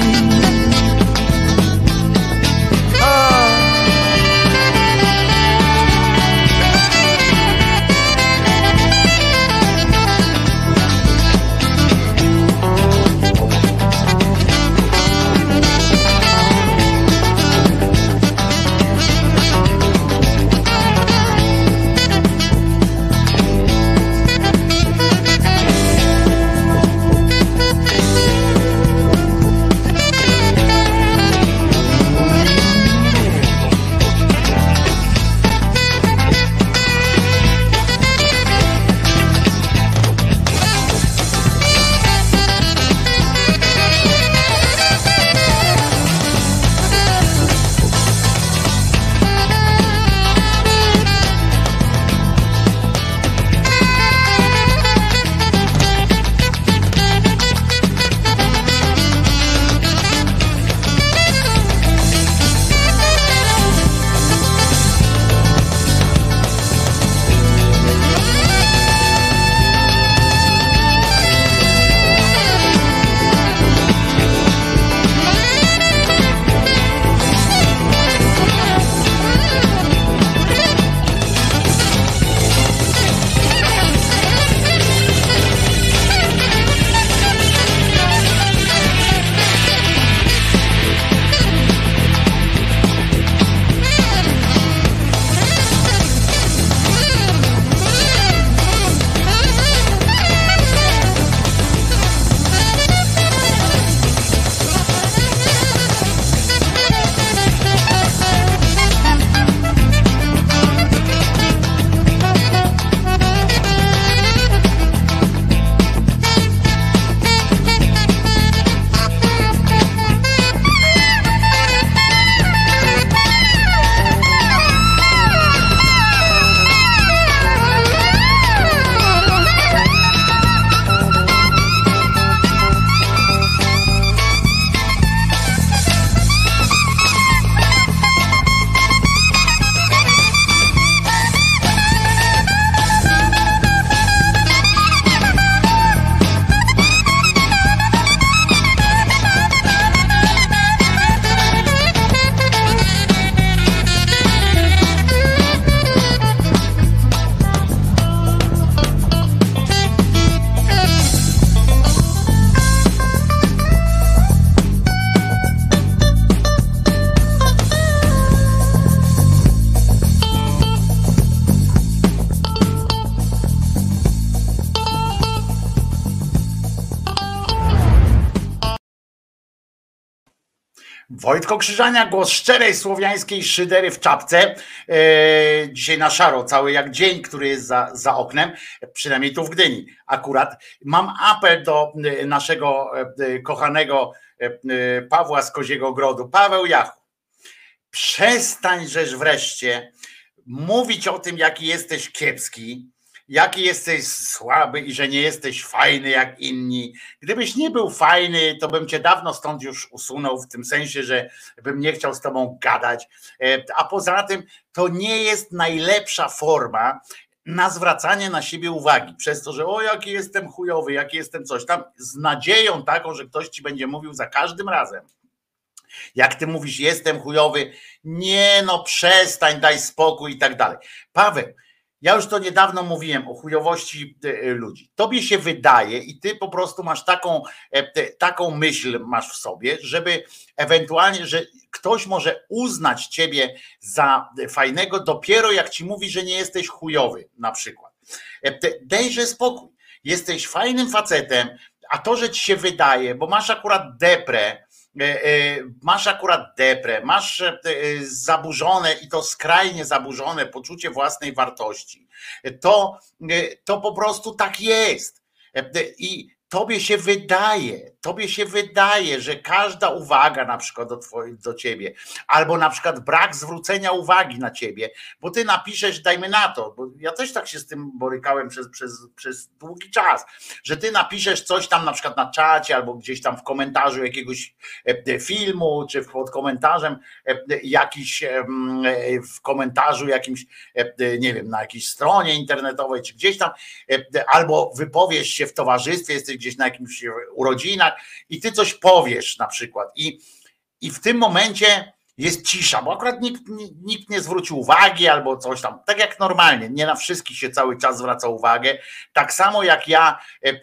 Wojtko Krzyżania, głos szczerej słowiańskiej szydery w czapce. E, dzisiaj na szaro, cały jak dzień, który jest za, za oknem, przynajmniej tu w Gdyni. Akurat mam apel do naszego e, kochanego e, Pawła z Koziego Grodu. Paweł Jachu, przestań żeż wreszcie mówić o tym, jaki jesteś kiepski, jaki jesteś słaby i że nie jesteś fajny jak inni. Gdybyś nie był fajny, to bym cię dawno stąd już usunął, w tym sensie, że bym nie chciał z tobą gadać. A poza tym to nie jest najlepsza forma na zwracanie na siebie uwagi, przez to, że o jaki jestem chujowy, jaki jestem coś tam, z nadzieją taką, że ktoś ci będzie mówił za każdym razem. Jak ty mówisz, jestem chujowy, nie no przestań, daj spokój i tak dalej. Paweł, ja już to niedawno mówiłem o chujowości ludzi. Tobie się wydaje i ty po prostu masz taką, taką myśl masz w sobie, żeby ewentualnie, że ktoś może uznać ciebie za fajnego dopiero jak ci mówi, że nie jesteś chujowy na przykład. Dejże spokój. Jesteś fajnym facetem, a to, że ci się wydaje, bo masz akurat deprę, masz akurat deprę, masz zaburzone i to skrajnie zaburzone poczucie własnej wartości, to, to po prostu tak jest. I tobie się wydaje, tobie się wydaje, że każda uwaga na przykład do, twoje, do ciebie, albo na przykład brak zwrócenia uwagi na ciebie, bo ty napiszesz, dajmy na to, bo ja też tak się z tym borykałem przez, przez, przez długi czas, że ty napiszesz coś tam na przykład na czacie, albo gdzieś tam w komentarzu jakiegoś filmu, czy pod komentarzem jakiś, w komentarzu jakimś, nie wiem, na jakiejś stronie internetowej, czy gdzieś tam, albo wypowiesz się w towarzystwie, jesteś gdzieś na jakimś urodzinach i ty coś powiesz na przykład i, i w tym momencie jest cisza, bo akurat nikt, nikt nie zwrócił uwagi albo coś tam, tak jak normalnie, nie na wszystkich się cały czas zwraca uwagę, tak samo jak ja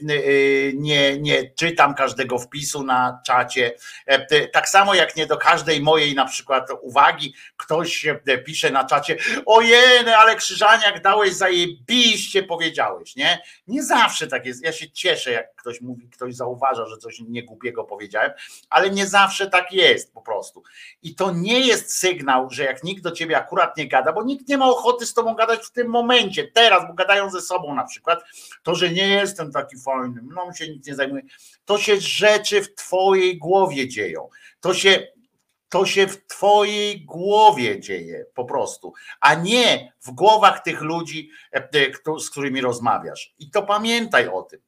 nie, nie czytam każdego wpisu na czacie, tak samo jak nie do każdej mojej na przykład uwagi ktoś pisze na czacie, ojej, ale Krzyżaniak dałeś zajebiście powiedziałeś, nie? Nie zawsze tak jest, ja się cieszę jak ktoś mówi, ktoś zauważa, że coś niegłupiego powiedziałem, ale nie zawsze tak jest po prostu i to nie jest sygnał, że jak nikt do ciebie akurat nie gada, bo nikt nie ma ochoty z tobą gadać w tym momencie, teraz, bo gadają ze sobą na przykład, to, że nie jestem taki fajny, no się nic nie zajmuje, to się rzeczy w twojej głowie dzieją, to się, to się w twojej głowie dzieje po prostu, a nie w głowach tych ludzi, z którymi rozmawiasz. I to pamiętaj o tym,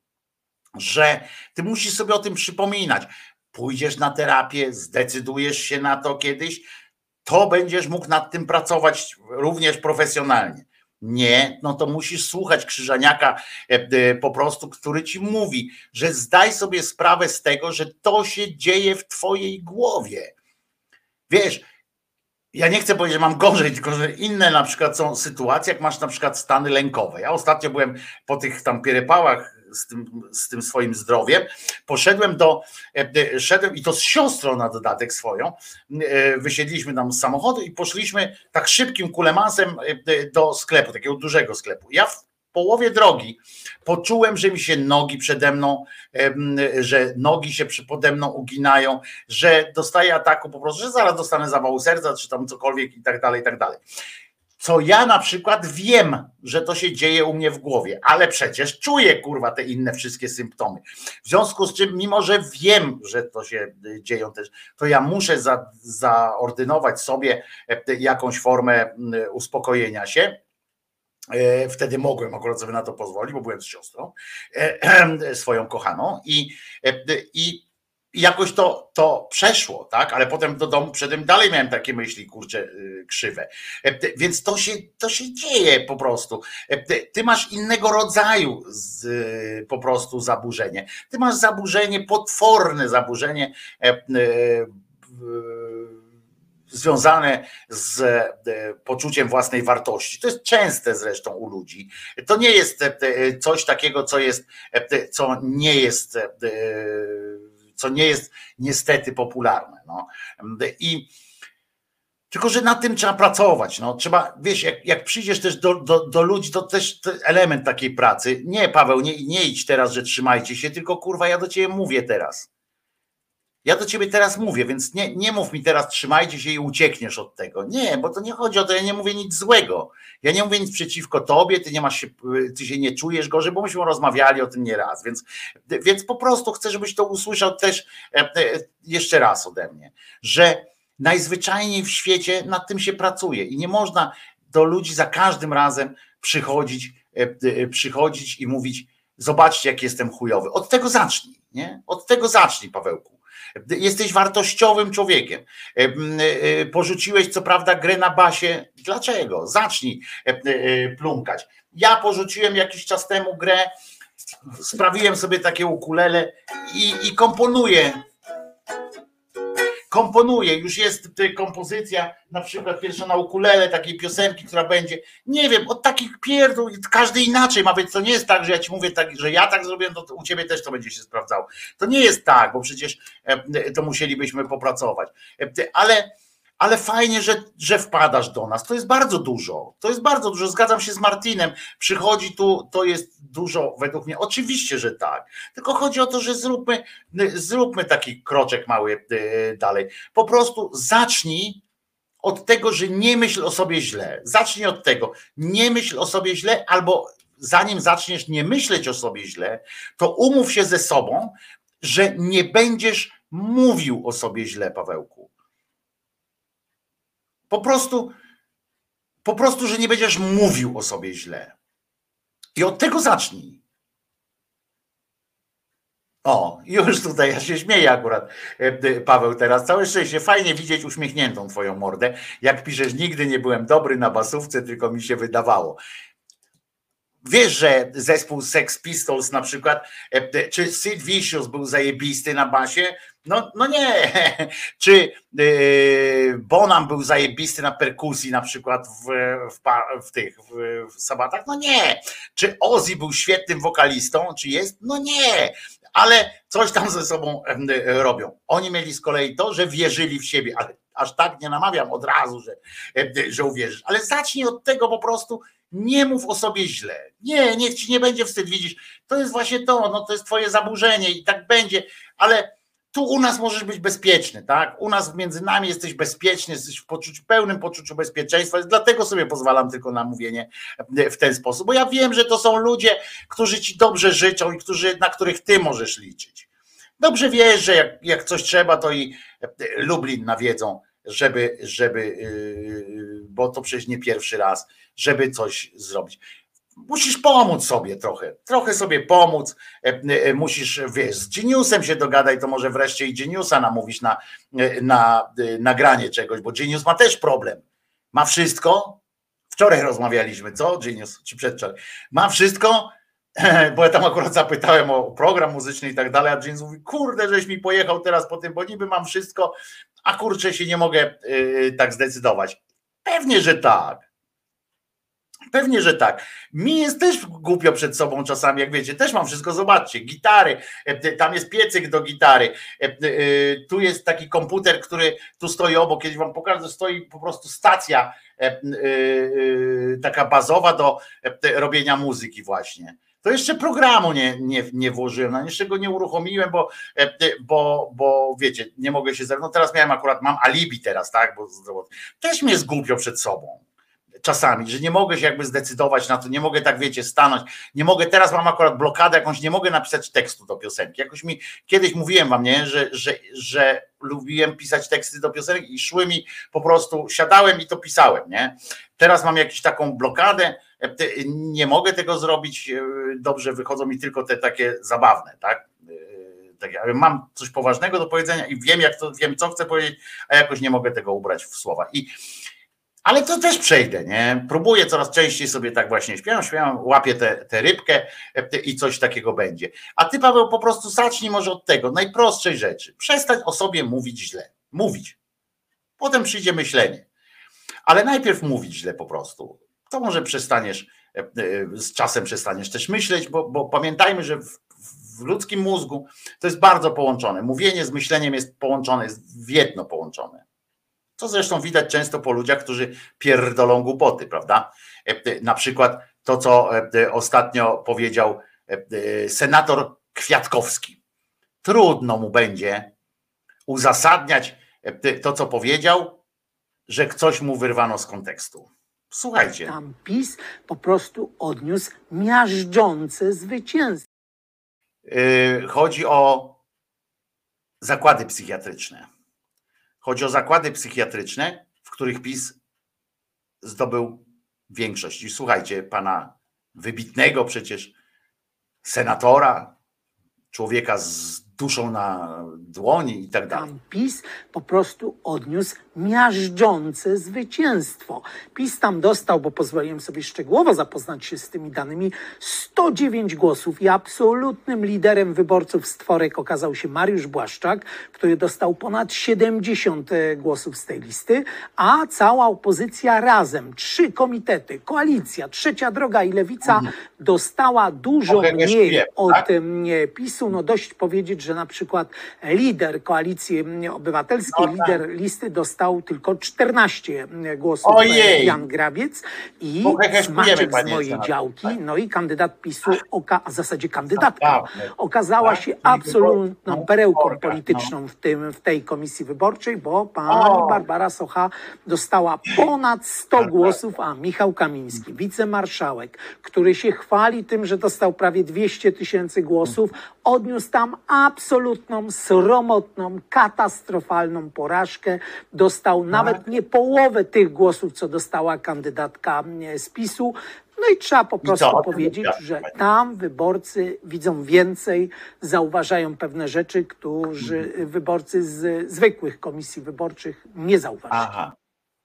że ty musisz sobie o tym przypominać. Pójdziesz na terapię, zdecydujesz się na to kiedyś, to będziesz mógł nad tym pracować również profesjonalnie. Nie, no to musisz słuchać Krzyżaniaka po prostu, który ci mówi, że zdaj sobie sprawę z tego, że to się dzieje w twojej głowie. Wiesz, ja nie chcę powiedzieć, że mam gorzej, tylko że inne na przykład są sytuacje, jak masz na przykład stany lękowe. Ja ostatnio byłem po tych tam pierepałach z tym, z tym swoim zdrowiem, poszedłem do, szedłem i to z siostrą na dodatek swoją, wysiedliśmy tam z samochodu i poszliśmy tak szybkim kulemansem do sklepu, takiego dużego sklepu. Ja w połowie drogi poczułem, że mi się nogi przede mną, że nogi się pode mną uginają, że dostaję ataku po prostu, że zaraz dostanę zawału serca, czy tam cokolwiek i tak dalej, i tak dalej. Co ja na przykład wiem, że to się dzieje u mnie w głowie, ale przecież czuję, kurwa, te inne wszystkie symptomy. W związku z czym, mimo że wiem, że to się dzieją też, to ja muszę za, zaordynować sobie jakąś formę uspokojenia się. Wtedy mogłem akurat sobie na to pozwolić, bo byłem z siostrą swoją kochaną i, i jakoś to, to przeszło, tak? Ale potem do domu przedem dalej miałem takie myśli, kurczę, krzywe. Więc to się, to się dzieje po prostu. Ty masz innego rodzaju z, po prostu zaburzenie. Ty masz zaburzenie, potworne zaburzenie związane z poczuciem własnej wartości. To jest częste zresztą u ludzi. To nie jest coś takiego, co jest, co nie jest co nie jest niestety popularne. No. I tylko, że nad tym trzeba pracować. No. Trzeba, wiesz, jak, jak przyjdziesz też do, do, do ludzi, to też to element takiej pracy. Nie, Paweł, nie, nie idź teraz, że trzymajcie się, tylko kurwa, ja do ciebie mówię teraz. Ja do ciebie teraz mówię, więc nie, nie mów mi teraz trzymajcie się i uciekniesz od tego. Nie, bo to nie chodzi o to, ja nie mówię nic złego. Ja nie mówię nic przeciwko tobie, ty nie masz się, ty się nie czujesz gorzej, bo myśmy rozmawiali o tym nieraz, więc, więc po prostu chcę, żebyś to usłyszał też jeszcze raz ode mnie, że najzwyczajniej w świecie nad tym się pracuje i nie można do ludzi za każdym razem przychodzić, przychodzić i mówić, zobaczcie jak jestem chujowy. Od tego zacznij, nie? Od tego zacznij, Pawełku. Jesteś wartościowym człowiekiem. Porzuciłeś co prawda grę na basie. Dlaczego? Zacznij plumkać. Ja porzuciłem jakiś czas temu grę, sprawiłem sobie takie ukulele i, i komponuję. Komponuję, już jest kompozycja, na przykład pierwsza na ukulele, takiej piosenki, która będzie, nie wiem, od takich pierdół, każdy inaczej ma być, to nie jest tak, że ja ci mówię tak, że ja tak zrobiłem, to u ciebie też to będzie się sprawdzało. To nie jest tak, bo przecież to musielibyśmy popracować. Ale, ale fajnie, że, że wpadasz do nas, to jest bardzo dużo, to jest bardzo dużo, zgadzam się z Martinem, przychodzi tu, to jest dużo według mnie, oczywiście, że tak, tylko chodzi o to, że zróbmy, zróbmy taki kroczek mały dalej, po prostu zacznij od tego, że nie myśl o sobie źle, zacznij od tego, nie myśl o sobie źle, albo zanim zaczniesz nie myśleć o sobie źle, to umów się ze sobą, że nie będziesz mówił o sobie źle, Pawełku. Po prostu, po prostu, że nie będziesz mówił o sobie źle. I od tego zacznij. O, już tutaj ja się śmieję akurat, Paweł, teraz. Całe szczęście, fajnie widzieć uśmiechniętą twoją mordę. Jak piszesz, nigdy nie byłem dobry na basówce, tylko mi się wydawało. Wiesz, że zespół Sex Pistols na przykład, czy Sid Vicious był zajebisty na basie? No, no nie. Czy yy, Bonham był zajebisty na perkusji na przykład w, w, w tych w, w sabatach? No nie. Czy Ozzy był świetnym wokalistą? Czy jest? No nie. Ale coś tam ze sobą robią. Oni mieli z kolei to, że wierzyli w siebie, ale aż tak nie namawiam od razu, że, że uwierzysz. Ale zacznij od tego po prostu, nie mów o sobie źle. Nie, niech ci nie będzie wstyd, widzisz. To jest właśnie to, no to jest twoje zaburzenie i tak będzie, ale tu u nas możesz być bezpieczny, tak? U nas między nami jesteś bezpieczny, jesteś w poczuciu, pełnym poczuciu bezpieczeństwa, dlatego sobie pozwalam tylko na mówienie w ten sposób, bo ja wiem, że to są ludzie, którzy ci dobrze życzą i którzy, na których ty możesz liczyć. Dobrze wiesz, że jak, jak coś trzeba, to i Lublin nawiedzą, żeby, żeby, bo to przecież nie pierwszy raz, żeby coś zrobić. Musisz pomóc sobie trochę, trochę sobie pomóc, musisz, wiesz, z Geniusem się dogadaj, to może wreszcie i Geniusa namówisz na, na nagranie czegoś, bo Genius ma też problem. Ma wszystko, wczoraj rozmawialiśmy, co? Genius, czy przedwczoraj. Ma wszystko, bo ja tam akurat zapytałem o program muzyczny i tak dalej, a Genius mówi, kurde, żeś mi pojechał teraz po tym, bo niby mam wszystko, a kurczę się nie mogę yy, tak zdecydować. Pewnie, że tak. Pewnie, że tak. Mi jest też głupio przed sobą czasami, jak wiecie, też mam wszystko, zobaczcie, gitary, tam jest piecyk do gitary, tu jest taki komputer, który tu stoi obok, kiedyś wam pokażę, stoi po prostu stacja taka bazowa do robienia muzyki właśnie. To jeszcze programu nie, nie, nie włożyłem, no jeszcze go nie uruchomiłem, bo, bo, bo wiecie, nie mogę się zewnątrz. No teraz miałem akurat, mam alibi teraz, tak, bo też mnie jest głupio przed sobą. Czasami, że nie mogę się jakby zdecydować na to, nie mogę tak wiecie stanąć, nie mogę, teraz mam akurat blokadę jakąś, nie mogę napisać tekstu do piosenki. Jakoś mi, kiedyś mówiłem wam, nie, że, że, że lubiłem pisać teksty do piosenek i szły mi po prostu, siadałem i to pisałem, nie. Teraz mam jakąś taką blokadę, nie mogę tego zrobić, dobrze wychodzą mi tylko te takie zabawne, tak. Mam coś poważnego do powiedzenia i wiem jak to, wiem co chcę powiedzieć, a jakoś nie mogę tego ubrać w słowa. I ale to też przejdę, nie? Próbuję coraz częściej sobie tak właśnie śpiewam, śpiewam, łapię tę rybkę i coś takiego będzie. A ty, Paweł, po prostu zacznij może od tego, najprostszej rzeczy. Przestań o sobie mówić źle. Mówić. Potem przyjdzie myślenie. Ale najpierw mówić źle po prostu. To może przestaniesz, z czasem przestaniesz też myśleć, bo, bo pamiętajmy, że w, w ludzkim mózgu to jest bardzo połączone. Mówienie z myśleniem jest połączone, jest w jedno połączone. To zresztą widać często po ludziach, którzy pierdolą głupoty, prawda? Na przykład to, co ostatnio powiedział senator Kwiatkowski. Trudno mu będzie uzasadniać to, co powiedział, że coś mu wyrwano z kontekstu. Słuchajcie. Tam PiS po prostu odniósł miażdżące zwycięstwo. Yy, chodzi o zakłady psychiatryczne. Chodzi o zakłady psychiatryczne, w których PiS zdobył większość. I słuchajcie, pana wybitnego przecież senatora, człowieka z duszą na dłoni i tak dalej. Tam PiS po prostu odniósł miażdżące zwycięstwo. PiS tam dostał, bo pozwoliłem sobie szczegółowo zapoznać się z tymi danymi, sto dziewięć głosów i absolutnym liderem wyborców stworek okazał się Mariusz Błaszczak, który dostał ponad siedemdziesiąt głosów z tej listy, a cała opozycja razem, trzy komitety, koalicja, Trzecia Droga i Lewica mhm. dostała dużo Mogę mniej wiem, od tak? PiSu. No dość powiedzieć, że na przykład lider Koalicji Obywatelskiej, no tak. lider listy dostał tylko czternaście głosów, Ojej. Jan Grabiec i Maciek z mojej działki, no i kandydat PiSu, oka, a w zasadzie kandydatka, okazała się absolutną perełką polityczną w, tym, w tej komisji wyborczej, bo pani Barbara Socha dostała ponad sto głosów, a Michał Kamiński, wicemarszałek, który się chwali tym, że dostał prawie dwieście tysięcy głosów, odniósł tam absolutną, sromotną, katastrofalną porażkę. Dostał nawet nie połowę tych głosów, co dostała kandydatka z PiSu. No i trzeba po prostu powiedzieć, że tam wyborcy widzą więcej, zauważają pewne rzeczy, którzy wyborcy z zwykłych komisji wyborczych nie zauważają. Aha.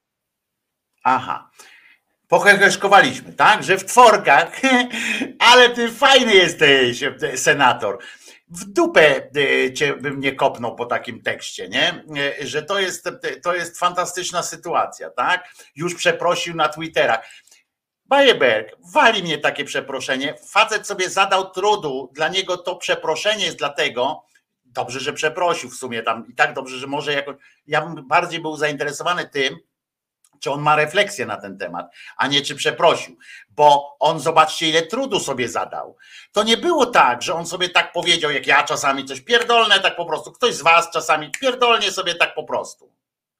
Aha. Poheheszkowaliśmy, tak? Że w tworkach, ale ty fajny jesteś, senator. W dupę cię bym nie kopnął po takim tekście, nie? Że to jest, to jest fantastyczna sytuacja, tak? Już przeprosił na Twitterach. Bajeberg, wali mnie takie przeproszenie. Facet sobie zadał trudu, dla niego to przeproszenie jest dlatego, dobrze, że przeprosił w sumie tam i tak dobrze, że może jakoś, ja bym bardziej był zainteresowany tym, czy on ma refleksję na ten temat, a nie czy przeprosił, bo on, zobaczcie, ile trudu sobie zadał. To nie było tak, że on sobie tak powiedział, jak ja czasami coś pierdolne, tak po prostu, ktoś z was czasami pierdolnie sobie tak po prostu.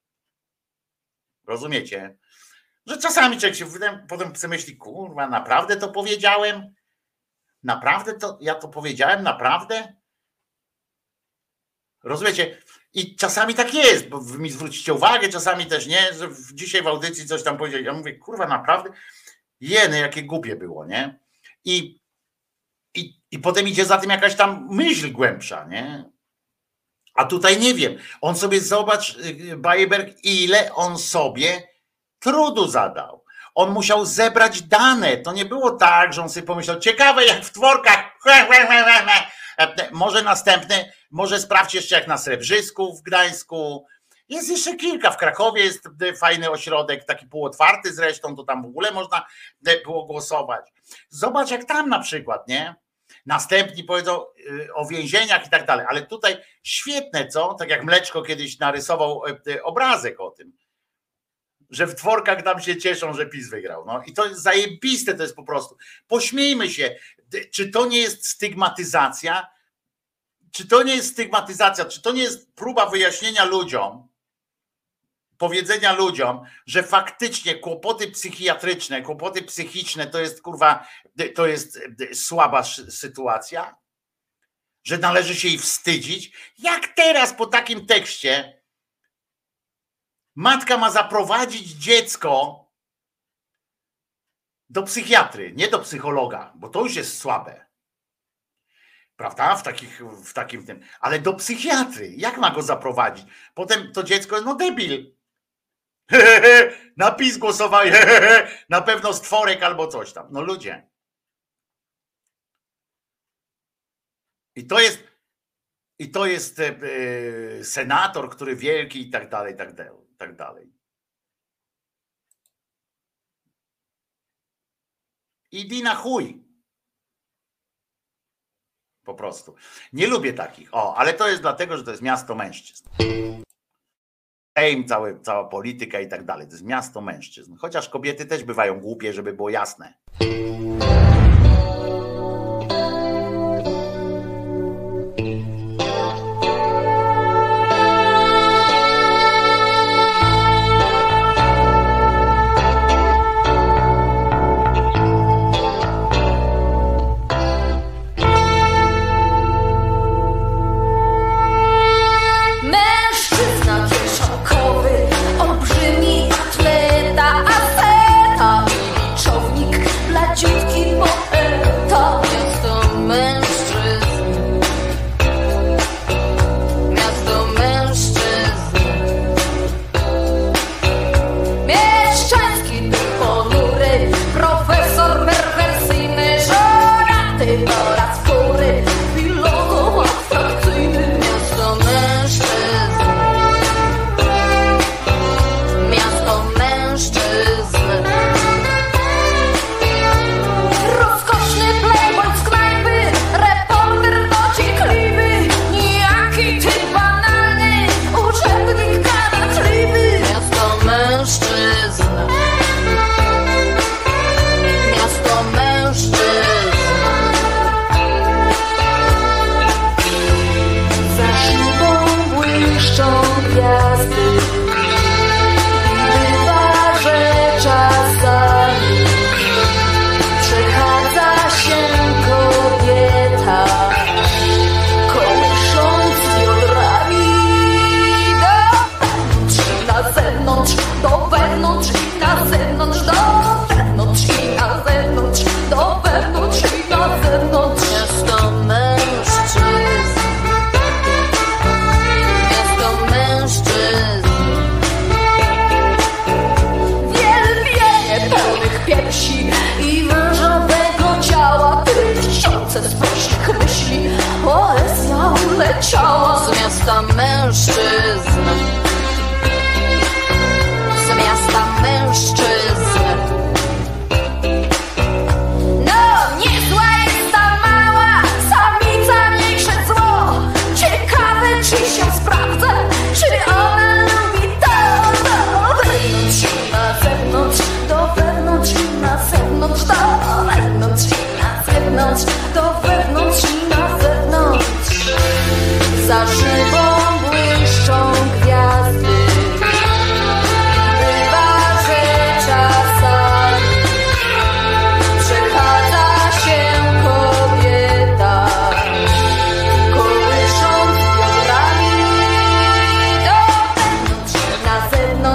Rozumiecie? Że czasami człowiek się potem sobie myśli, kurwa, naprawdę to powiedziałem? Naprawdę to, ja to powiedziałem? Naprawdę? Rozumiecie? I czasami tak jest, bo mi zwrócicie uwagę, czasami też nie, że dzisiaj w audycji coś tam powiedzieli. Ja mówię, kurwa, naprawdę? Jeny, jakie głupie było, nie? I, i, i potem idzie za tym jakaś tam myśl głębsza, nie? A tutaj nie wiem. On sobie, zobacz, Bajeberg, ile on sobie trudu zadał. On musiał zebrać dane. To nie było tak, że on sobie pomyślał, ciekawe jak w tworkach, może następny, może sprawdź jeszcze jak na Srebrzysku w Gdańsku. Jest jeszcze kilka, w Krakowie jest fajny ośrodek, taki półotwarty zresztą, to tam w ogóle można było głosować. Zobacz jak tam na przykład, nie? Następni powiedzą o więzieniach i tak dalej, ale tutaj świetne, co? Tak jak Mleczko kiedyś narysował obrazek o tym, że w tworkach tam się cieszą, że PiS wygrał. No i to jest zajebiste, to jest po prostu. Pośmiejmy się, czy to nie jest stygmatyzacja? Czy to nie jest stygmatyzacja? Czy to nie jest próba wyjaśnienia ludziom, powiedzenia ludziom, że faktycznie kłopoty psychiatryczne, kłopoty psychiczne to jest kurwa, to jest słaba sytuacja? Że należy się jej wstydzić? Jak teraz po takim tekście matka ma zaprowadzić dziecko do psychiatry, nie do psychologa, bo to już jest słabe. Prawda? W, takich, w takim tym. Ale do psychiatry. Jak ma go zaprowadzić? Potem to dziecko, no debil. Na PiS głosował, na pewno stworek albo coś tam. No ludzie. I to jest i to jest yy, senator, który wielki i tak dalej, i tak dalej, i tak dalej. Idi na chuj. Po prostu. Nie lubię takich. O, ale to jest dlatego, że to jest miasto mężczyzn. Sejm, całe, cała polityka i tak dalej. To jest miasto mężczyzn. Chociaż kobiety też bywają głupie, żeby było jasne.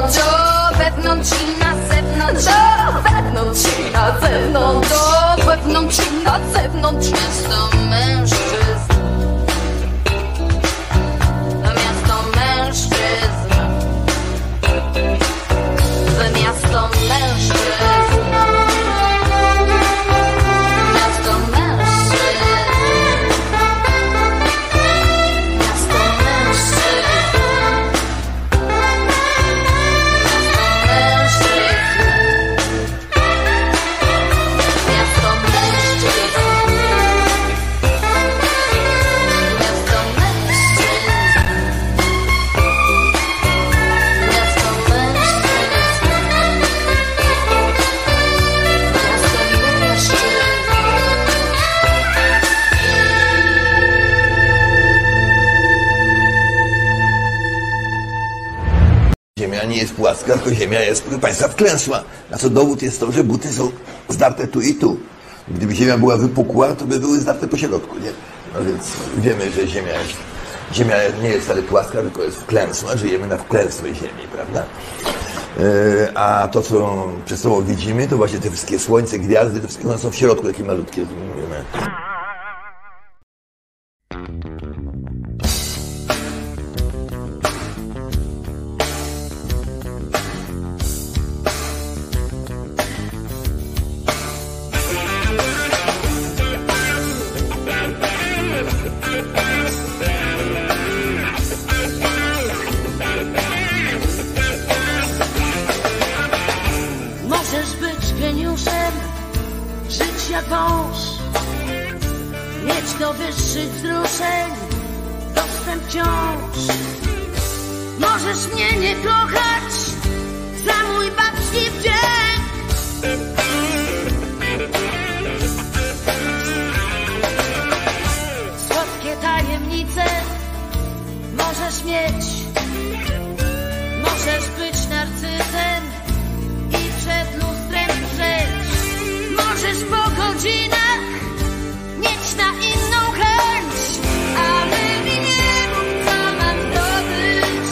zewnątrz, o, wewnątrz i na zewnątrz, o, wewnątrz i na zewnątrz, o, wewnątrz i na zewnątrz. Miasto mężczyzn, miasto mężczyzn, miasto mężczyzn. Ziemia nie jest płaska, tylko ziemia jest, proszę Państwa, wklęsła. Na co dowód jest to, że buty są zdarte tu i tu. Gdyby ziemia była wypukła, to by były zdarte po środku, nie? No więc wiemy, że ziemia jest, ziemia nie jest wcale płaska, tylko jest wklęsła. Żyjemy na wklęsłej ziemi, prawda? Yy, a to, co przed sobą widzimy, to właśnie te wszystkie słońce, gwiazdy, to wszystkie one są w środku, takie malutkie. Mówimy. Możesz być geniuszem, żyć jak wąż, mieć do wyższych wzruszeń dostęp wciąż. Możesz mnie nie kochać za mój babski wdzięk, słodkie tajemnice możesz mieć. Możesz być narcyzem i przed lustrem drzeć. Możesz po godzinach mieć na inną chęć, ale mi nie mów, co mam zrobić,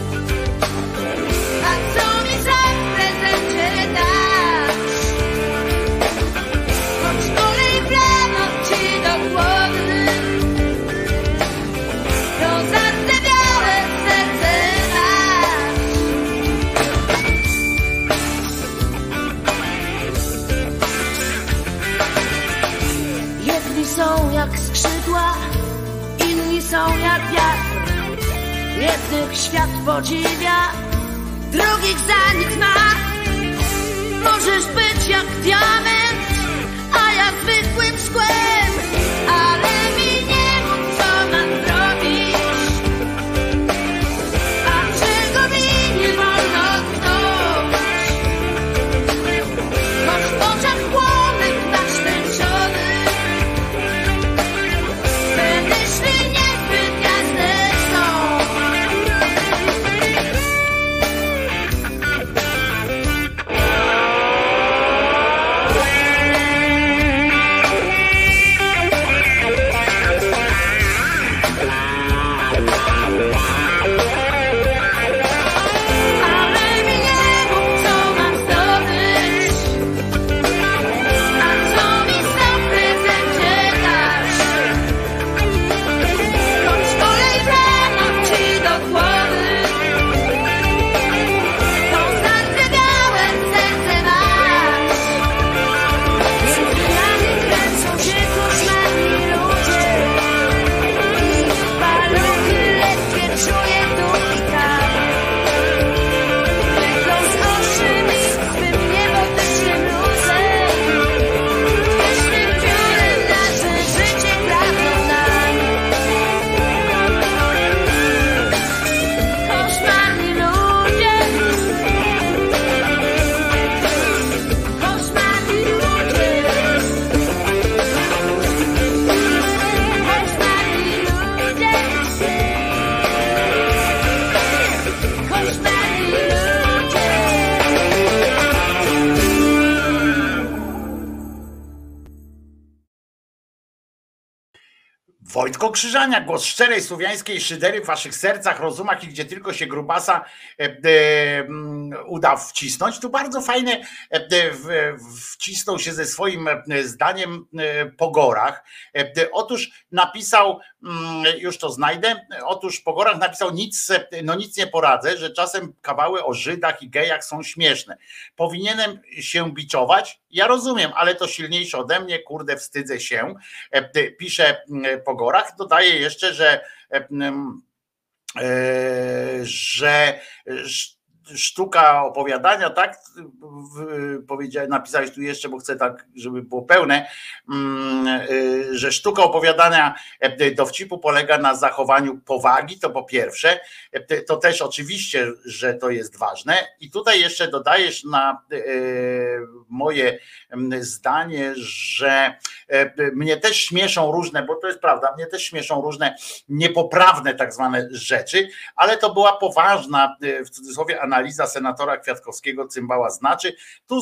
a co mi za prezencie dać. Choć kolej prawo ci do głowy, to zardzewiałe serce masz. Jedni są jak skrzydła, inni są jak wiatr. Jednych świat podziwia, drugich za nich ma. Możesz być jak diament, a ja zwykłym szkłem, ale mi nie mów, co mam zrobić, a czego mi nie wolno tknąć. Choć w oczach płomek masz tęczony, te myśli niezbyt jasne są. Wojtko Krzyżania, głos szczerej słowiańskiej szydery w waszych sercach, rozumach i gdzie tylko się grubasa e, e, uda wcisnąć. Tu bardzo fajne e, w, wcisnął się ze swoim zdaniem e, po gorach. E, otóż napisał, już to znajdę, otóż po gorach napisał nic, no nic nie poradzę, że czasem kawały o Żydach i gejach są śmieszne. Powinienem się biczować? Ja rozumiem, ale to silniejsze ode mnie, kurde, wstydzę się. E, pisze po gorach, dodaje jeszcze, że, że sztuka opowiadania, tak? Powiedziałem, napisałeś tu jeszcze, bo chcę tak, żeby było pełne, że sztuka opowiadania dowcipu polega na zachowaniu powagi, to po pierwsze, to też oczywiście, że to jest ważne i tutaj jeszcze dodajesz na moje zdanie, że mnie też śmieszą różne, bo to jest prawda, mnie też śmieszą różne niepoprawne tak zwane rzeczy, ale to była poważna, w cudzysłowie, analiza senatora Kwiatkowskiego, cymbała znaczy. Tu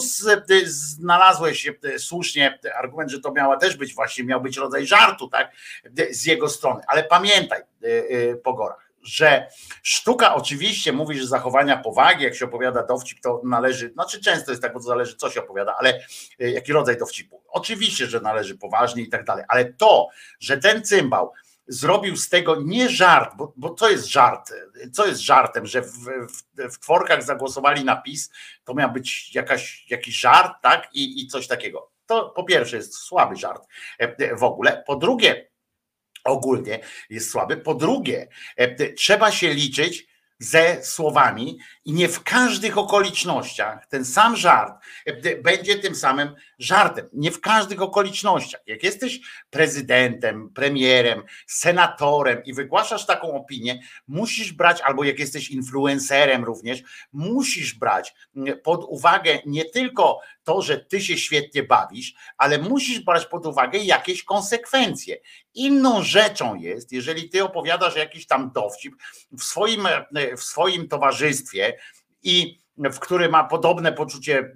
znalazłeś słusznie argument, że to miała też być właśnie, miał być rodzaj żartu, tak, z jego strony, ale pamiętaj, po gorach, że sztuka oczywiście, mówisz, że zachowania powagi, jak się opowiada dowcip, to należy, znaczy często jest tak, bo to zależy, co się opowiada, ale jaki rodzaj dowcipu. Oczywiście, że należy poważnie i tak dalej, ale to, że ten cymbał zrobił z tego nie żart, bo, bo co jest żart? Co jest żartem, że w, w, w tworkach zagłosowali na PiS, to miał być jakaś, jakiś żart, tak? I, i coś takiego. To po pierwsze jest słaby żart w ogóle. Po drugie, ogólnie jest słaby. Po drugie, trzeba się liczyć ze słowami i nie w każdych okolicznościach ten sam żart będzie tym samym żartem. Nie w każdych okolicznościach. Jak jesteś prezydentem, premierem, senatorem i wygłaszasz taką opinię, musisz brać, albo jak jesteś influencerem również, musisz brać pod uwagę nie tylko to, że ty się świetnie bawisz, ale musisz brać pod uwagę jakieś konsekwencje. Inną rzeczą jest, jeżeli ty opowiadasz jakiś tam dowcip w swoim, w swoim towarzystwie i w którym ma podobne poczucie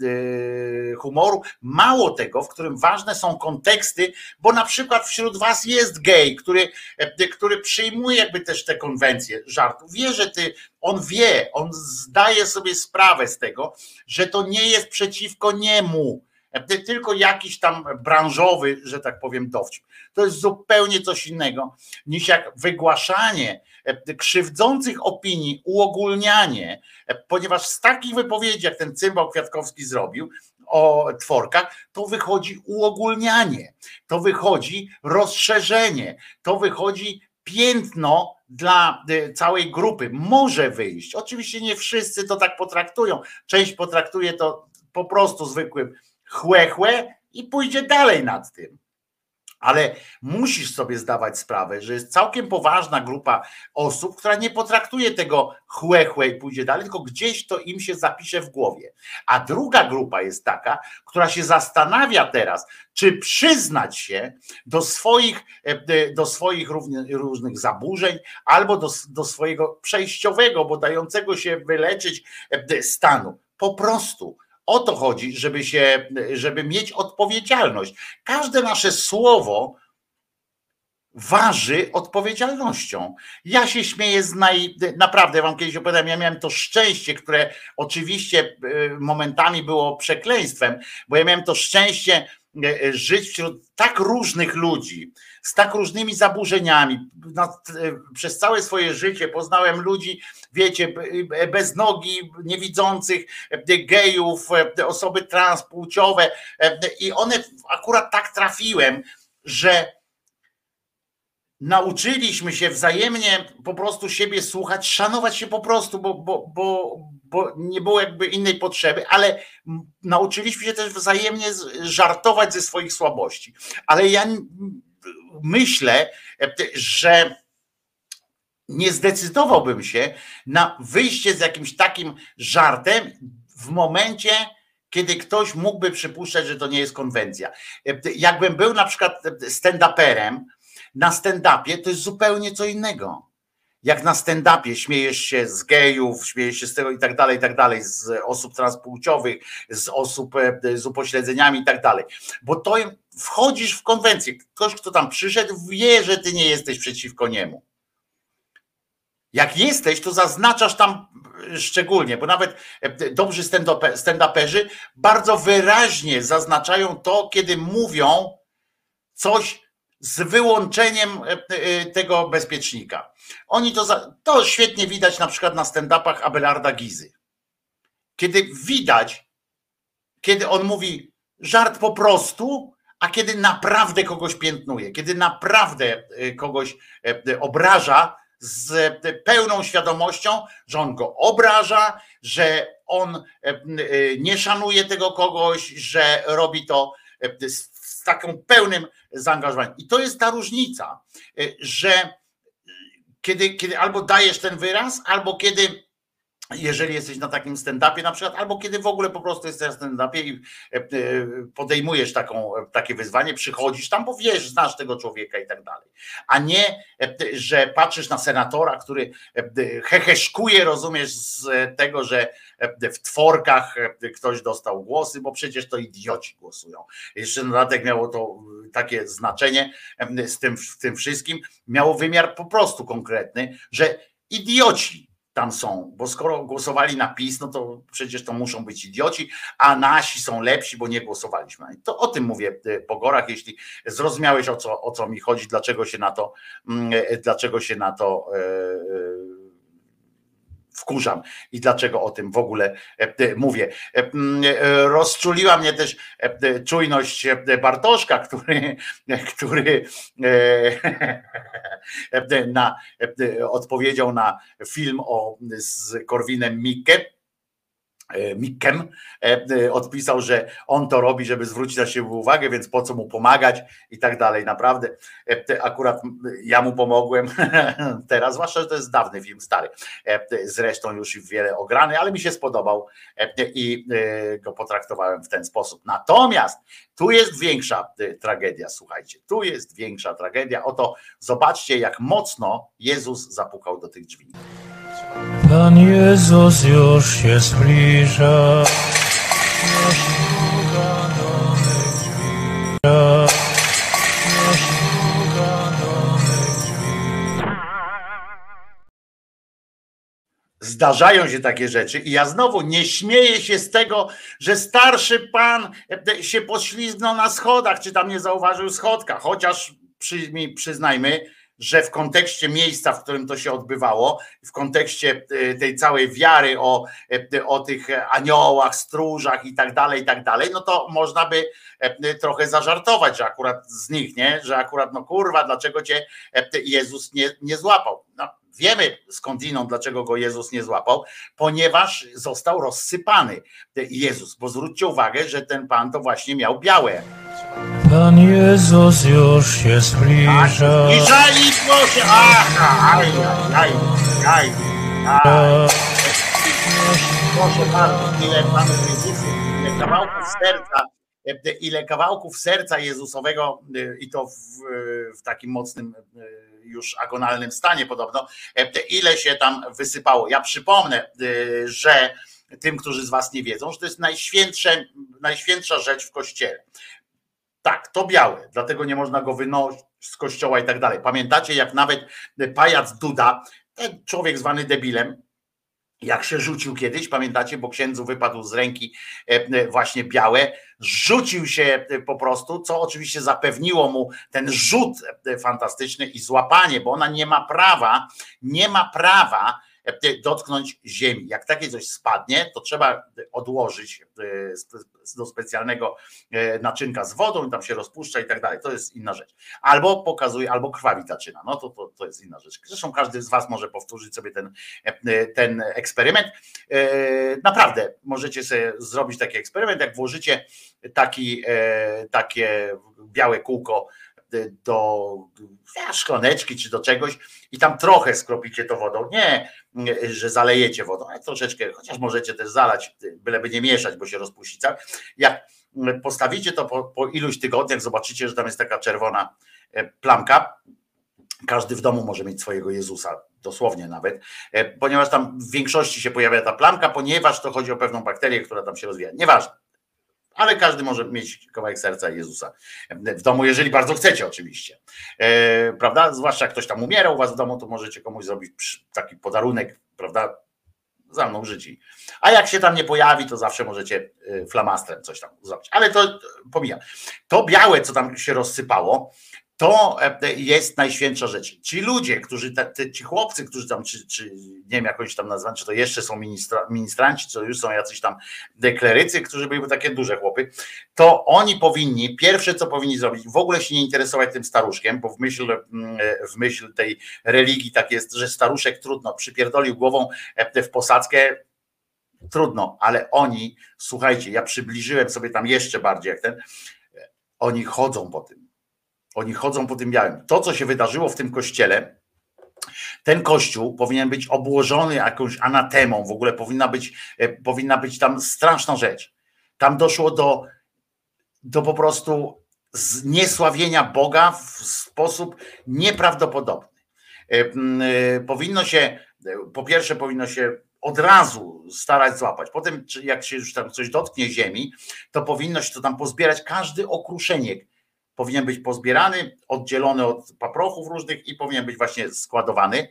humoru, mało tego, w którym ważne są konteksty, bo na przykład wśród was jest gej, który, który przyjmuje jakby też te konwencje żartów. Wie, że ty, on wie, on zdaje sobie sprawę z tego, że to nie jest przeciwko niemu, tylko jakiś tam branżowy, że tak powiem, dowcip. To jest zupełnie coś innego niż jak wygłaszanie krzywdzących opinii, uogólnianie, ponieważ z takich wypowiedzi, jak ten cymbał Kwiatkowski zrobił o tworkach, to wychodzi uogólnianie, to wychodzi rozszerzenie, to wychodzi piętno dla całej grupy. Może wyjść. Oczywiście nie wszyscy to tak potraktują. Część potraktuje to po prostu zwykłym chłe, chłe i pójdzie dalej nad tym. Ale musisz sobie zdawać sprawę, że jest całkiem poważna grupa osób, która nie potraktuje tego chłe, chłe i pójdzie dalej, tylko gdzieś to im się zapisze w głowie. A druga grupa jest taka, która się zastanawia teraz, czy przyznać się do swoich, do swoich różnych zaburzeń albo do, do swojego przejściowego, bo dającego się wyleczyć stanu. Po prostu. O to chodzi, żeby się, żeby mieć odpowiedzialność. Każde nasze słowo waży odpowiedzialnością. Ja się śmieję z naj... Naprawdę wam kiedyś opowiadałem, ja miałem to szczęście, które oczywiście momentami było przekleństwem, bo ja miałem to szczęście żyć wśród tak różnych ludzi, z tak różnymi zaburzeniami. No, przez całe swoje życie poznałem ludzi, wiecie, bez nogi, niewidzących, gejów, osoby transpłciowe i one akurat tak trafiłem, że nauczyliśmy się wzajemnie po prostu siebie słuchać, szanować się po prostu, bo, bo, bo, bo nie było jakby innej potrzeby, ale nauczyliśmy się też wzajemnie żartować ze swoich słabości. Ale ja myślę, że nie zdecydowałbym się na wyjście z jakimś takim żartem w momencie, kiedy ktoś mógłby przypuszczać, że to nie jest konwencja. Jakbym był na przykład stand-uperem, na stand-upie to jest zupełnie co innego. jak na stand-upie śmiejesz się z gejów, śmiejesz się z tego i tak dalej, i tak dalej, z osób transpłciowych, z osób z upośledzeniami i tak dalej. Bo to wchodzisz w konwencję. Ktoś, kto tam przyszedł, wie, że ty nie jesteś przeciwko niemu. Jak jesteś, to zaznaczasz tam szczególnie, bo nawet dobrzy stand-uperzy bardzo wyraźnie zaznaczają to, kiedy mówią coś z wyłączeniem tego bezpiecznika. Oni to, za, to świetnie widać na przykład na stand-upach Abelarda Gizy. Kiedy widać, kiedy on mówi żart po prostu, a kiedy naprawdę kogoś piętnuje, kiedy naprawdę kogoś obraża z pełną świadomością, że on go obraża, że on nie szanuje tego kogoś, że robi to z takim pełnym zaangażowaniem. I to jest ta różnica, że kiedy, kiedy albo dajesz ten wyraz, albo kiedy, jeżeli jesteś na takim stand-upie na przykład, albo kiedy w ogóle po prostu jesteś na stand-upie i podejmujesz taką, takie wyzwanie, przychodzisz tam, bo wiesz, znasz tego człowieka i tak dalej. A nie, że patrzysz na senatora, który heheszkuje, rozumiesz, z tego, że w tworkach ktoś dostał głosy, bo przecież to idioci głosują. Jeszcze na dodatek miało to takie znaczenie z tym, w tym wszystkim, miało wymiar po prostu konkretny, że idioci tam są, bo skoro głosowali na PiS, no to przecież to muszą być idioci, a nasi są lepsi, bo nie głosowaliśmy. To o tym mówię po gorach, jeśli zrozumiałeś, o co, o co mi chodzi, dlaczego się na to, dlaczego się na to wkurzam i dlaczego o tym w ogóle mówię. Rozczuliła mnie też czujność Bartoszka, który, który na, odpowiedział na film o, z Korwinem Mikke, Mikkem, odpisał, że on to robi, żeby zwrócić na siebie uwagę, więc po co mu pomagać i tak dalej. Naprawdę akurat ja mu pomogłem teraz, zwłaszcza, że to jest dawny film, stary, zresztą już wiele ograny, ale mi się spodobał i go potraktowałem w ten sposób. Natomiast tu jest większa tragedia, słuchajcie, tu jest większa tragedia. Oto zobaczcie, jak mocno Jezus zapukał do tych drzwi. Pan Jezus już się zbliża, puka do mych drzwi, puka do mych drzwi. Zdarzają się takie rzeczy i ja znowu nie śmieję się z tego, że starszy pan się poślizgnął na schodach, czy tam nie zauważył schodka, chociaż przy, przyznajmy, że w kontekście miejsca, w którym to się odbywało, w kontekście tej całej wiary o, o tych aniołach, stróżach i tak dalej, i tak dalej, no to można by trochę zażartować, że akurat z nich, nie? Że akurat no kurwa, dlaczego cię Jezus nie, nie złapał? No, wiemy skądinąd, dlaczego go Jezus nie złapał, ponieważ został rozsypany Jezus, bo zwróćcie uwagę, że ten pan to właśnie miał białe. Pan Jezus już się zbliża. Zbliża i proszę, aha, aj, aj, aj, aj. Proszę bardzo, ile panów Jezusów, ile kawałków serca, ile kawałków serca Jezusowego i to w, w takim mocnym, już agonalnym stanie podobno, ile się tam wysypało. Ja przypomnę, że tym, którzy z was nie wiedzą, że to jest najświętsze, najświętsza rzecz w Kościele. Tak, to białe, dlatego nie można go wynosić z kościoła i tak dalej. Pamiętacie, jak nawet pajac Duda, ten człowiek zwany debilem, jak się rzucił kiedyś, pamiętacie, bo księdzu wypadł z ręki właśnie białe, rzucił się po prostu, co oczywiście zapewniło mu ten rzut fantastyczny i złapanie, bo ona nie ma prawa, nie ma prawa dotknąć ziemi. Jak takie coś spadnie, to trzeba odłożyć do specjalnego naczynka z wodą i tam się rozpuszcza i tak dalej. To jest inna rzecz. Albo pokazuje, albo krwawi zaczyna. No to, to, to jest inna rzecz. Zresztą każdy z was może powtórzyć sobie ten, ten eksperyment. Naprawdę możecie sobie zrobić taki eksperyment, jak włożycie taki, takie białe kółko do szklaneczki czy do czegoś i tam trochę skropicie to wodą. Nie, że zalejecie wodą, ale troszeczkę, chociaż możecie też zalać, byleby nie mieszać, bo się rozpuści. Jak postawicie to po, po iluś tygodniach, zobaczycie, że tam jest taka czerwona plamka Każdy w domu może mieć swojego Jezusa, dosłownie nawet, ponieważ tam w większości się pojawia ta plamka, ponieważ to chodzi o pewną bakterię, która tam się rozwija. Nieważne. Ale każdy może mieć kawałek serca Jezusa w domu, jeżeli bardzo chcecie oczywiście. E, prawda? Zwłaszcza jak ktoś tam umiera u was w domu, to możecie komuś zrobić taki podarunek, prawda? Za mną życie. A jak się tam nie pojawi, to zawsze możecie flamastrem coś tam zrobić. Ale to pomijam. To białe, co tam się rozsypało, to jest najświętsza rzecz. Ci ludzie, którzy, te, ci chłopcy, którzy tam, czy, czy nie wiem jak oni się tam nazywali, czy to jeszcze są ministra, ministranci, czy to już są jacyś tam deklerycy, którzy byli takie duże chłopy, to oni powinni, pierwsze co powinni zrobić, w ogóle się nie interesować tym staruszkiem, bo w myśl, w myśl tej religii tak jest, że staruszek trudno, przypierdolił głową w posadzkę, trudno, ale oni, słuchajcie, ja przybliżyłem sobie tam jeszcze bardziej jak ten, oni chodzą po tym. Oni chodzą po tym białym. To, co się wydarzyło w tym kościele, ten kościół powinien być obłożony jakąś anatemą, w ogóle powinna być, powinna być tam straszna rzecz. Tam doszło do, do po prostu zniesławienia Boga w sposób nieprawdopodobny. Powinno się, po pierwsze powinno się od razu starać złapać. Potem, jak się już tam coś dotknie ziemi, to powinno się to tam pozbierać, każdy okruszeniek powinien być pozbierany, oddzielony od paprochów różnych i powinien być właśnie składowany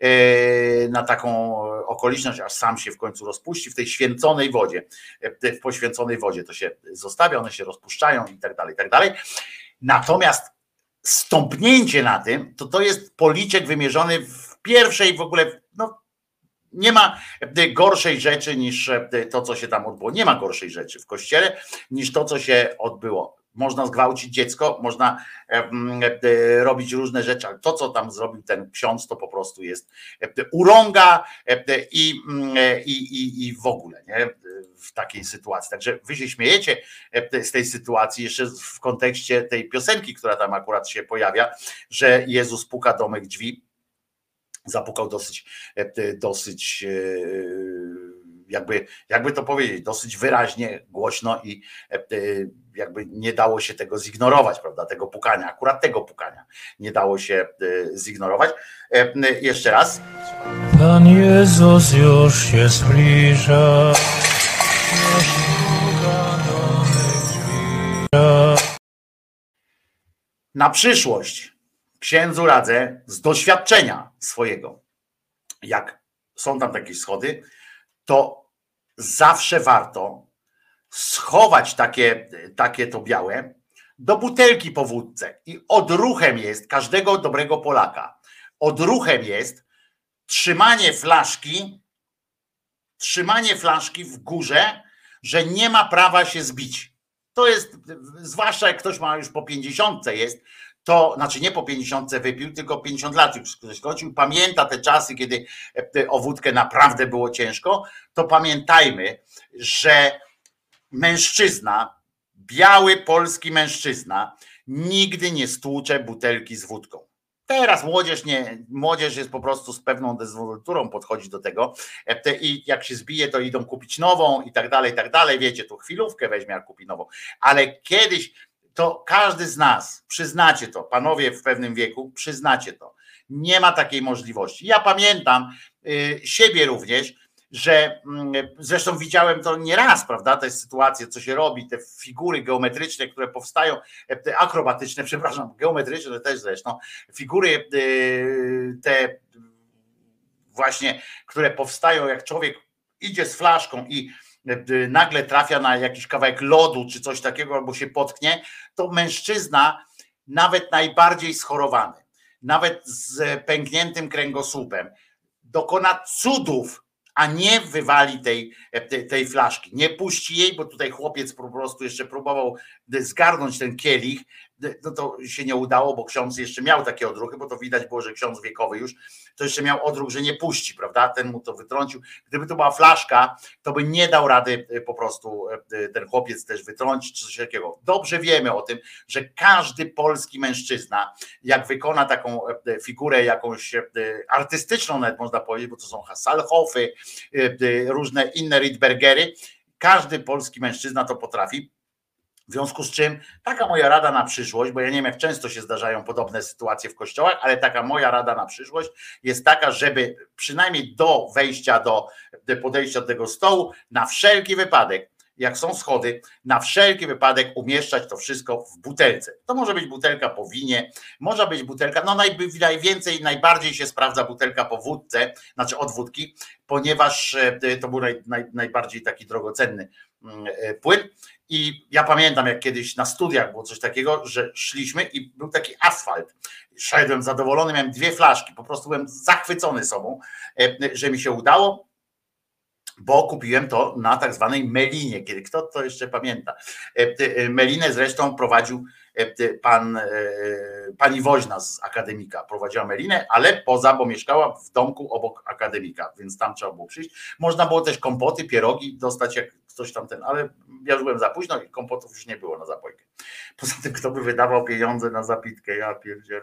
na taką okoliczność, aż sam się w końcu rozpuści w tej święconej wodzie. W poświęconej wodzie to się zostawia, one się rozpuszczają i tak dalej, i tak dalej. Natomiast stąpnięcie na tym, to to jest policzek wymierzony w pierwszej w ogóle, no nie ma gorszej rzeczy niż to, co się tam odbyło. Nie ma gorszej rzeczy w kościele niż to, co się odbyło. Można zgwałcić dziecko, można robić różne rzeczy, ale to, co tam zrobił ten ksiądz, to po prostu jest urąga i, i, i, i w ogóle nie? W takiej sytuacji. Także wy się śmiejecie z tej sytuacji jeszcze w kontekście tej piosenki, która tam akurat się pojawia, że Jezus puka do mych drzwi. Zapukał dosyć, dosyć jakby, jakby to powiedzieć, dosyć wyraźnie, głośno i jakby nie dało się tego zignorować, prawda, tego pukania, akurat tego pukania nie dało się zignorować. Jeszcze raz. Pan Jezus już się zbliża. Na przyszłość księdzu radzę z doświadczenia swojego, jak są tam takie schody, to zawsze warto schować takie, takie to białe do butelki po wódce i odruchem jest każdego dobrego Polaka, odruchem jest trzymanie flaszki, trzymanie flaszki w górze, że nie ma prawa się zbić. To jest, zwłaszcza jak ktoś ma już po pięćdziesiątce jest, to znaczy nie po pięćdziesiątce wypił, tylko pięćdziesiąt lat już skończył, pamięta te czasy, kiedy o wódkę naprawdę było ciężko, to pamiętajmy, że mężczyzna, biały polski mężczyzna nigdy nie stłucze butelki z wódką. Teraz młodzież nie, młodzież jest po prostu z pewną dezwolturą podchodzi do tego i jak się zbije, to idą kupić nową i tak dalej, i tak dalej. Wiecie, tu chwilówkę weźmie, jak kupi nową. Ale kiedyś to każdy z nas, przyznacie to, panowie w pewnym wieku, przyznacie to. Nie ma takiej możliwości. Ja pamiętam y, siebie również, że y, zresztą widziałem to nieraz, prawda, te sytuacje, co się robi, te figury geometryczne, które powstają, te akrobatyczne, przepraszam, geometryczne też zresztą, figury y, te właśnie, które powstają, jak człowiek idzie z flaszką i nagle trafia na jakiś kawałek lodu czy coś takiego, albo się potknie, to mężczyzna, nawet najbardziej schorowany, nawet z pękniętym kręgosłupem, dokona cudów, a nie wywali tej, tej flaszki. Nie puści jej, bo tutaj chłopiec po prostu jeszcze próbował zgarnąć ten kielich, no to się nie udało, bo ksiądz jeszcze miał takie odruchy, bo to widać było, że ksiądz wiekowy już, to jeszcze miał odruch, że nie puści, prawda? Ten mu to wytrącił. Gdyby to była flaszka, to by nie dał rady po prostu ten chłopiec też wytrącić, czy coś takiego. Dobrze wiemy o tym, że każdy polski mężczyzna, jak wykona taką figurę jakąś artystyczną, nawet można powiedzieć, bo to są Hasselhoffy, różne inne Rydbergery, każdy polski mężczyzna to potrafi, W związku z czym taka moja rada na przyszłość, bo ja nie wiem, jak często się zdarzają podobne sytuacje w kościołach, ale taka moja rada na przyszłość jest taka, żeby przynajmniej do wejścia, do, do podejścia do tego stołu, na wszelki wypadek, jak są schody, na wszelki wypadek umieszczać to wszystko w butelce. To może być butelka po winie, może być butelka, no najwięcej, najbardziej się sprawdza butelka po wódce, znaczy od wódki, ponieważ to był naj, naj, najbardziej taki drogocenny płyn. I ja pamiętam, jak kiedyś na studiach było coś takiego, że szliśmy i był taki asfalt. Szedłem zadowolony, miałem dwie flaszki, po prostu byłem zachwycony sobą, że mi się udało, bo kupiłem to na tak zwanej melinie, kiedy kto to jeszcze pamięta. Melinę zresztą prowadził pan, pani Woźna z Akademika, prowadziła melinę, ale poza, bo mieszkała w domku obok Akademika, więc tam trzeba było przyjść. Można było też kompoty, pierogi dostać, jak coś tam ten, ale ja już byłem za późno i kompotów już nie było na zapojkę. Poza tym, kto by wydawał pieniądze na zapitkę, ja pierdzielę.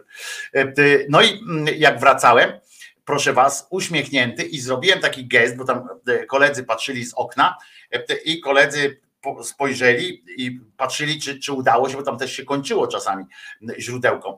No i jak wracałem, proszę was, uśmiechnięty i zrobiłem taki gest, bo tam koledzy patrzyli z okna i koledzy spojrzeli i patrzyli, czy, czy udało się, bo tam też się kończyło czasami źródełko.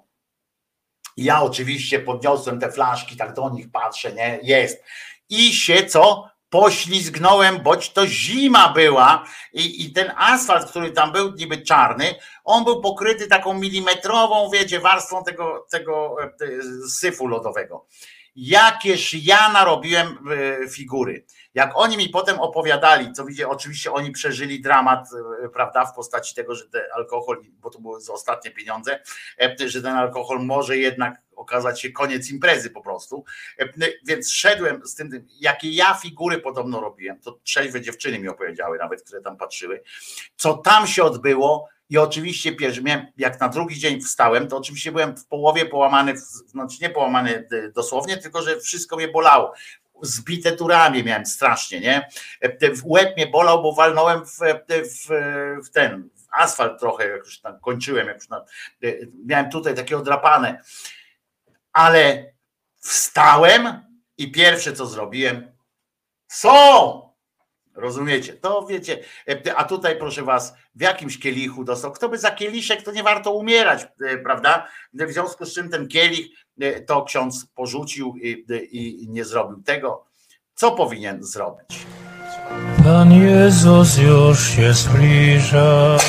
Ja oczywiście podniosłem te flaszki, tak do nich patrzę, nie, jest. I się co? Poślizgnąłem, boć to zima była i, i ten asfalt, który tam był niby czarny, on był pokryty taką milimetrową, wiecie, warstwą tego, tego syfu lodowego. Jakież ja narobiłem figury. Jak oni mi potem opowiadali, co widzicie, oczywiście oni przeżyli dramat, prawda, w postaci tego, że ten alkohol, bo to były ostatnie pieniądze, że ten alkohol może jednak okazać się koniec imprezy po prostu. Więc szedłem z tym, jakie ja figury podobno robiłem, to trzeźwe dziewczyny mi opowiedziały nawet, które tam patrzyły, co tam się odbyło. I oczywiście pierwszy, miałem, jak na drugi dzień wstałem, to oczywiście byłem w połowie połamany, znaczy nie połamany dosłownie, tylko że wszystko mnie bolało. Zbite tu ramię miałem strasznie, nie? Łeb mnie bolał, bo walnąłem w, w, w ten w asfalt trochę, jak już tam kończyłem, jak już tam, miałem tutaj takie odrapane. Ale wstałem i pierwsze co zrobiłem, są! Rozumiecie? To wiecie, a tutaj proszę was, w jakimś kielichu dostał, kto by za kieliszek, to nie warto umierać, prawda? W związku z czym ten kielich to ksiądz porzucił i, i nie zrobił tego, co powinien zrobić. Pan Jezus już się zbliża.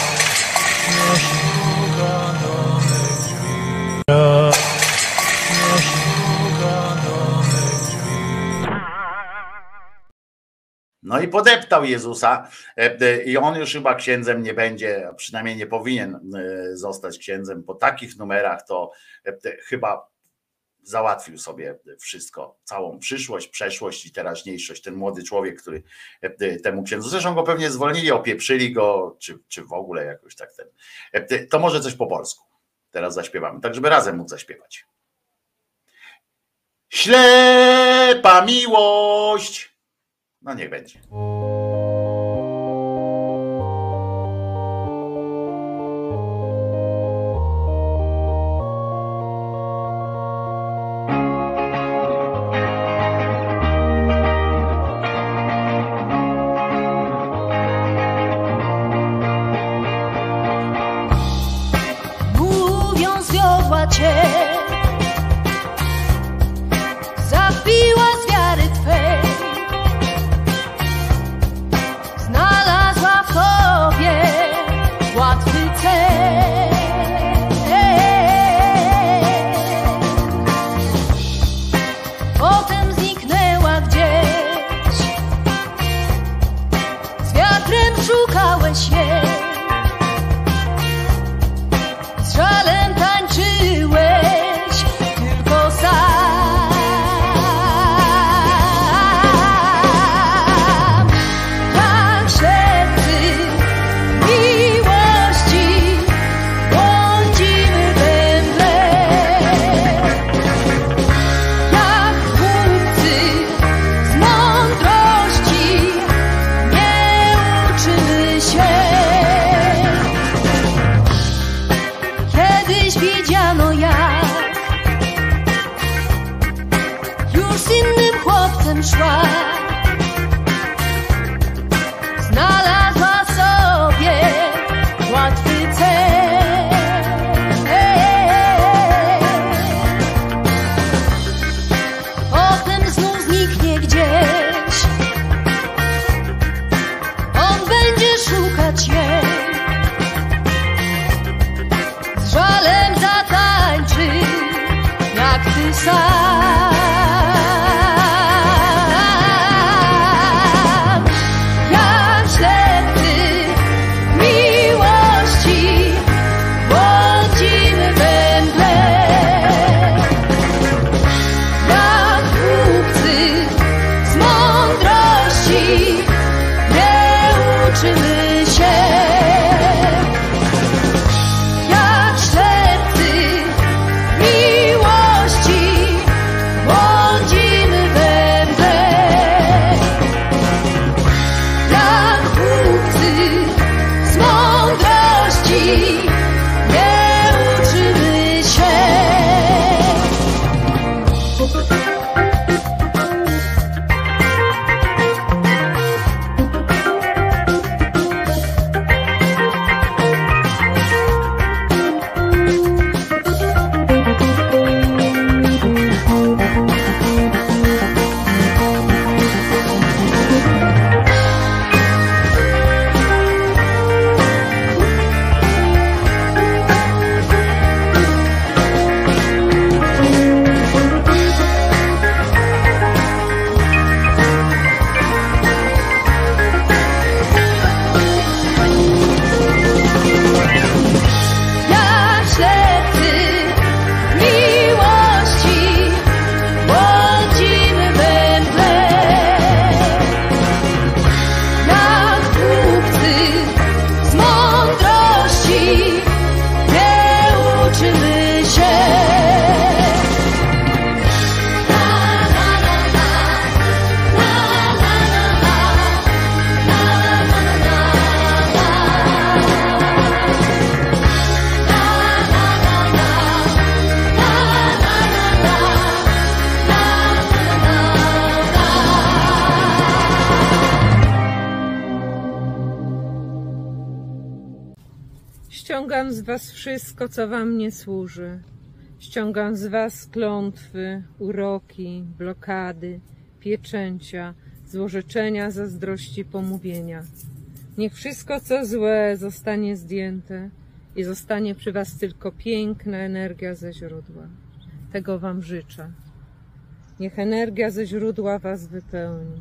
No i podeptał Jezusa i on już chyba księdzem nie będzie, a przynajmniej nie powinien zostać księdzem. Po takich numerach to chyba załatwił sobie wszystko, całą przyszłość, przeszłość i teraźniejszość. Ten młody człowiek, który temu księdzu, zresztą go pewnie zwolnili, opieprzyli go, czy, czy w ogóle jakoś tak ten. To może coś po polsku teraz zaśpiewamy, tak żeby razem móc zaśpiewać. Ślepa miłość. No niech będzie. Mówią, zwiodła cię, zabiła z wiary twej. Znalazła w tobie łatwy cel. Potem zniknęła gdzieś, z wiatrem szukałeś jej, z żalem tańczyłeś tylko sam. Tak ślepy miłości błądzimy we mgle, jak głupcy z mądrości nie uczymy się. się. Jak ślepcy miłości błądzimy we mgle. Jak głupcy z mądrości nie uczymy się. Jak ślepcy miłości błądzimy we mgle. Jak głupcy z mądrości nie uczymy się. Ściągam z was wszystko, co wam nie służy. Ściągam z was klątwy, uroki, blokady, pieczęcia, złorzeczenia, zazdrości, pomówienia. Niech wszystko, co złe, zostanie zdjęte i zostanie przy was tylko piękna energia ze źródła. Tego wam życzę. Niech energia ze źródła was wypełni.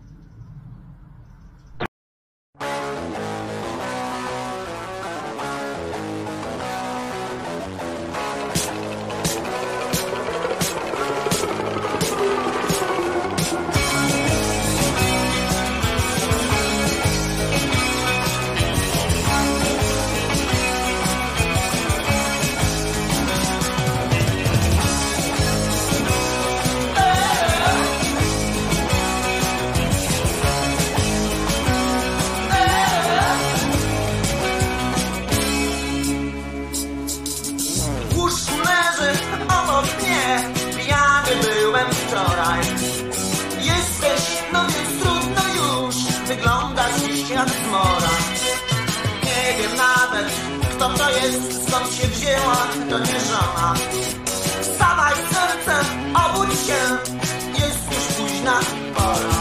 W łóżku leży obok mnie, pijany byłem wczoraj. Jesteś, no więc trudno już, wyglądasz jak zmora. Nie wiem nawet, kto to jest, skąd się wzięła, to nie żona. Wstawaj sercem, obudź się, jest już późna pora.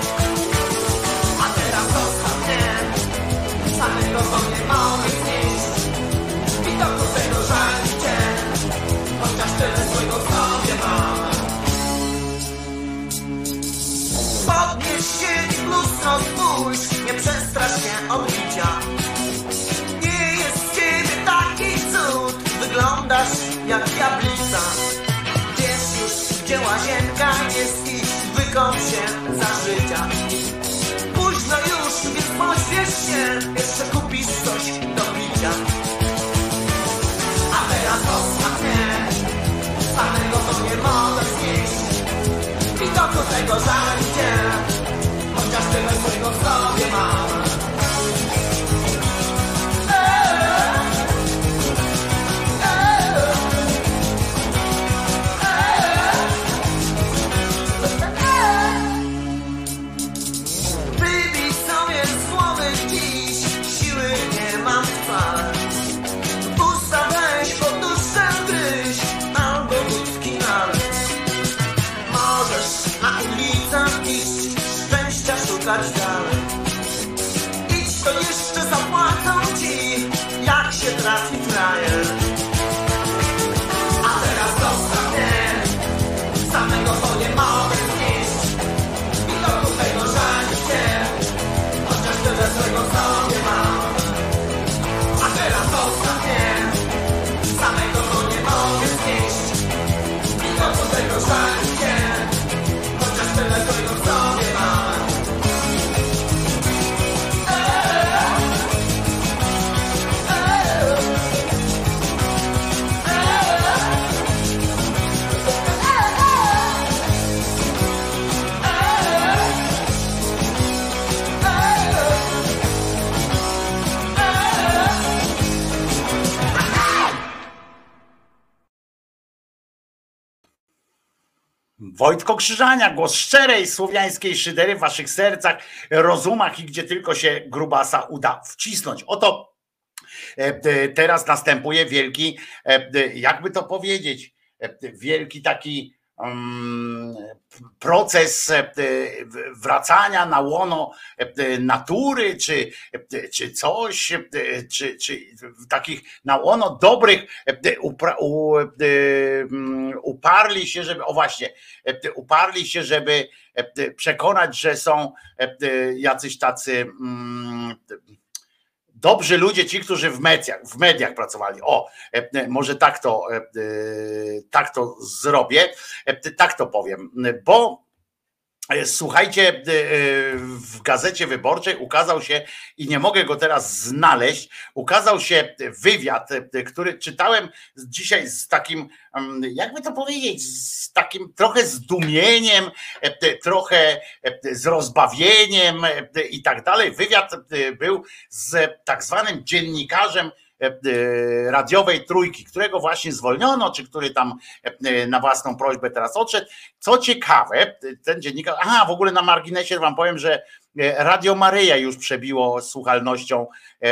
A teraz zostaw mnie, samego to nie mogę znieść. Widoku tego żal cię, chociaż tyle swojego sobie mam. Podnieś się i w lustro spójrz, nie przestrasz się odbicia. Nie jest z ciebie taki cud, wyglądasz jak diablica. Wiesz już, gdzie łazienka jest, iść, wykąp się za życia. Późno już, więc pośpiesz się, jeszcze kupisz coś do picia. A teraz zostaw mnie, samego to nie mogę znieść. Widoku tego żal cię, chociaż tyle swojego w sobie mam. Wybij sobie słowy dziś, siły nie mam wcale. Usta weź, poduszę gryź, albo wódki naleć. Możesz na ulicę iść, szczęścia szukać dalej. Idź, to jeszcze zapłacą ci, jak się trafi frajer. A teraz zostaw mnie, samego to nie mogę znieść. Widoku tego żal cię, chociaż tyle swego sobie mam. A teraz zostaw mnie, samego to nie mogę znieść. Widoku tego żal cię, chociaż tyle swego sobie mam. Eee! Wojtko Krzyżania, głos szczerej słowiańskiej szydery w waszych sercach, rozumach i gdzie tylko się grubasa uda wcisnąć. Oto teraz następuje wielki, jakby to powiedzieć, wielki taki proces wracania na łono natury, czy, czy coś, czy, czy takich na łono dobrych uparli się, żeby, o właśnie, uparli się, żeby przekonać, że są jacyś tacy dobrzy ludzie, ci, którzy w mediach, w mediach pracowali. O, może tak to, tak to zrobię, tak to powiem, bo słuchajcie, w Gazecie Wyborczej ukazał się, i nie mogę go teraz znaleźć, ukazał się wywiad, który czytałem dzisiaj z takim, jakby to powiedzieć, z takim trochę zdumieniem, trochę z rozbawieniem i tak dalej. Wywiad był z tak zwanym dziennikarzem radiowej Trójki, którego właśnie zwolniono, czy który tam na własną prośbę teraz odszedł. Co ciekawe, ten dziennikarz, aha, w ogóle na marginesie wam powiem, że Radio Maryja już przebiło słuchalnością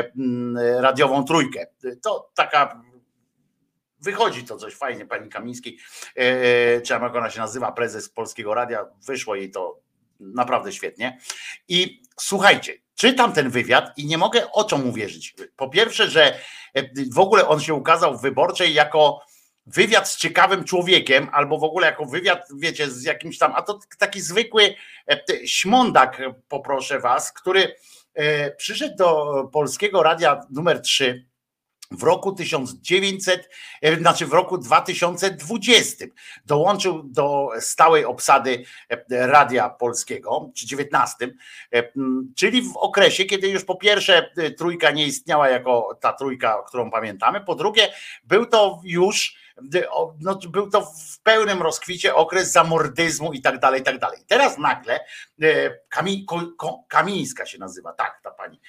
radiową Trójkę. To taka, wychodzi to coś fajnie, pani Kamińskiej, czy jak ona się nazywa, prezes Polskiego Radia, wyszło jej to naprawdę świetnie. I słuchajcie, czytam ten wywiad i nie mogę oczom uwierzyć. Po pierwsze, że w ogóle on się ukazał w Wyborczej jako wywiad z ciekawym człowiekiem, albo w ogóle jako wywiad, wiecie, z jakimś tam, a to taki zwykły śmondak, poproszę was, który przyszedł do Polskiego Radia numer trzy w roku tysiąc dziewięćset, znaczy w roku dwa tysiące dwudziestym. Dołączył do stałej obsady Radia Polskiego, czy dziewiętnastym, czyli w okresie, kiedy już po pierwsze Trójka nie istniała jako ta Trójka, którą pamiętamy, po drugie był to już no, był to w pełnym rozkwicie okres zamordyzmu i tak dalej, i tak dalej. Teraz nagle Kami, Kamińska się nazywa, tak, ta pani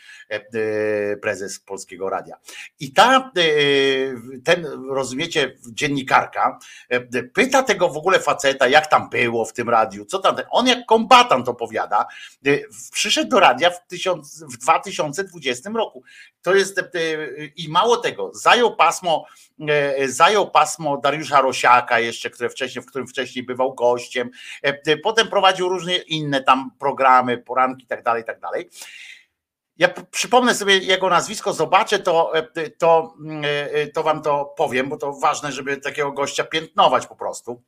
prezes Polskiego Radia. I ta, ten, rozumiecie, dziennikarka pyta tego w ogóle faceta, jak tam było w tym radiu, co tam, on jak kombatant opowiada, przyszedł do radia w, tysiąc, w dwa tysiące dwudziestym roku. To jest, i mało tego, zajął pasmo, zajął pasmo Dariusza Rosiaka jeszcze, które wcześniej, w którym wcześniej bywał gościem, potem prowadził różne inne tam programy, poranki i tak dalej, i tak dalej. Ja przypomnę sobie jego nazwisko, zobaczę to, to, to wam to powiem, bo to ważne, żeby takiego gościa piętnować po prostu.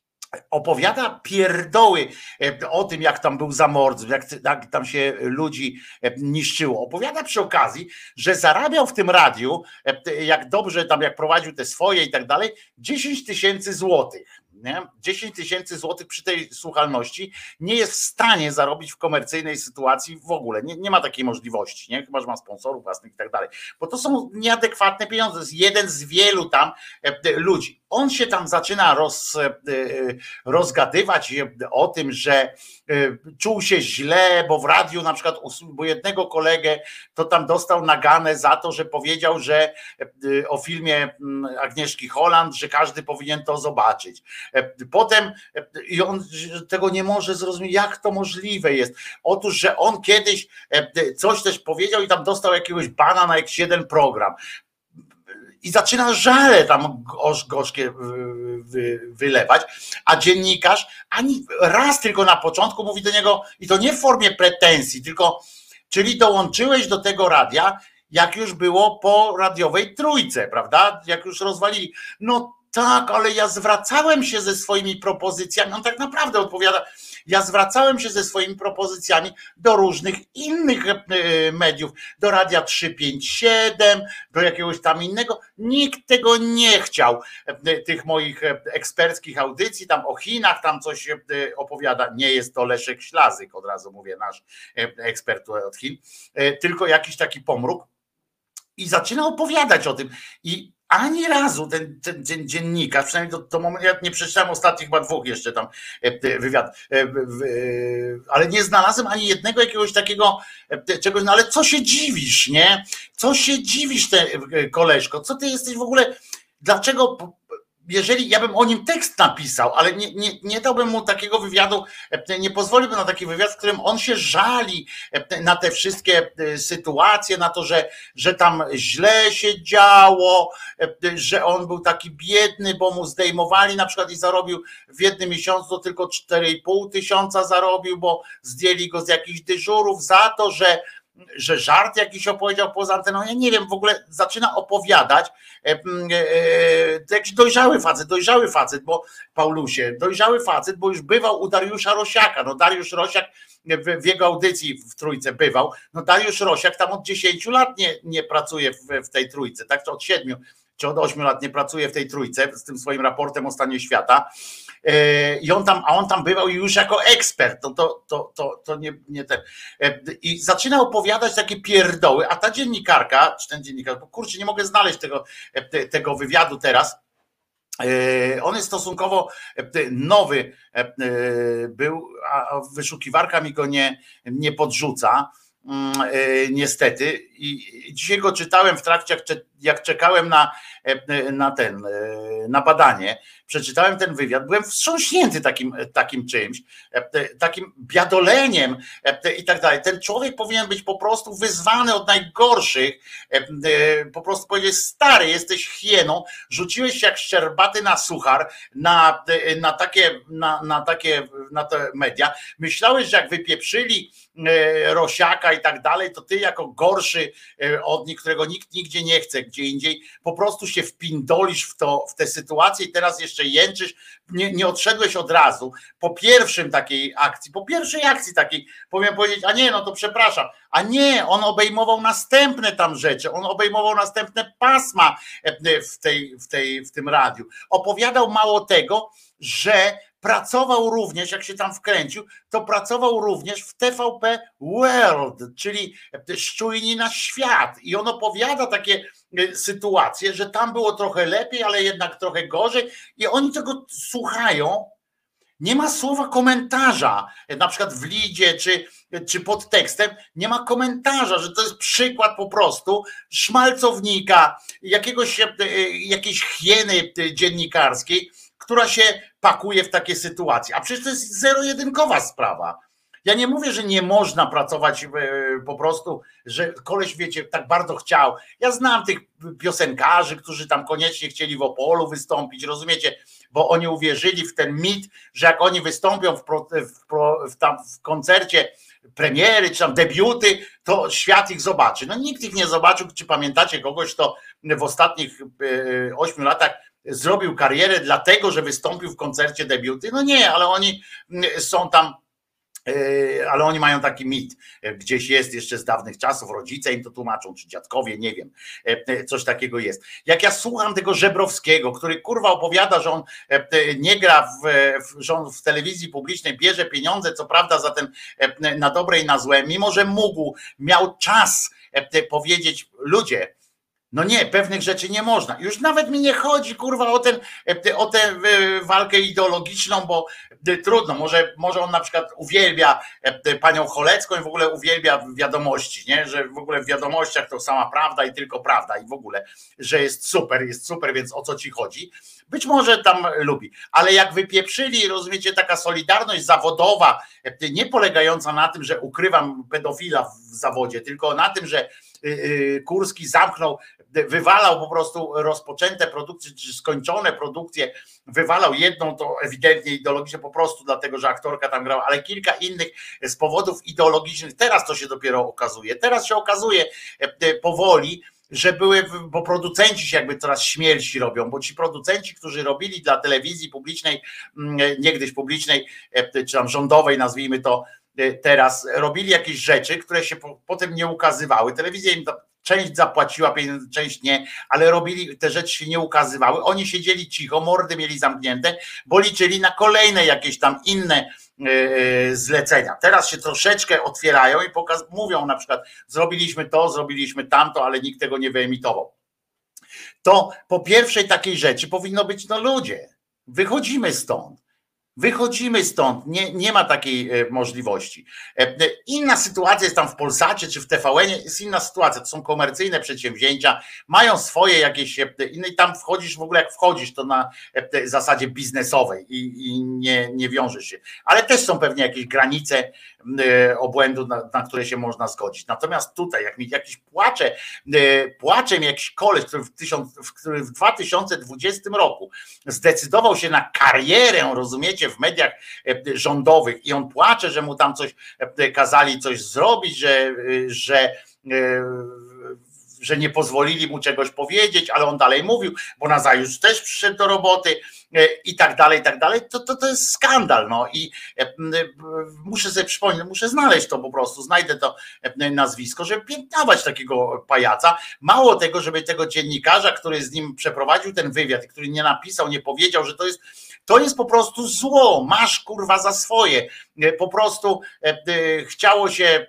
Opowiada pierdoły o tym, jak tam był zamordyzm, jak, jak tam się ludzi niszczyło. Opowiada przy okazji, że zarabiał w tym radiu, jak dobrze tam, jak prowadził te swoje i tak dalej, dziesięć tysięcy złotych. Nie? dziesięć tysięcy złotych przy tej słuchalności nie jest w stanie zarobić w komercyjnej sytuacji w ogóle. Nie, nie ma takiej możliwości, nie? Chyba że ma sponsorów własnych i tak dalej. Bo to są nieadekwatne pieniądze. To jest jeden z wielu tam ludzi. On się tam zaczyna roz, rozgadywać o tym, że czuł się źle, bo w radiu na przykład, bo jednego kolegę to tam dostał naganę za to, że powiedział, że o filmie Agnieszki Holland, że każdy powinien to zobaczyć. Potem i on tego nie może zrozumieć, jak to możliwe jest. Otóż, że on kiedyś coś też powiedział i tam dostał jakiegoś bana na jakiś jeden program. I zaczyna żale tam gorzkie wylewać, a dziennikarz ani raz tylko na początku mówi do niego, i to nie w formie pretensji, tylko, czyli dołączyłeś do tego radia, jak już było po radiowej Trójce, prawda? Jak już rozwalili. No tak, ale ja zwracałem się ze swoimi propozycjami, on tak naprawdę odpowiada, ja zwracałem się ze swoimi propozycjami do różnych innych mediów, do Radia trzysta pięćdziesiąt siedem, do jakiegoś tam innego. Nikt tego nie chciał, tych moich eksperckich audycji, tam o Chinach, tam coś opowiada. Nie jest to Leszek Ślazyk, od razu mówię, nasz ekspert od Chin, tylko jakiś taki pomruk. I zaczyna opowiadać o tym. I ani razu ten, ten, ten dziennikarz, przynajmniej do, do momentu, ja nie przeczytałem ostatnich chyba dwóch jeszcze tam wywiad, ale nie znalazłem ani jednego jakiegoś takiego czegoś, no ale co się dziwisz, nie? Co się dziwisz, te, koleżko? Co ty jesteś w ogóle, dlaczego jeżeli ja bym o nim tekst napisał, ale nie, nie, nie dałbym mu takiego wywiadu, nie pozwoliłbym na taki wywiad, w którym on się żali na te wszystkie sytuacje, na to, że, że tam źle się działo, że on był taki biedny, bo mu zdejmowali na przykład i zarobił w jednym miesiącu tylko cztery i pół tysiąca zarobił, bo zdjęli go z jakichś dyżurów za to, że że żart jakiś opowiedział poza anteną, ja nie wiem, w ogóle zaczyna opowiadać e, e, jakiś dojrzały facet, dojrzały facet, bo Paulusie, dojrzały facet, bo już bywał u Dariusza Rosiaka, no Dariusz Rosiak w, w jego audycji w Trójce bywał, no Dariusz Rosiak tam od dziesięciu lat nie, nie pracuje w, w tej Trójce, tak, czy od siedmiu, czy od ośmiu lat nie pracuje w tej Trójce z tym swoim raportem o stanie świata. I on tam, a on tam bywał już jako ekspert, no to, to, to, to nie, nie ten. I zaczyna opowiadać takie pierdoły, a ta dziennikarka, czy ten dziennikarz, bo kurczę, nie mogę znaleźć tego, tego wywiadu teraz. On jest stosunkowo nowy był, a wyszukiwarka mi go nie, nie podrzuca. Niestety. I dzisiaj go czytałem w trakcie, jak czekałem na, na ten, na badanie. Przeczytałem ten wywiad, byłem wstrząśnięty takim, takim czymś, takim biadoleniem i tak dalej. Ten człowiek powinien być po prostu wyzwany od najgorszych, po prostu powiedzieć: stary, jesteś hieną, rzuciłeś się jak szczerbaty na suchar, na, na takie, na, na takie, na te media. Myślałeś, że jak wypieprzyli Rosiaka i tak dalej, to ty jako gorszy od nich, którego nikt nigdzie nie chce, gdzie indziej, po prostu się wpindolisz w to, w tę sytuację i teraz jeszcze jęczysz, nie, nie odszedłeś od razu. Po pierwszym takiej akcji, po pierwszej akcji takiej, powiem powiedzieć, a nie, no to przepraszam, a nie, on obejmował następne tam rzeczy, on obejmował następne pasma w, tej, w, tej, w tym radiu. Opowiadał mało tego, że pracował również, jak się tam wkręcił, to pracował również w T V P World, czyli szczujni na świat. I on opowiada takie sytuacje, że tam było trochę lepiej, ale jednak trochę gorzej i oni tego słuchają. Nie ma słowa komentarza, na przykład w lidzie czy, czy pod tekstem, nie ma komentarza, że to jest przykład po prostu szmalcownika, jakiegoś, jakiejś hieny dziennikarskiej, która się pakuje w takie sytuacje. A przecież to jest zero-jedynkowa sprawa. Ja nie mówię, że nie można pracować po prostu, że koleś, wiecie, tak bardzo chciał. Ja znam tych piosenkarzy, którzy tam koniecznie chcieli w Opolu wystąpić, rozumiecie, bo oni uwierzyli w ten mit, że jak oni wystąpią w, pro, w, pro, w, tam, w koncercie premiery, czy tam debiuty, to świat ich zobaczy. No nikt ich nie zobaczył. Czy pamiętacie kogoś, kto w ostatnich ośmiu latach zrobił karierę dlatego, że wystąpił w koncercie debiuty? No nie, ale oni są tam, ale oni mają taki mit, gdzieś jest jeszcze z dawnych czasów, rodzice im to tłumaczą, czy dziadkowie, nie wiem, coś takiego jest. Jak ja słucham tego Żebrowskiego, który kurwa opowiada, że on nie gra, w, że on w telewizji publicznej bierze pieniądze, co prawda za ten, na dobre i na złe, mimo że mógł, miał czas powiedzieć: ludzie, no nie, pewnych rzeczy nie można. Już nawet mi nie chodzi, kurwa, o, ten, o tę walkę ideologiczną, bo trudno, może, może on na przykład uwielbia panią Cholecką i w ogóle uwielbia wiadomości, nie? Że w ogóle w wiadomościach to sama prawda i tylko prawda i w ogóle, że jest super, jest super, więc o co ci chodzi? Być może tam lubi, ale jak wypieprzyli, rozumiecie, taka solidarność zawodowa, nie polegająca na tym, że ukrywam pedofila w zawodzie, tylko na tym, że Kurski zamknął, wywalał po prostu rozpoczęte produkcje, czy skończone produkcje, wywalał jedną, to ewidentnie ideologicznie, po prostu dlatego, że aktorka tam grała, ale kilka innych z powodów ideologicznych. Teraz to się dopiero okazuje. Teraz się okazuje powoli, że były, bo producenci się jakby coraz śmierci robią, bo ci producenci, którzy robili dla telewizji publicznej, niegdyś publicznej, czy tam rządowej, nazwijmy to teraz, robili jakieś rzeczy, które się potem nie ukazywały. Telewizja im część zapłaciła pieniądze, część nie, ale robili, te rzeczy się nie ukazywały. Oni siedzieli cicho, mordy mieli zamknięte, bo liczyli na kolejne jakieś tam inne zlecenia. Teraz się troszeczkę otwierają i pokaz, mówią na przykład: zrobiliśmy to, zrobiliśmy tamto, ale nikt tego nie wyemitował. To po pierwszej takiej rzeczy powinno być: no ludzie, wychodzimy stąd. Wychodzimy stąd, nie, nie ma takiej możliwości. Inna sytuacja jest tam w Polsacie czy w T V N-ie, jest inna sytuacja, to są komercyjne przedsięwzięcia, mają swoje jakieś inne i tam wchodzisz w ogóle jak wchodzisz to na zasadzie biznesowej i, i nie, nie wiążesz się. Ale też są pewnie jakieś granice obłędu, na, na które się można zgodzić. Natomiast tutaj, jak mi jakiś płacze, płacze mi jakiś koleś, który w, tysiąc, który w dwa tysiące dwudziestym roku zdecydował się na karierę, rozumiecie, w mediach rządowych i on płacze, że mu tam coś kazali coś zrobić, że, że, że nie pozwolili mu czegoś powiedzieć, ale on dalej mówił, bo nazajutrz też przyszedł do roboty i tak dalej, i tak dalej, to, to, to jest skandal. No i muszę sobie przypomnieć, muszę znaleźć to po prostu, znajdę to nazwisko, żeby piętnować takiego pajaca. Mało tego, żeby tego dziennikarza, który z nim przeprowadził ten wywiad, który nie napisał, nie powiedział, że to jest To jest po prostu zło, masz kurwa za swoje. Po prostu chciało się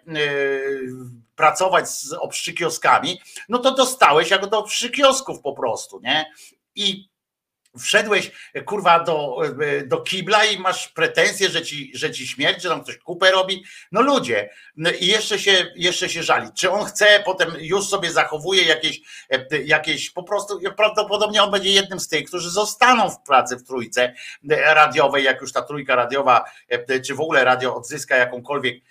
pracować z obszczykioskami, no to dostałeś jak do obszczykiosków po prostu, nie? I wszedłeś kurwa do, do kibla i masz pretensje, że ci, że ci śmierć, że tam ktoś kupę robi. No ludzie, i jeszcze się, jeszcze się żali. Czy on chce, potem już sobie zachowuje jakieś, jakieś po prostu, prawdopodobnie on będzie jednym z tych, którzy zostaną w pracy w trójce radiowej, jak już ta trójka radiowa, czy w ogóle radio odzyska jakąkolwiek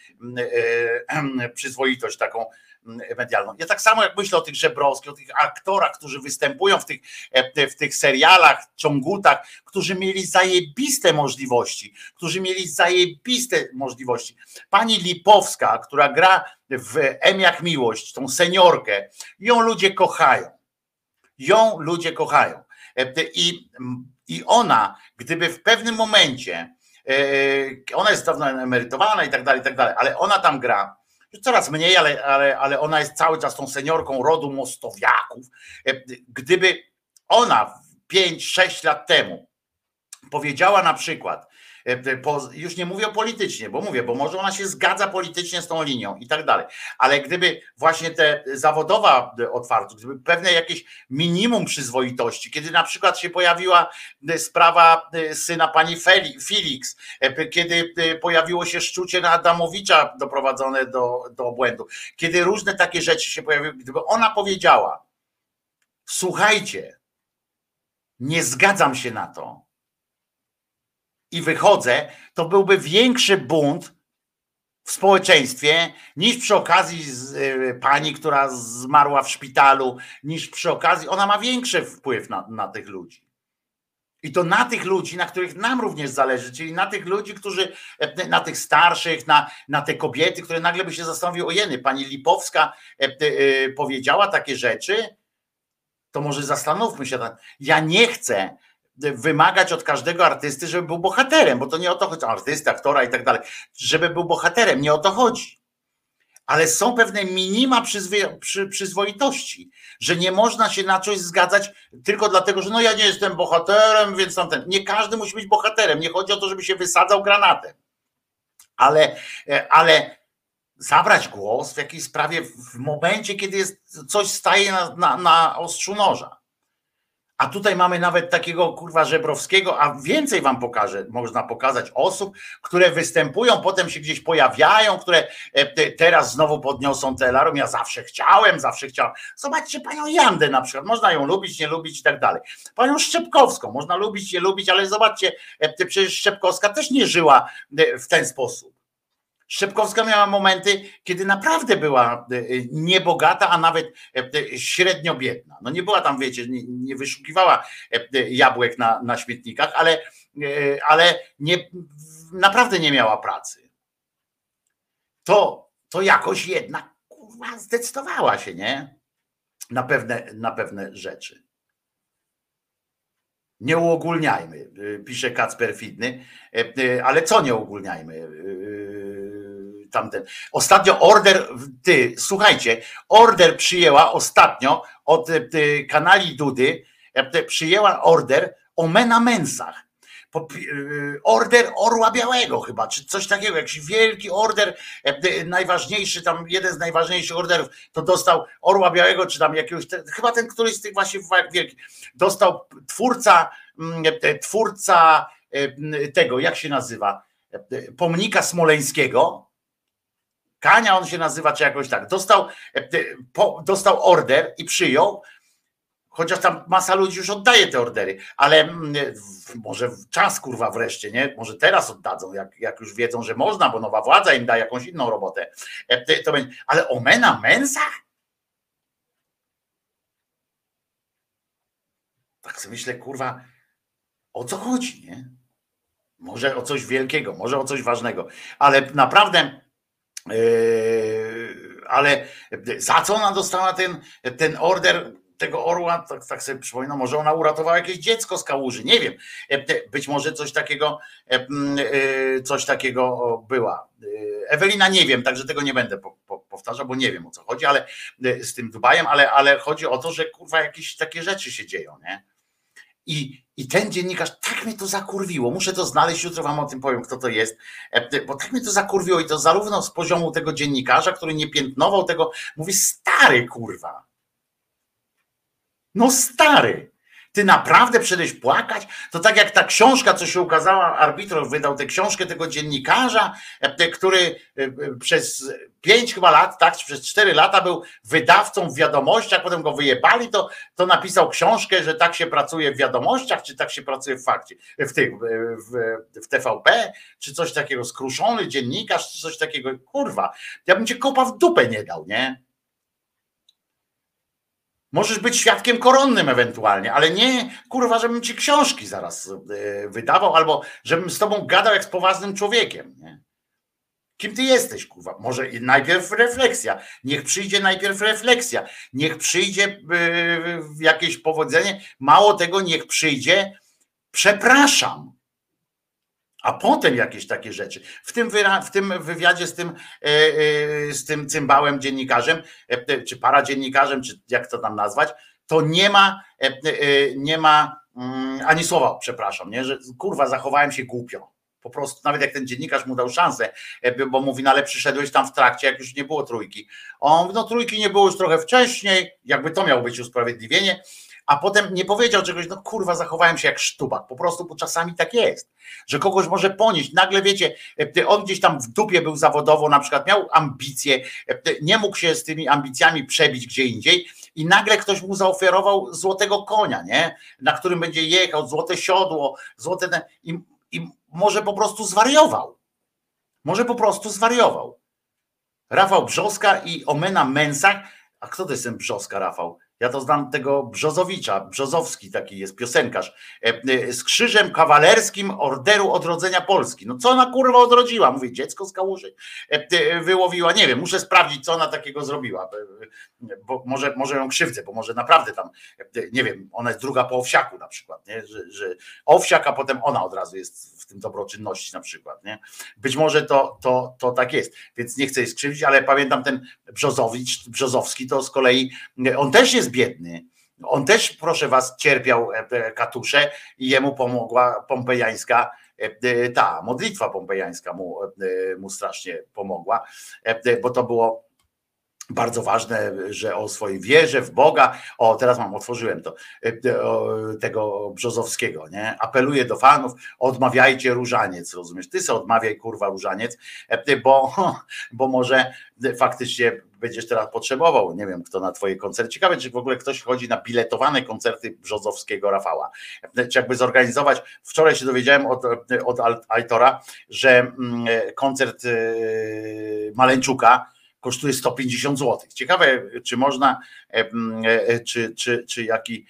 przyzwoitość taką medialną. Ja tak samo jak myślę o tych Żebrowskich, o tych aktorach, którzy występują w tych, w tych serialach, ciągutach, którzy mieli zajebiste możliwości, którzy mieli zajebiste możliwości. Pani Lipowska, która gra w M jak miłość, tą seniorkę, ją ludzie kochają. Ją ludzie kochają. I, i ona, gdyby w pewnym momencie, ona jest dawno emerytowana i tak dalej, i tak dalej, ale ona tam gra, coraz mniej, ale, ale, ale ona jest cały czas tą seniorką rodu Mostowiaków. Gdyby ona pięć sześć lat temu powiedziała na przykład, już nie mówię politycznie, bo mówię, bo może ona się zgadza politycznie z tą linią i tak dalej, ale gdyby właśnie te zawodowa otwartość, gdyby pewne jakieś minimum przyzwoitości, kiedy na przykład się pojawiła sprawa syna pani Felix, kiedy pojawiło się szczucie na Adamowicza doprowadzone do, do obłędu, kiedy różne takie rzeczy się pojawiły, gdyby ona powiedziała, słuchajcie, nie zgadzam się na to, i wychodzę, to byłby większy bunt w społeczeństwie niż przy okazji z, y, pani, która zmarła w szpitalu, niż przy okazji, ona ma większy wpływ na, na tych ludzi. I to na tych ludzi, na których nam również zależy, czyli na tych ludzi, którzy, na tych starszych, na, na te kobiety, które nagle by się zastanowiły, ojeny, pani Lipowska y, y, powiedziała takie rzeczy, to może zastanówmy się. Ja nie chcę wymagać od każdego artysty, żeby był bohaterem, bo to nie o to chodzi, artysty, aktora i tak dalej, żeby był bohaterem, nie o to chodzi. Ale są pewne minima przyzwy, przy, przyzwoitości, że nie można się na coś zgadzać tylko dlatego, że no ja nie jestem bohaterem, więc tamten. Nie każdy musi być bohaterem, nie chodzi o to, żeby się wysadzał granatem. Ale, ale zabrać głos w jakiejś sprawie w momencie, kiedy jest, coś staje na, na, na ostrzu noża. A tutaj mamy nawet takiego kurwa Żebrowskiego, a więcej wam pokażę, można pokazać osób, które występują, potem się gdzieś pojawiają, które teraz znowu podniosą te alarm. Ja zawsze chciałem, zawsze chciałem. Zobaczcie panią Jandę na przykład, można ją lubić, nie lubić i tak dalej. Panią Szczepkowską, można lubić, nie lubić, ale zobaczcie, przecież Szczepkowska też nie żyła w ten sposób. Szczepkowska miała momenty, kiedy naprawdę była niebogata, a nawet średnio biedna. No nie była tam, wiecie, nie, nie wyszukiwała jabłek na, na śmietnikach, ale, ale nie, naprawdę nie miała pracy. To, to jakoś jednak kurwa, zdecydowała się, nie? Na pewne, na pewne rzeczy. Nie uogólniajmy, pisze Kacper Fidny, ale co nie uogólniajmy? Tamten. Ostatnio order, ty, słuchajcie, order przyjęła ostatnio od ty, kanali Dudy, przyjęła order o menamensach. Order Orła Białego chyba, czy coś takiego, jakiś wielki order, najważniejszy, tam jeden z najważniejszych orderów, to dostał Orła Białego, czy tam jakiegoś, chyba ten któryś z tych właśnie wielkich, dostał twórca, twórca tego, jak się nazywa, pomnika smoleńskiego, Kania on się nazywa, czy jakoś tak, dostał, dostał order i przyjął, chociaż tam masa ludzi już oddaje te ordery, ale może czas kurwa wreszcie, nie? Może teraz oddadzą, jak, jak już wiedzą, że można, bo nowa władza im da jakąś inną robotę. To będzie, ale Omena Mensah? Tak sobie myślę, kurwa, o co chodzi, nie? Może o coś wielkiego, może o coś ważnego, ale naprawdę, yy, ale za co ona dostała ten, ten order tego orła, tak, tak sobie przypominam, może ona uratowała jakieś dziecko z kałuży, nie wiem, być może coś takiego, coś takiego była. Ewelina nie wiem, także tego nie będę powtarzał, bo nie wiem, o co chodzi, ale z tym Dubajem, ale, ale chodzi o to, że kurwa jakieś takie rzeczy się dzieją, nie? I, I ten dziennikarz, tak mnie to zakurwiło, muszę to znaleźć, jutro wam o tym powiem, kto to jest, bo tak mnie to zakurwiło i to zarówno z poziomu tego dziennikarza, który nie piętnował tego, mówi stary kurwa, no stary, ty naprawdę przyszedłeś płakać? To tak jak ta książka, co się ukazała, Arbitrow wydał tę książkę tego dziennikarza, który przez pięć chyba lat, tak, czy przez cztery lata był wydawcą w Wiadomościach, potem go wyjebali, to, to napisał książkę, że tak się pracuje w Wiadomościach, czy tak się pracuje w Fakcie, w tych, w, w T V P, czy coś takiego, skruszony dziennikarz, czy coś takiego, kurwa, ja bym cię kopa w dupę nie dał, nie? Możesz być świadkiem koronnym ewentualnie, ale nie, kurwa, żebym ci książki zaraz wydawał, albo żebym z tobą gadał jak z poważnym człowiekiem. Nie? Kim ty jesteś, kurwa? Może najpierw refleksja. Niech przyjdzie najpierw refleksja. Niech przyjdzie jakieś powodzenie. Mało tego, niech przyjdzie przepraszam. A potem jakieś takie rzeczy. W tym, wyra- w tym wywiadzie z tym, e, e, z tym cymbałem dziennikarzem, e, czy paradziennikarzem, czy jak to tam nazwać, to nie ma, e, e, nie ma mm, ani słowa, przepraszam, nie? Że kurwa zachowałem się głupio. Po prostu nawet jak ten dziennikarz mu dał szansę, e, bo mówi, no ale przyszedłeś tam w trakcie, jak już nie było trójki. On mówi, no trójki nie było już trochę wcześniej, jakby to miało być usprawiedliwienie. A potem nie powiedział czegoś, no kurwa, zachowałem się jak sztubak, po prostu, bo czasami tak jest, że kogoś może ponieść, nagle wiecie, on gdzieś tam w dupie był zawodowo, na przykład miał ambicje, nie mógł się z tymi ambicjami przebić gdzie indziej i nagle ktoś mu zaoferował złotego konia, nie? Na którym będzie jechał, złote siodło, złote ten, i, i może po prostu zwariował, może po prostu zwariował. Rafał Brzoska i Omena Mensah, a kto to jest ten Brzoska, Rafał? Ja to znam tego Brzozowicza, Brzozowski taki jest piosenkarz, z krzyżem kawalerskim Orderu Odrodzenia Polski. No co ona kurwa odrodziła? Mówię, dziecko z kałuży wyłowiła, nie wiem, muszę sprawdzić, co ona takiego zrobiła, bo może, może ją krzywdzę, bo może naprawdę tam, nie wiem, ona jest druga po Owsiaku na przykład, nie? Że, że Owsiak, a potem ona od razu jest w tym dobroczynności na przykład, nie? Być może to, to, to tak jest, więc nie chcę jej skrzywdzić, ale pamiętam ten Brzozowicz, Brzozowski to z kolei, on też jest biedny. On też, proszę was, cierpiał katusze i jemu pomogła pompejańska, ta modlitwa pompejańska mu, mu strasznie pomogła, bo to było bardzo ważne, że o swojej wierze w Boga, o teraz mam, otworzyłem to, tego Brzozowskiego, nie? Apeluję do fanów, odmawiajcie różaniec, rozumiesz? Ty se odmawiaj kurwa różaniec, bo, bo może faktycznie będziesz teraz potrzebował, nie wiem kto na twoje koncerty, ciekawe czy w ogóle ktoś chodzi na biletowane koncerty Brzozowskiego Rafała, czy jakby zorganizować, wczoraj się dowiedziałem od, od Aitora, że koncert Maleńczuka kosztuje sto pięćdziesiąt złotych. Ciekawe, czy można, czy, czy, czy jaki,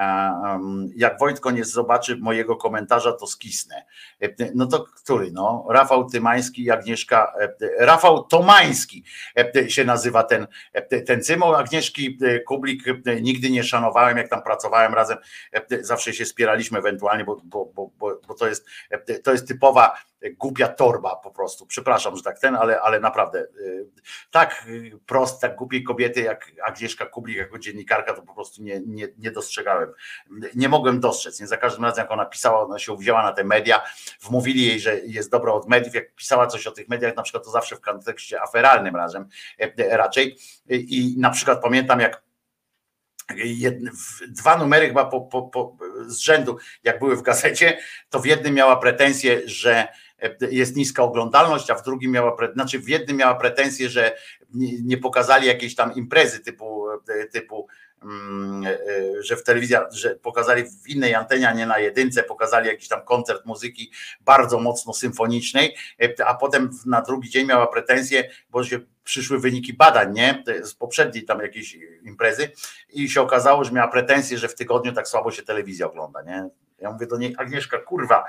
jak Wojtko nie zobaczy mojego komentarza, to skisnę. No to który? No, Rafał Tymański i Agnieszka, Rafał Tomański się nazywa ten, ten cymo. Agnieszki Kublik nigdy nie szanowałem, jak tam pracowałem razem, zawsze się spieraliśmy ewentualnie, bo, bo, bo, bo to jest, to jest typowa głupia torba po prostu, przepraszam, że tak ten, ale, ale naprawdę tak prost, tak głupiej kobiety jak Agnieszka Kublik jako dziennikarka to po prostu nie, nie, nie dostrzegałem, nie mogłem dostrzec, nie za każdym razem jak ona pisała, ona się uwzięła na te media, wmówili jej, że jest dobra od mediów, jak pisała coś o tych mediach, na przykład to zawsze w kontekście aferalnym razem raczej i na przykład pamiętam jak jedne, dwa numery chyba po, po, po, z rzędu, jak były w gazecie, to w jednym miała pretensję, że jest niska oglądalność, a w drugim miała, znaczy w jednym miała pretensję, że nie pokazali jakiejś tam imprezy typu, typu że w telewizji, że pokazali w innej antenie, a nie na jedynce, pokazali jakiś tam koncert muzyki bardzo mocno symfonicznej, a potem na drugi dzień miała pretensję, bo się przyszły wyniki badań, nie? Z poprzedniej tam jakiejś imprezy i się okazało, że miała pretensję, że w tygodniu tak słabo się telewizja ogląda, nie? Ja mówię do niej, Agnieszka, kurwa,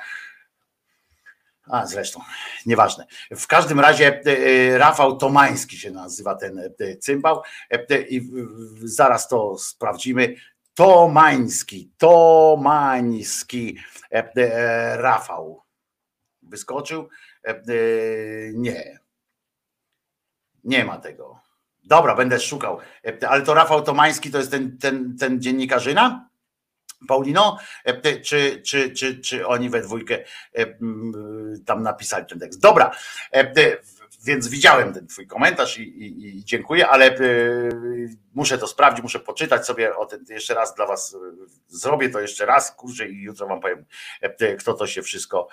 a zresztą, nieważne. W każdym razie Rafał Tomański się nazywa ten cymbał i zaraz to sprawdzimy. Tomański, Tomański Rafał. Wyskoczył? Nie. Nie ma tego. Dobra, będę szukał. Ale to Rafał Tomański to jest ten, ten, ten dziennikarzyna? Paulino, czy, czy, czy, czy oni we dwójkę tam napisali ten tekst? Dobra, więc widziałem ten twój komentarz i, i, i dziękuję, ale muszę to sprawdzić, muszę poczytać sobie o tym jeszcze raz dla was, zrobię to jeszcze raz, kurczę, i jutro wam powiem, kto to się wszystko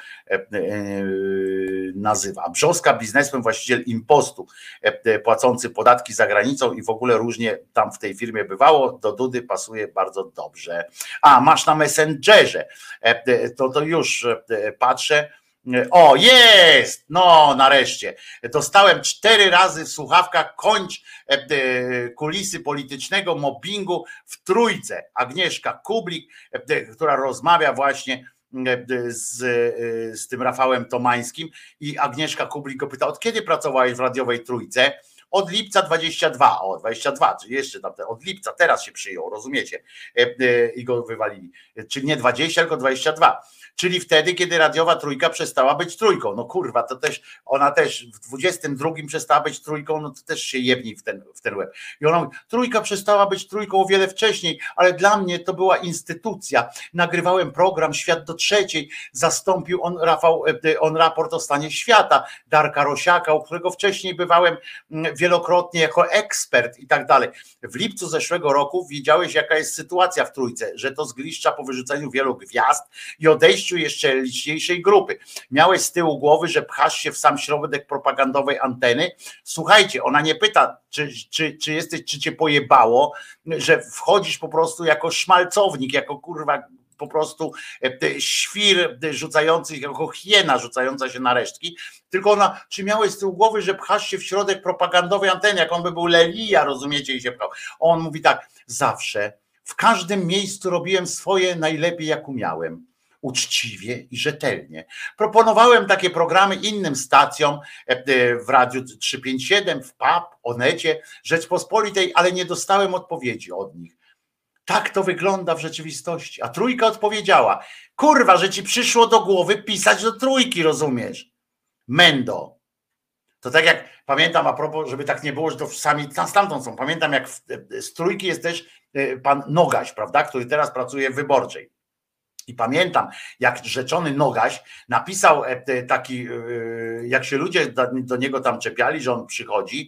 nazywa. Brzoska, biznesmen, właściciel Impostu, płacący podatki za granicą i w ogóle różnie tam w tej firmie bywało, do Dudy pasuje bardzo dobrze. A, masz na Messengerze, to, to już patrzę. O, jest! No, nareszcie. Dostałem cztery razy w słuchawkach kończ kulisy politycznego mobbingu w Trójce. Agnieszka Kublik, która rozmawia właśnie z, z tym Rafałem Tomańskim i Agnieszka Kublik go pyta, od kiedy pracowałeś w radiowej Trójce? Od lipca dwadzieścia dwa, o dwadzieścia dwa, czy jeszcze tam, od lipca, teraz się przyjął, rozumiecie? I go wywalili. Czy nie dwadzieścia, tylko dwadzieścia dwa. Czyli wtedy, kiedy radiowa Trójka przestała być trójką. No kurwa, to też, ona też w dwudziestym drugim przestała być trójką, no to też się jebni w ten, w ten łeb. I ona mówi, Trójka przestała być trójką o wiele wcześniej, ale dla mnie to była instytucja. Nagrywałem program Świat do trzeciej, zastąpił on Rafał, on raport o stanie świata, Darka Rosiaka, u którego wcześniej bywałem wielokrotnie jako ekspert i tak dalej. W lipcu zeszłego roku wiedziałeś, jaka jest sytuacja w Trójce, że to zgliszcza po wyrzuceniu wielu gwiazd i odejściu jeszcze liczniejszej grupy. Miałeś z tyłu głowy, że pchasz się w sam środek propagandowej anteny. Słuchajcie, ona nie pyta, czy, czy, czy jesteś, czy cię pojebało, że wchodzisz po prostu jako szmalcownik, jako kurwa po prostu świr rzucający, jako hiena rzucająca się na resztki, tylko ona, czy miałeś z tyłu głowy, że pchasz się w środek propagandowej anteny, jak on by był Lelia, rozumiecie, i się pchał. On mówi tak, zawsze, w każdym miejscu robiłem swoje najlepiej, jak umiałem. Uczciwie i rzetelnie. Proponowałem takie programy innym stacjom w Radiu trzysta pięćdziesiąt siedem, w P A P, Onecie, Rzeczpospolitej, ale nie dostałem odpowiedzi od nich. Tak to wygląda w rzeczywistości. A Trójka odpowiedziała, kurwa, że ci przyszło do głowy pisać do Trójki, rozumiesz? Mendo. To tak jak, pamiętam a propos, żeby tak nie było, że to sami stamtąd są. Pamiętam jak w, z Trójki jest też pan Nogaś, prawda, który teraz pracuje w Wyborczej. I pamiętam, jak rzeczony Nogaś napisał taki, jak się ludzie do niego tam czepiali, że on przychodzi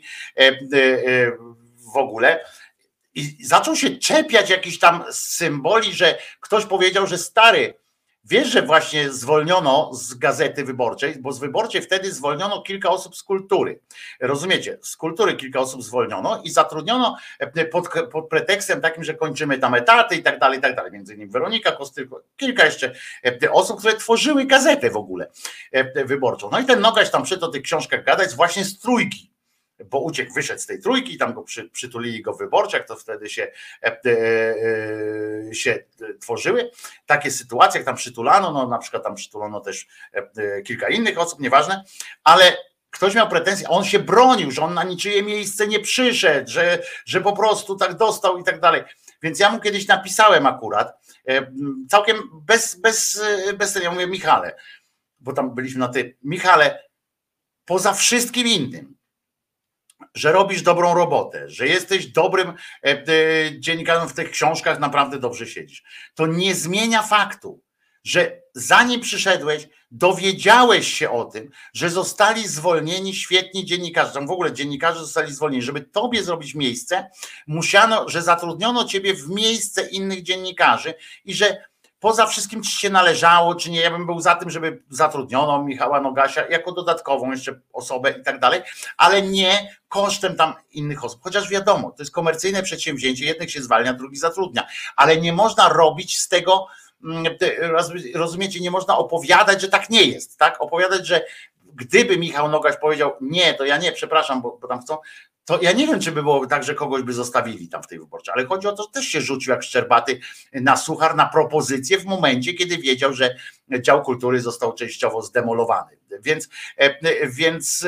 w ogóle i zaczął się czepiać jakichś tam symboli, że ktoś powiedział, że stary, wiesz, że właśnie zwolniono z Gazety Wyborczej, bo z Wyborczej wtedy zwolniono kilka osób z kultury. Rozumiecie? Z kultury kilka osób zwolniono i zatrudniono pod, pod pretekstem takim, że kończymy tam etaty i tak dalej, i tak dalej. Między innymi Weronika Kostylko, kilka jeszcze osób, które tworzyły gazetę w ogóle wyborczą. No i ten Nogaś tam przyszedł o tych książkach gadać właśnie z Trójki, bo uciekł, wyszedł z tej Trójki, tam go przy, przytulili go w Wyborczych, to wtedy się, e, e, się tworzyły takie sytuacje, jak tam przytulano, no na przykład tam przytulono też e, kilka innych osób, nieważne, ale ktoś miał pretensje, a on się bronił, że on na niczyje miejsce nie przyszedł, że, że po prostu tak dostał i tak dalej. Więc ja mu kiedyś napisałem akurat, e, całkiem bez, bez, bez ja mówię, Michale, bo tam byliśmy na tej, Michale, poza wszystkim innym, że robisz dobrą robotę, że jesteś dobrym dziennikarzem, w tych książkach naprawdę dobrze siedzisz. To nie zmienia faktu, że zanim przyszedłeś, dowiedziałeś się o tym, że zostali zwolnieni świetni dziennikarze, tam w ogóle dziennikarze zostali zwolnieni, żeby tobie zrobić miejsce, musiano, że zatrudniono ciebie w miejsce innych dziennikarzy i że poza wszystkim ci się należało, czy nie, ja bym był za tym, żeby zatrudniono Michała Nogasia jako dodatkową jeszcze osobę i tak dalej, ale nie kosztem tam innych osób, chociaż wiadomo, to jest komercyjne przedsięwzięcie, jednych się zwalnia, drugi zatrudnia, ale nie można robić z tego, rozumiecie, nie można opowiadać, że tak nie jest, tak? Opowiadać, że gdyby Michał Nogaś powiedział nie, to ja nie, przepraszam, bo, bo tam chcą, to ja nie wiem, czy by było tak, że kogoś by zostawili tam w tej wyborczej, ale chodzi o to, że też się rzucił jak Szczerbaty na suchar, na propozycję w momencie, kiedy wiedział, że dział kultury został częściowo zdemolowany. Więc, więc,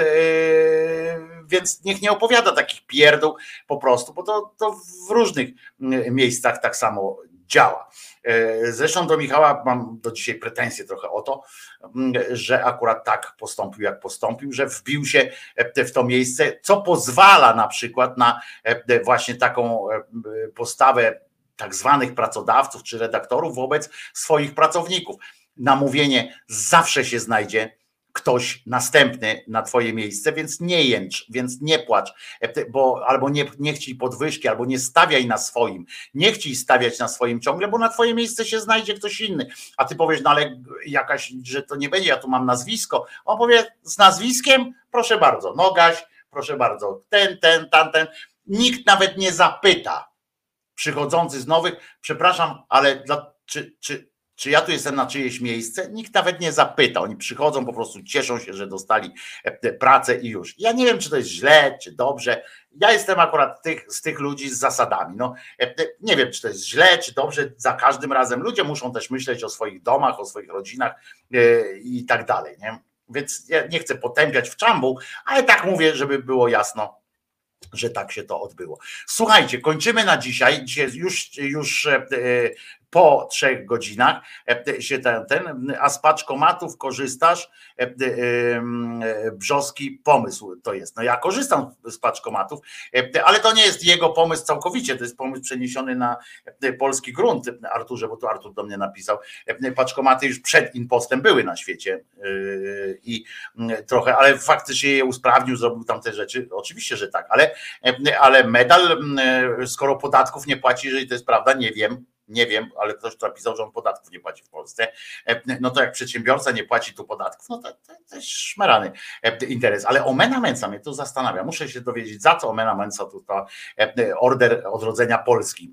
więc niech nie opowiada takich pierdół po prostu, bo to, to w różnych miejscach tak samo działa. Zresztą do Michała mam do dzisiaj pretensje trochę o to, że akurat tak postąpił, jak postąpił, że wbił się w to miejsce, co pozwala na przykład na właśnie taką postawę tak zwanych pracodawców czy redaktorów wobec swoich pracowników. Na mówienie zawsze się znajdzie ktoś następny na twoje miejsce, więc nie jęcz, więc nie płacz, bo albo nie, nie chciej podwyżki, albo nie stawiaj na swoim, nie chciej stawiać na swoim ciągle, bo na twoje miejsce się znajdzie ktoś inny, a ty powiesz, no ale jakaś, że to nie będzie, ja tu mam nazwisko, on powie z nazwiskiem, proszę bardzo, Nogaś, proszę bardzo, ten, ten, tamten, nikt nawet nie zapyta przychodzący z nowych, przepraszam, ale dla, czy, czy Czy ja tu jestem na czyjeś miejsce? Nikt nawet nie zapyta. Oni przychodzą, po prostu cieszą się, że dostali pracę i już. Ja nie wiem, czy to jest źle, czy dobrze. Ja jestem akurat tych, z tych ludzi z zasadami. No, nie wiem, czy to jest źle, czy dobrze. Za każdym razem ludzie muszą też myśleć o swoich domach, o swoich rodzinach i tak dalej. Nie? Więc ja nie chcę potępiać w czambu, ale tak mówię, żeby było jasno, że tak się to odbyło. Słuchajcie, kończymy na dzisiaj. Dzisiaj już, już po trzech godzinach się ten, ten, a z paczkomatów korzystasz, Brzoski pomysł to jest. No ja korzystam z paczkomatów, ale to nie jest jego pomysł całkowicie, to jest pomysł przeniesiony na polski grunt, Arturze, bo to Artur do mnie napisał. Paczkomaty już przed impostem były na świecie i trochę, ale faktycznie je usprawnił, zrobił tam te rzeczy, oczywiście, że tak, ale, ale medal, skoro podatków nie płaci, jeżeli to jest prawda, nie wiem, Nie wiem, ale ktoś tu napisał, że on podatków nie płaci w Polsce. No to jak przedsiębiorca nie płaci tu podatków, no to, to, to jest szmerany interes. Ale Omena Mensa mnie to zastanawia. Muszę się dowiedzieć, za co Omena Mensa tu to order odrodzenia Polski,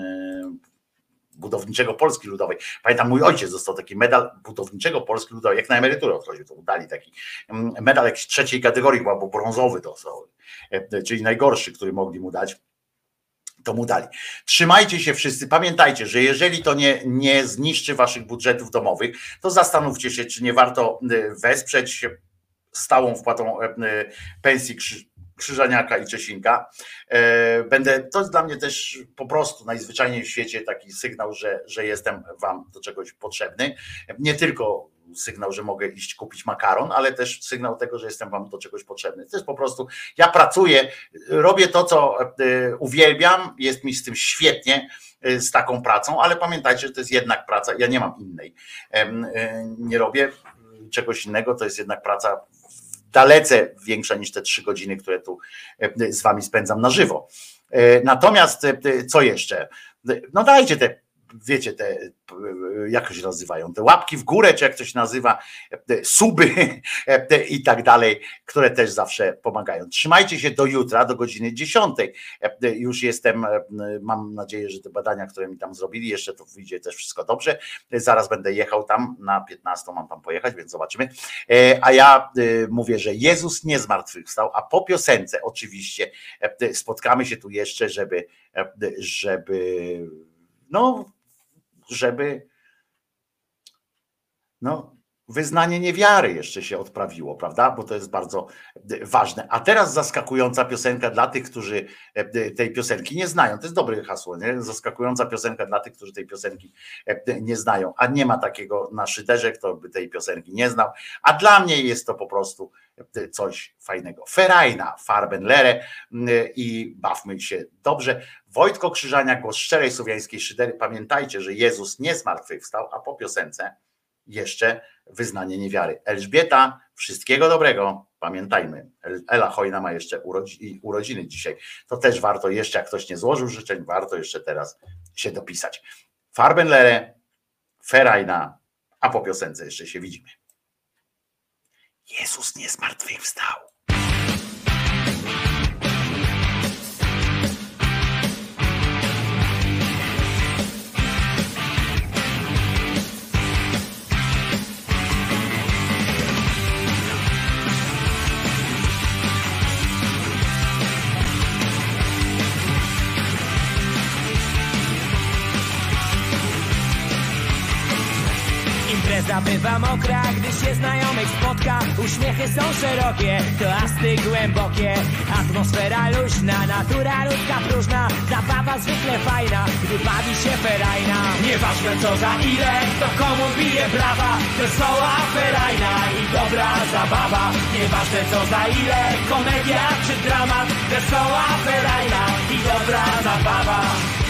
budowniczego Polski Ludowej. Pamiętam, mój ojciec dostał taki medal budowniczego Polski Ludowej, jak na emeryturę odchodził, to dali taki medal jakiejś trzeciej kategorii, bo brązowy dostał, czyli najgorszy, który mogli mu dać. To mu dali. Trzymajcie się wszyscy, pamiętajcie, że jeżeli to nie, nie zniszczy waszych budżetów domowych, to zastanówcie się, czy nie warto wesprzeć się stałą wpłatą pensji Krzyżaniaka i Czesinka. Będę, to jest dla mnie też po prostu najzwyczajniej w świecie taki sygnał, że, że jestem wam do czegoś potrzebny. Nie tylko sygnał, że mogę iść kupić makaron, ale też sygnał tego, że jestem wam do czegoś potrzebny. To jest po prostu, ja pracuję, robię to, co uwielbiam, jest mi z tym świetnie, z taką pracą, ale pamiętajcie, że to jest jednak praca, ja nie mam innej. Nie robię czegoś innego, to jest jednak praca dalece większa niż te trzy godziny, które tu z wami spędzam na żywo. Natomiast co jeszcze? No dajcie te, wiecie, te, jak to się nazywają, te łapki w górę, czy jak to się nazywa, suby i tak dalej, które też zawsze pomagają. Trzymajcie się do jutra, do godziny dziesiątej. Już jestem, mam nadzieję, że te badania, które mi tam zrobili, jeszcze to wyjdzie też wszystko dobrze. Zaraz będę jechał tam, na piętnastą mam tam pojechać, więc zobaczymy. A ja mówię, że Jezus nie zmartwychwstał, a po piosence oczywiście spotkamy się tu jeszcze, żeby, żeby no, żeby no, wyznanie niewiary jeszcze się odprawiło, prawda? Bo to jest bardzo ważne. A teraz zaskakująca piosenka dla tych, którzy tej piosenki nie znają. To jest dobre hasło, nie? Zaskakująca piosenka dla tych, którzy tej piosenki nie znają. A nie ma takiego na szyderze, kto by tej piosenki nie znał. A dla mnie jest to po prostu coś fajnego. Ferajna, Farbenlehre i bawmy się dobrze. Wojtko Krzyżania, głos szczerej słowiańskiej szydery. Pamiętajcie, że Jezus nie zmartwychwstał, a po piosence jeszcze wyznanie niewiary. Elżbieta, wszystkiego dobrego. Pamiętajmy, Ela Hojna ma jeszcze urodziny dzisiaj. To też warto jeszcze, jak ktoś nie złożył życzeń, warto jeszcze teraz się dopisać. Farbenlehre, Ferajna, a po piosence jeszcze się widzimy. Jezus nie zmartwychwstał. Impreza bywa mokra, gdy się znajomych spotka. Uśmiechy są szerokie, toasty głębokie. Atmosfera luźna, natura ludzka próżna. Zabawa zwykle fajna, gdy bawi się ferajna. Nieważne co za ile, to komu bije brawa. Wesoła ferajna i dobra zabawa. Nieważne co za ile, komedia czy dramat. Wesoła ferajna i dobra zabawa.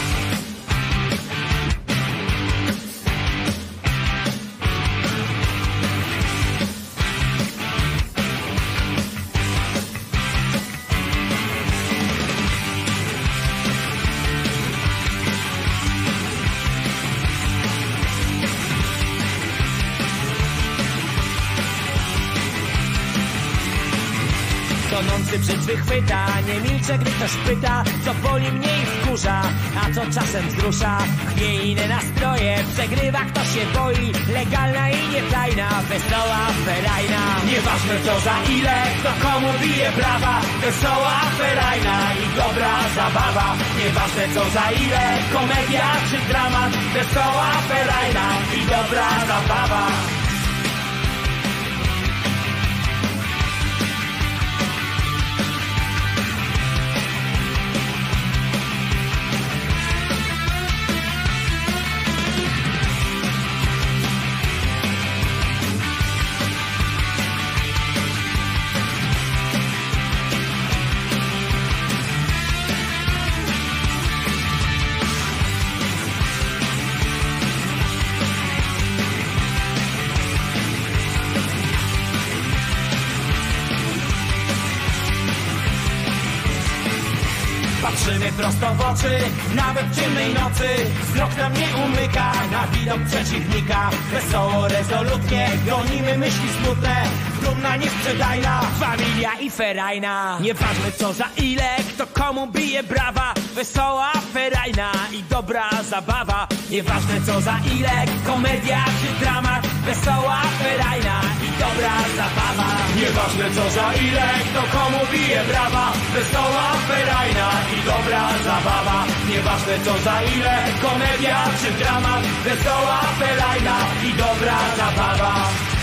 Tonący brzytwy chwyta, nie milczę, gdy ktoś pyta, co boli mnie i wkurza, a co czasem wzrusza. Chwiejne nastroje, przegrywa kto się boi, legalna i nietajna, wesoła ferajna. Nieważne co za ile, kto komu bije brawa, wesoła ferajna i dobra zabawa. Nieważne co za ile, komedia czy dramat, wesoła ferajna i dobra zabawa. Patrzymy prosto w oczy, nawet w ciemnej nocy. Wzrok nam nie umyka na widok przeciwnika. Wesoło, rezolutnie gonimy myśli smutne. Dumna, niesprzedajna, familia i ferajna. Nieważne co za ile, kto komu bije brawa. Wesoła ferajna i dobra zabawa. Nieważne co za ile, komedia czy dramat. Wesoła ferajna i dobra zabawa. Nieważne co za ile, kto komu bije brawa. Wesoła ferajna i dobra zabawa. Nieważne co za ile, komedia czy dramat. Wesoła ferajna i dobra zabawa.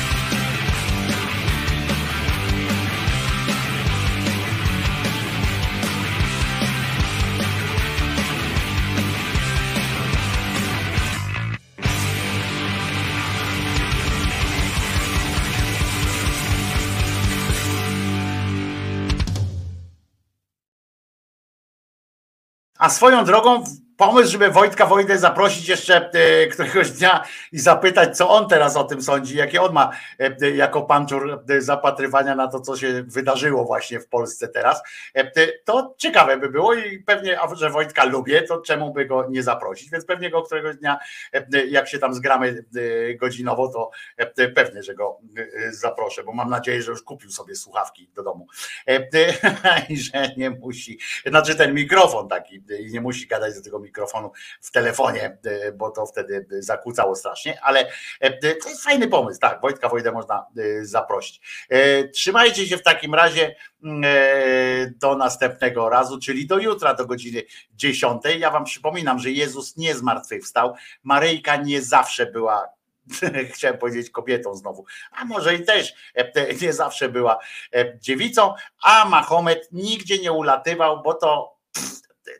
A swoją drogą pomysł, żeby Wojtka Wojdę zaprosić jeszcze e, któregoś dnia i zapytać, co on teraz o tym sądzi, jakie on ma e, jako panczur e, zapatrywania na to, co się wydarzyło właśnie w Polsce teraz. E, to ciekawe by było i pewnie, a że Wojtka lubię, to czemu by go nie zaprosić, więc pewnie go któregoś dnia, e, jak się tam zgramy e, godzinowo, to e, pewnie, że go e, zaproszę, bo mam nadzieję, że już kupił sobie słuchawki do domu e, i że nie musi, znaczy ten mikrofon taki i nie musi gadać do tego mikrofonu w telefonie, bo to wtedy zakłócało strasznie, ale to jest fajny pomysł, tak, Wojtka Wojdę można zaprosić. Trzymajcie się w takim razie do następnego razu, czyli do jutra do godziny dziesiątej. Ja wam przypominam, że Jezus nie zmartwychwstał, Maryjka nie zawsze była, chciałem powiedzieć kobietą znowu, a może i też nie zawsze była dziewicą, a Mahomet nigdzie nie ulatywał, bo to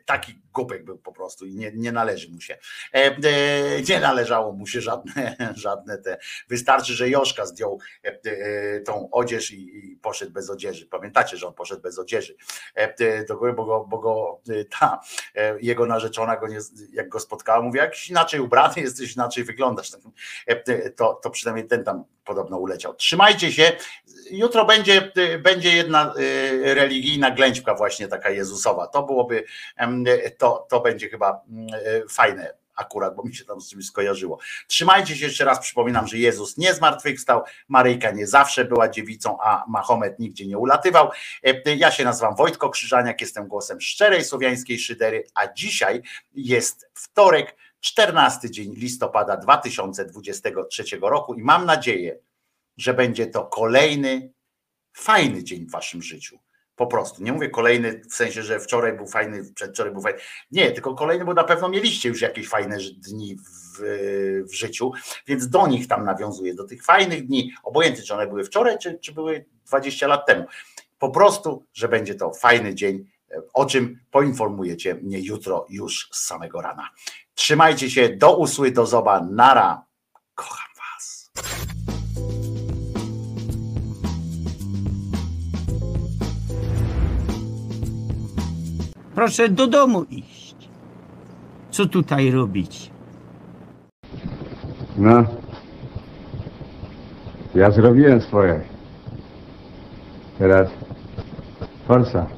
taki głupek był po prostu i nie, nie należy mu się. E, e, nie należało mu się żadne, żadne te. Wystarczy, że Joszka zdjął e, e, tą odzież i, i poszedł bez odzieży. Pamiętacie, że on poszedł bez odzieży e, e, do góry, bo go, bo go ta e, jego narzeczona go nie, jak go spotkała, mówi, jakiś inaczej ubrany jesteś, inaczej wyglądasz. E, to, to przynajmniej ten tam podobno uleciał. Trzymajcie się. Jutro będzie, będzie jedna religijna ględźbka właśnie taka Jezusowa. To byłoby, to, to będzie chyba fajne akurat, bo mi się tam z czymś skojarzyło. Trzymajcie się, jeszcze raz przypominam, że Jezus nie zmartwychwstał, Maryjka nie zawsze była dziewicą, a Mahomet nigdzie nie ulatywał. Ja się nazywam Wojtko Krzyżaniak, jestem głosem szczerej słowiańskiej szydery, a dzisiaj jest wtorek, czternasty dzień listopada dwa tysiące dwudziestego trzeciego roku i mam nadzieję, że będzie to kolejny fajny dzień w waszym życiu. Po prostu. Nie mówię kolejny w sensie, że wczoraj był fajny, przedwczoraj był fajny. Nie, tylko kolejny, bo na pewno mieliście już jakieś fajne dni w, w życiu, więc do nich tam nawiązuję, do tych fajnych dni, obojętnie czy one były wczoraj, czy, czy były dwadzieścia lat temu. Po prostu, że będzie to fajny dzień, o czym poinformujecie mnie jutro już z samego rana. Trzymajcie się, do usły, do zoba, nara. Kocham was. Proszę do domu iść. Co tutaj robić? No. Ja zrobiłem swoje. Teraz forsa.